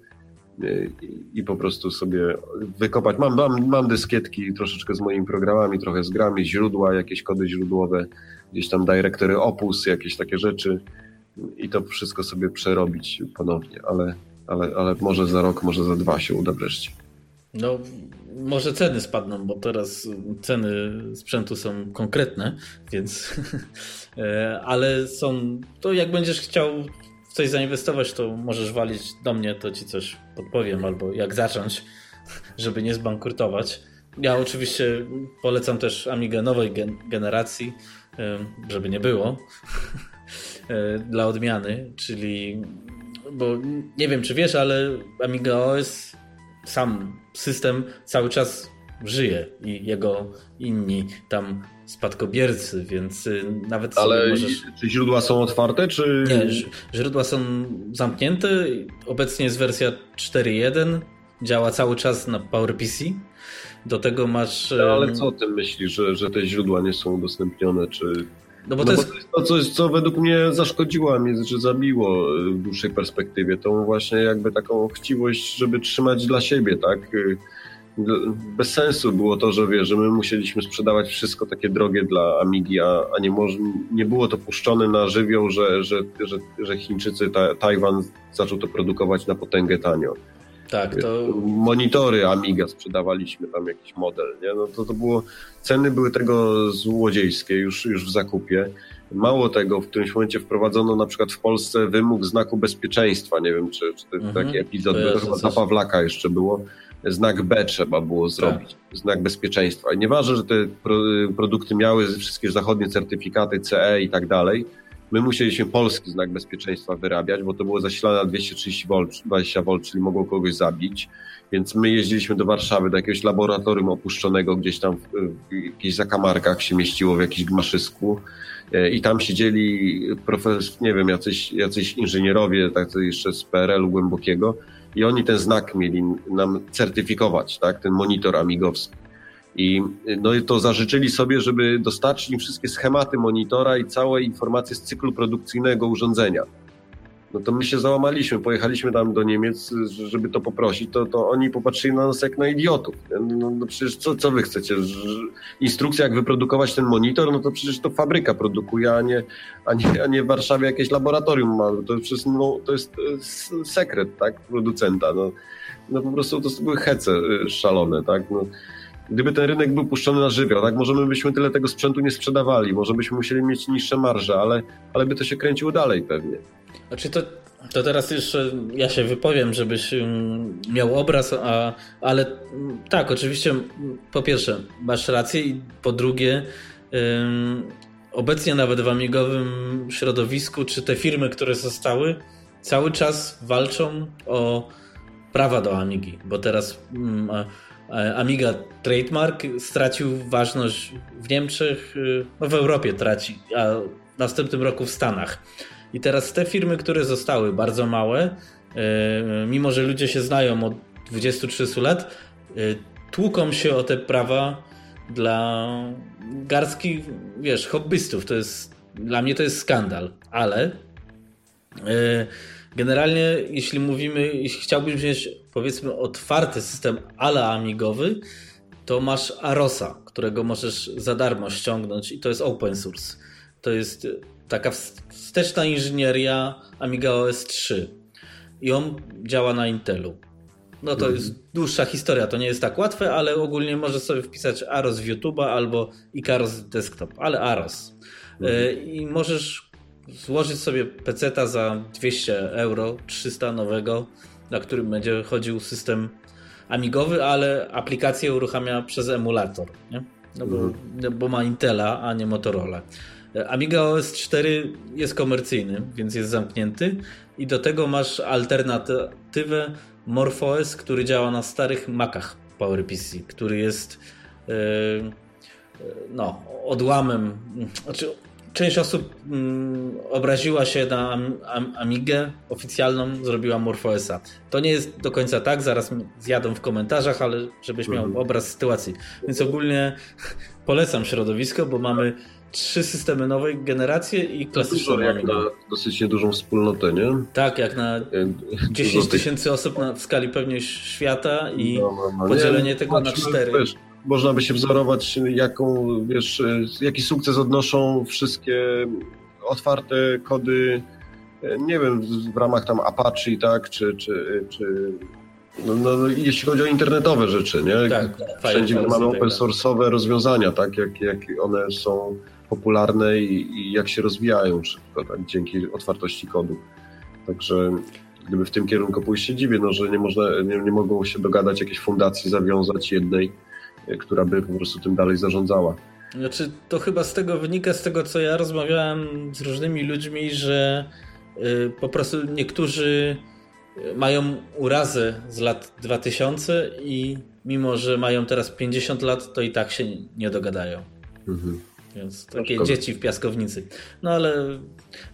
i, i po prostu sobie wykopać. Mam, mam, mam dyskietki troszeczkę z moimi programami, trochę z grami, źródła, jakieś kody źródłowe, gdzieś tam directory Opus, jakieś takie rzeczy i to wszystko sobie przerobić ponownie, ale, ale, ale może za rok, może za dwa się uda wreszcie. No, może ceny spadną, bo teraz ceny sprzętu są konkretne, więc ale są, to jak będziesz chciał w coś zainwestować, to możesz walić do mnie, to ci coś podpowiem, albo jak zacząć, żeby nie zbankrutować. Ja oczywiście polecam też Amigę nowej gen- generacji, żeby nie było, dla odmiany, czyli, bo nie wiem czy wiesz, ale Amiga O S, sam system cały czas żyje i jego inni tam spadkobiercy, więc nawet ale sobie możesz... czy źródła są otwarte, czy... Nie, źródła są zamknięte. Obecnie jest wersja cztery jeden, działa cały czas na PowerPC. Do tego masz... No, ale co o tym myślisz, że, że te źródła nie są udostępnione, czy... No bo no to, bo jest... to jest to coś, co według mnie zaszkodziło, a mnie że zabiło w dłuższej perspektywie. Tą właśnie jakby taką chciwość, żeby trzymać dla siebie, tak? Bez sensu było to, że wiesz, że my musieliśmy sprzedawać wszystko takie drogie dla Amigi, a, a nie, może, nie było to puszczone na żywioł, że, że, że, że Chińczycy, ta, Tajwan zaczął to produkować na potęgę tanio. Tak, to... Monitory Amiga sprzedawaliśmy, tam jakiś model, nie? No to, to było, ceny były tego złodziejskie już, już w zakupie. Mało tego, w którymś momencie wprowadzono na przykład w Polsce wymóg znaku bezpieczeństwa. Nie wiem, czy, czy mhm, taki epizod, to, to chyba za Pawlaka jeszcze było. Znak B trzeba było zrobić, tak. Znak bezpieczeństwa. I nieważne, że te pro, produkty miały wszystkie zachodnie certyfikaty C E i tak dalej, my musieliśmy polski znak bezpieczeństwa wyrabiać, bo to było zasilane na dwieście trzydzieści wolt, dwadzieścia wolt, czyli mogło kogoś zabić. Więc my jeździliśmy do Warszawy, do jakiegoś laboratorium opuszczonego gdzieś tam w, w jakichś zakamarkach się mieściło, w jakimś gmaszysku. I tam siedzieli profes, nie wiem, jacyś, jacyś inżynierowie, tak jeszcze z P R L u głębokiego, i oni ten znak mieli nam certyfikować, tak, ten monitor amigowski. I no i to zażyczyli sobie, żeby dostarczyć im wszystkie schematy monitora i całe informacje z cyklu produkcyjnego urządzenia. No to my się załamaliśmy, pojechaliśmy tam do Niemiec, żeby to poprosić, to, to oni popatrzyli na nas jak na idiotów. No, no przecież co, co wy chcecie? Instrukcja jak wyprodukować ten monitor, no to przecież to fabryka produkuje, a nie, a nie, a nie w Warszawie jakieś laboratorium ma. To, przecież, no, to jest sekret, tak, producenta. No, no po prostu to były hece szalone, tak. No. Gdyby ten rynek był puszczony na żywioł, tak, może my byśmy tyle tego sprzętu nie sprzedawali, może byśmy musieli mieć niższe marże, ale, ale by to się kręciło dalej pewnie. Znaczy to, to teraz jeszcze ja się wypowiem, żebyś miał obraz, a, ale tak, oczywiście po pierwsze masz rację i po drugie ym, obecnie nawet w amigowym środowisku, czy te firmy, które zostały, cały czas walczą o prawa do Amigi, bo teraz ym, Amiga trademark stracił ważność w Niemczech, no w Europie traci, a w następnym roku w Stanach. I teraz te firmy, które zostały bardzo małe, mimo że ludzie się znają od dwudziestu trzydziestu lat, tłuką się o te prawa dla garstki, wiesz, hobbystów. To jest, dla mnie to jest skandal, ale generalnie jeśli mówimy, jeśli chciałbyś mieć powiedzmy otwarty system ala amigowy, to masz Arosa, którego możesz za darmo ściągnąć i to jest open source. To jest taka wsteczna inżynieria Amiga O S trzy i on działa na Intelu. No to jest dłuższa historia, to nie jest tak łatwe, ale ogólnie możesz sobie wpisać Aros w YouTube'a albo Icaros Desktop, ale Aros. Mhm. I możesz złożyć sobie peceta za dwieście euro, trzysta nowego, na którym będzie chodził system amigowy, ale aplikację uruchamia przez emulator, nie? No bo, mhm. bo ma Intela, a nie Motorola. Amiga O S cztery jest komercyjny, więc jest zamknięty i do tego masz alternatywę MorphOS, który działa na starych Macach PowerPC, który jest yy, no, odłamem, znaczy część osób mm, obraziła się na Am- Am- Amigę oficjalną, zrobiła MorphOS-a. To nie jest do końca tak, zaraz zjadą w komentarzach, ale żebyś miał Mhm. obraz sytuacji. Więc ogólnie polecam środowisko, bo mamy trzy systemy nowej generacji i klasyczną Dużo, jak Amigę. na dosyć niedużą wspólnotę, nie? Tak, jak na dziesięć Dużo tych- tysięcy osób na, w skali pewnie świata i No, no, no. podzielenie Nie, tego na patrzmy, cztery. Wiesz, można by się wzorować, jaką, wiesz, jaki sukces odnoszą wszystkie otwarte kody, nie wiem, w ramach tam Apache, tak, czy, czy, czy no, no, jeśli chodzi o internetowe rzeczy, nie? Tak, Wszędzie Firefox mamy i tak open source'owe rozwiązania, tak, jak, jak one są popularne i, i jak się rozwijają szybko, tak, dzięki otwartości kodu. Także gdyby w tym kierunku pójść, się dziwię, no, że nie, można, nie, nie mogą się dogadać jakieś fundacji, zawiązać jednej, która by po prostu tym dalej zarządzała. Znaczy, to chyba z tego wynika, z tego co ja rozmawiałem z różnymi ludźmi, że y, po prostu niektórzy mają urazę z lat dwa tysiące i mimo, że mają teraz pięćdziesiąt lat, to i tak się nie dogadają. Mhm. Więc takie szkoda. dzieci w piaskownicy. No ale y,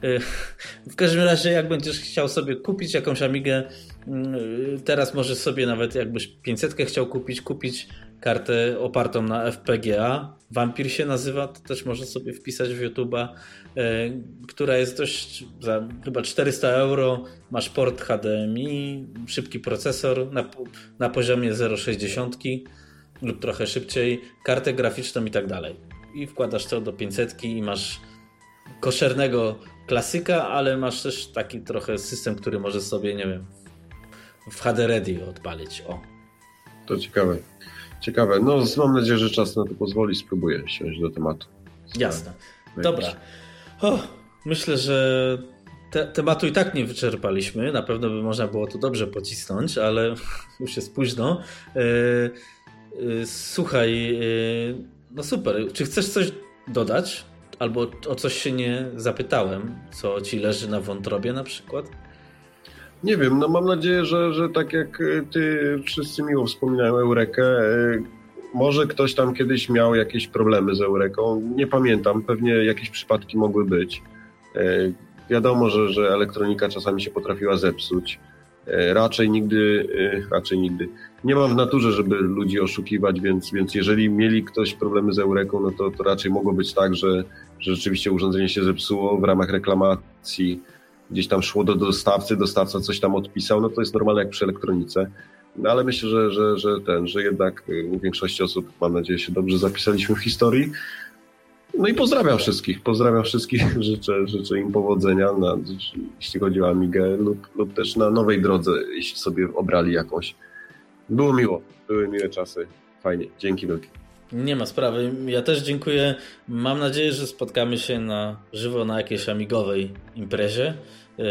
w każdym razie jak będziesz chciał sobie kupić jakąś Amigę, y, teraz możesz sobie nawet jakbyś pięćsetkę chciał kupić, kupić kartę opartą na F P G A. Vampir się nazywa, to też możesz sobie wpisać w YouTube'a, y, która jest dość za chyba czterysta euro. Masz port H D M I, szybki procesor na, na poziomie zero przecinek sześćdziesiąt lub trochę szybciej, kartę graficzną i tak dalej. I wkładasz to do pięćsetki i masz koszernego klasyka, ale masz też taki trochę system, który możesz sobie, nie wiem, w H D Ready odpalić. O. To ciekawe. Ciekawe. No, mam nadzieję, że czas na to pozwoli. Spróbuję siąść do tematu. Jasne. Dobra. O, myślę, że te, tematu i tak nie wyczerpaliśmy. Na pewno by można było tu dobrze pocisnąć, ale już jest późno. Yy, yy, słuchaj, yy, no super. Czy chcesz coś dodać? Albo o coś się nie zapytałem, co ci leży na wątrobie na przykład? Nie wiem, no mam nadzieję, że, że tak jak ty wszyscy miło wspominają Eurekę, może ktoś tam kiedyś miał jakieś problemy z Eureką, nie pamiętam, pewnie jakieś przypadki mogły być. Wiadomo, że, że elektronika czasami się potrafiła zepsuć. Raczej nigdy, raczej nigdy. Nie mam w naturze, żeby ludzi oszukiwać, więc, więc jeżeli mieli ktoś problemy z Eureką, no to, to raczej mogło być tak, że, że rzeczywiście urządzenie się zepsuło w ramach reklamacji, gdzieś tam szło do dostawcy, dostawca coś tam odpisał, no to jest normalne jak przy elektronice. No ale myślę, że, że, że ten, że jednak u większości osób, mam nadzieję, się dobrze zapisaliśmy w historii. No i pozdrawiam wszystkich, pozdrawiam wszystkich, życzę, życzę im powodzenia, na, jeśli chodzi o Amigę lub, lub też na nowej drodze, jeśli sobie obrali jakąś. Było miło, były miłe czasy, fajnie, dzięki wielkie. Nie ma sprawy, ja też dziękuję. Mam nadzieję, że spotkamy się na żywo na jakiejś amigowej imprezie yy,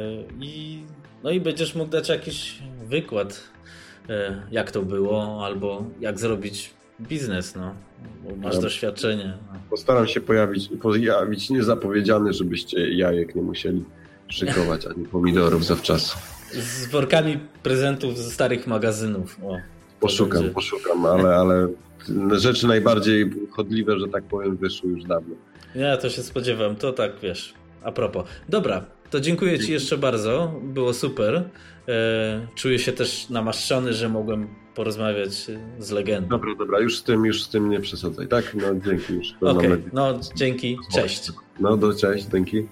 i, no i będziesz mógł dać jakiś wykład, yy, jak to było, albo jak zrobić biznes, no, bo masz no. doświadczenie. No. Postaram się pojawić, pojawić niezapowiedziany, żebyście jajek nie musieli szykować, ani pomidorów zawczasu. Z workami prezentów ze starych magazynów. O, poszukam, będzie. poszukam, ale, ale rzeczy najbardziej chodliwe, że tak powiem, wyszły już dawno. Ja to się spodziewam, to tak wiesz, a propos. Dobra, to dziękuję Ci jeszcze bardzo, było super. E, czuję się też namaszczony, że mogłem porozmawiać z legendą. Dobra, dobra, już z tym, już z tym nie przesadzaj, tak? No dzięki już. Okej, okay, no dzięki, cześć. No do cześć, dzięki.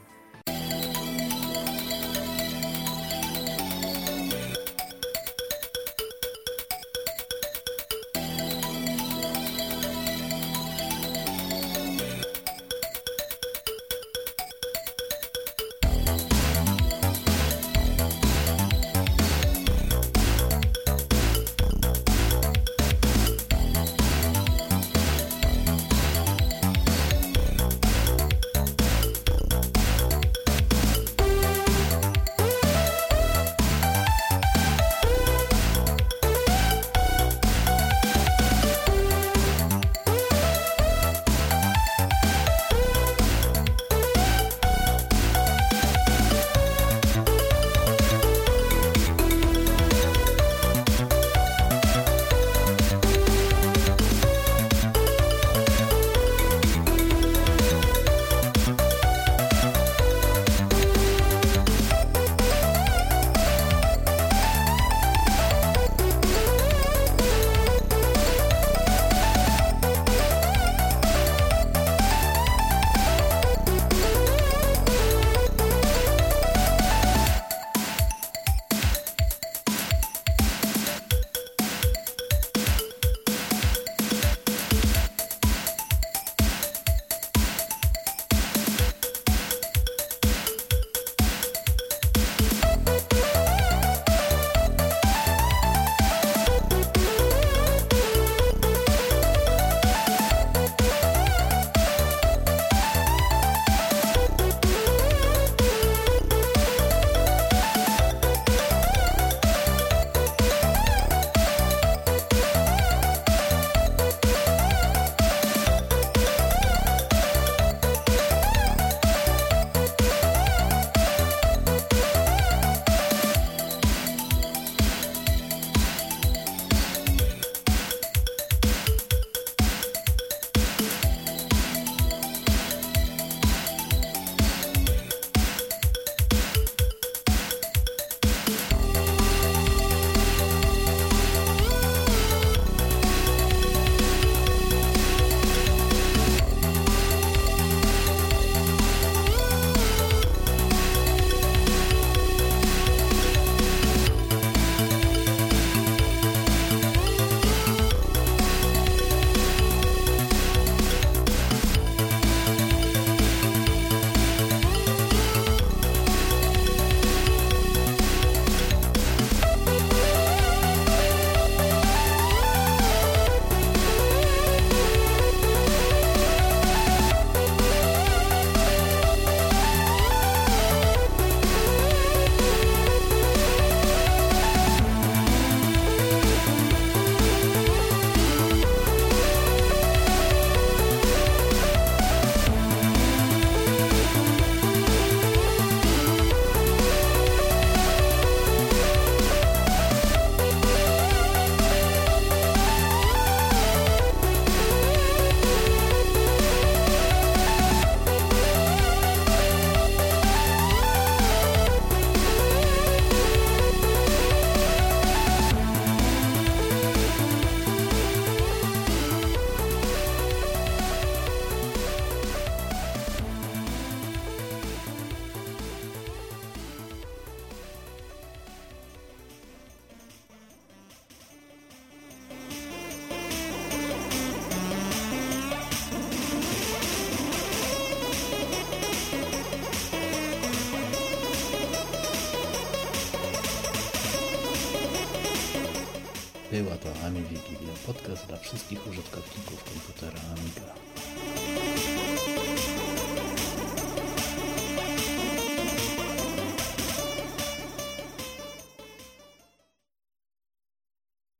Była to Amivigilia, podcast dla wszystkich użytkowników komputera Amiga.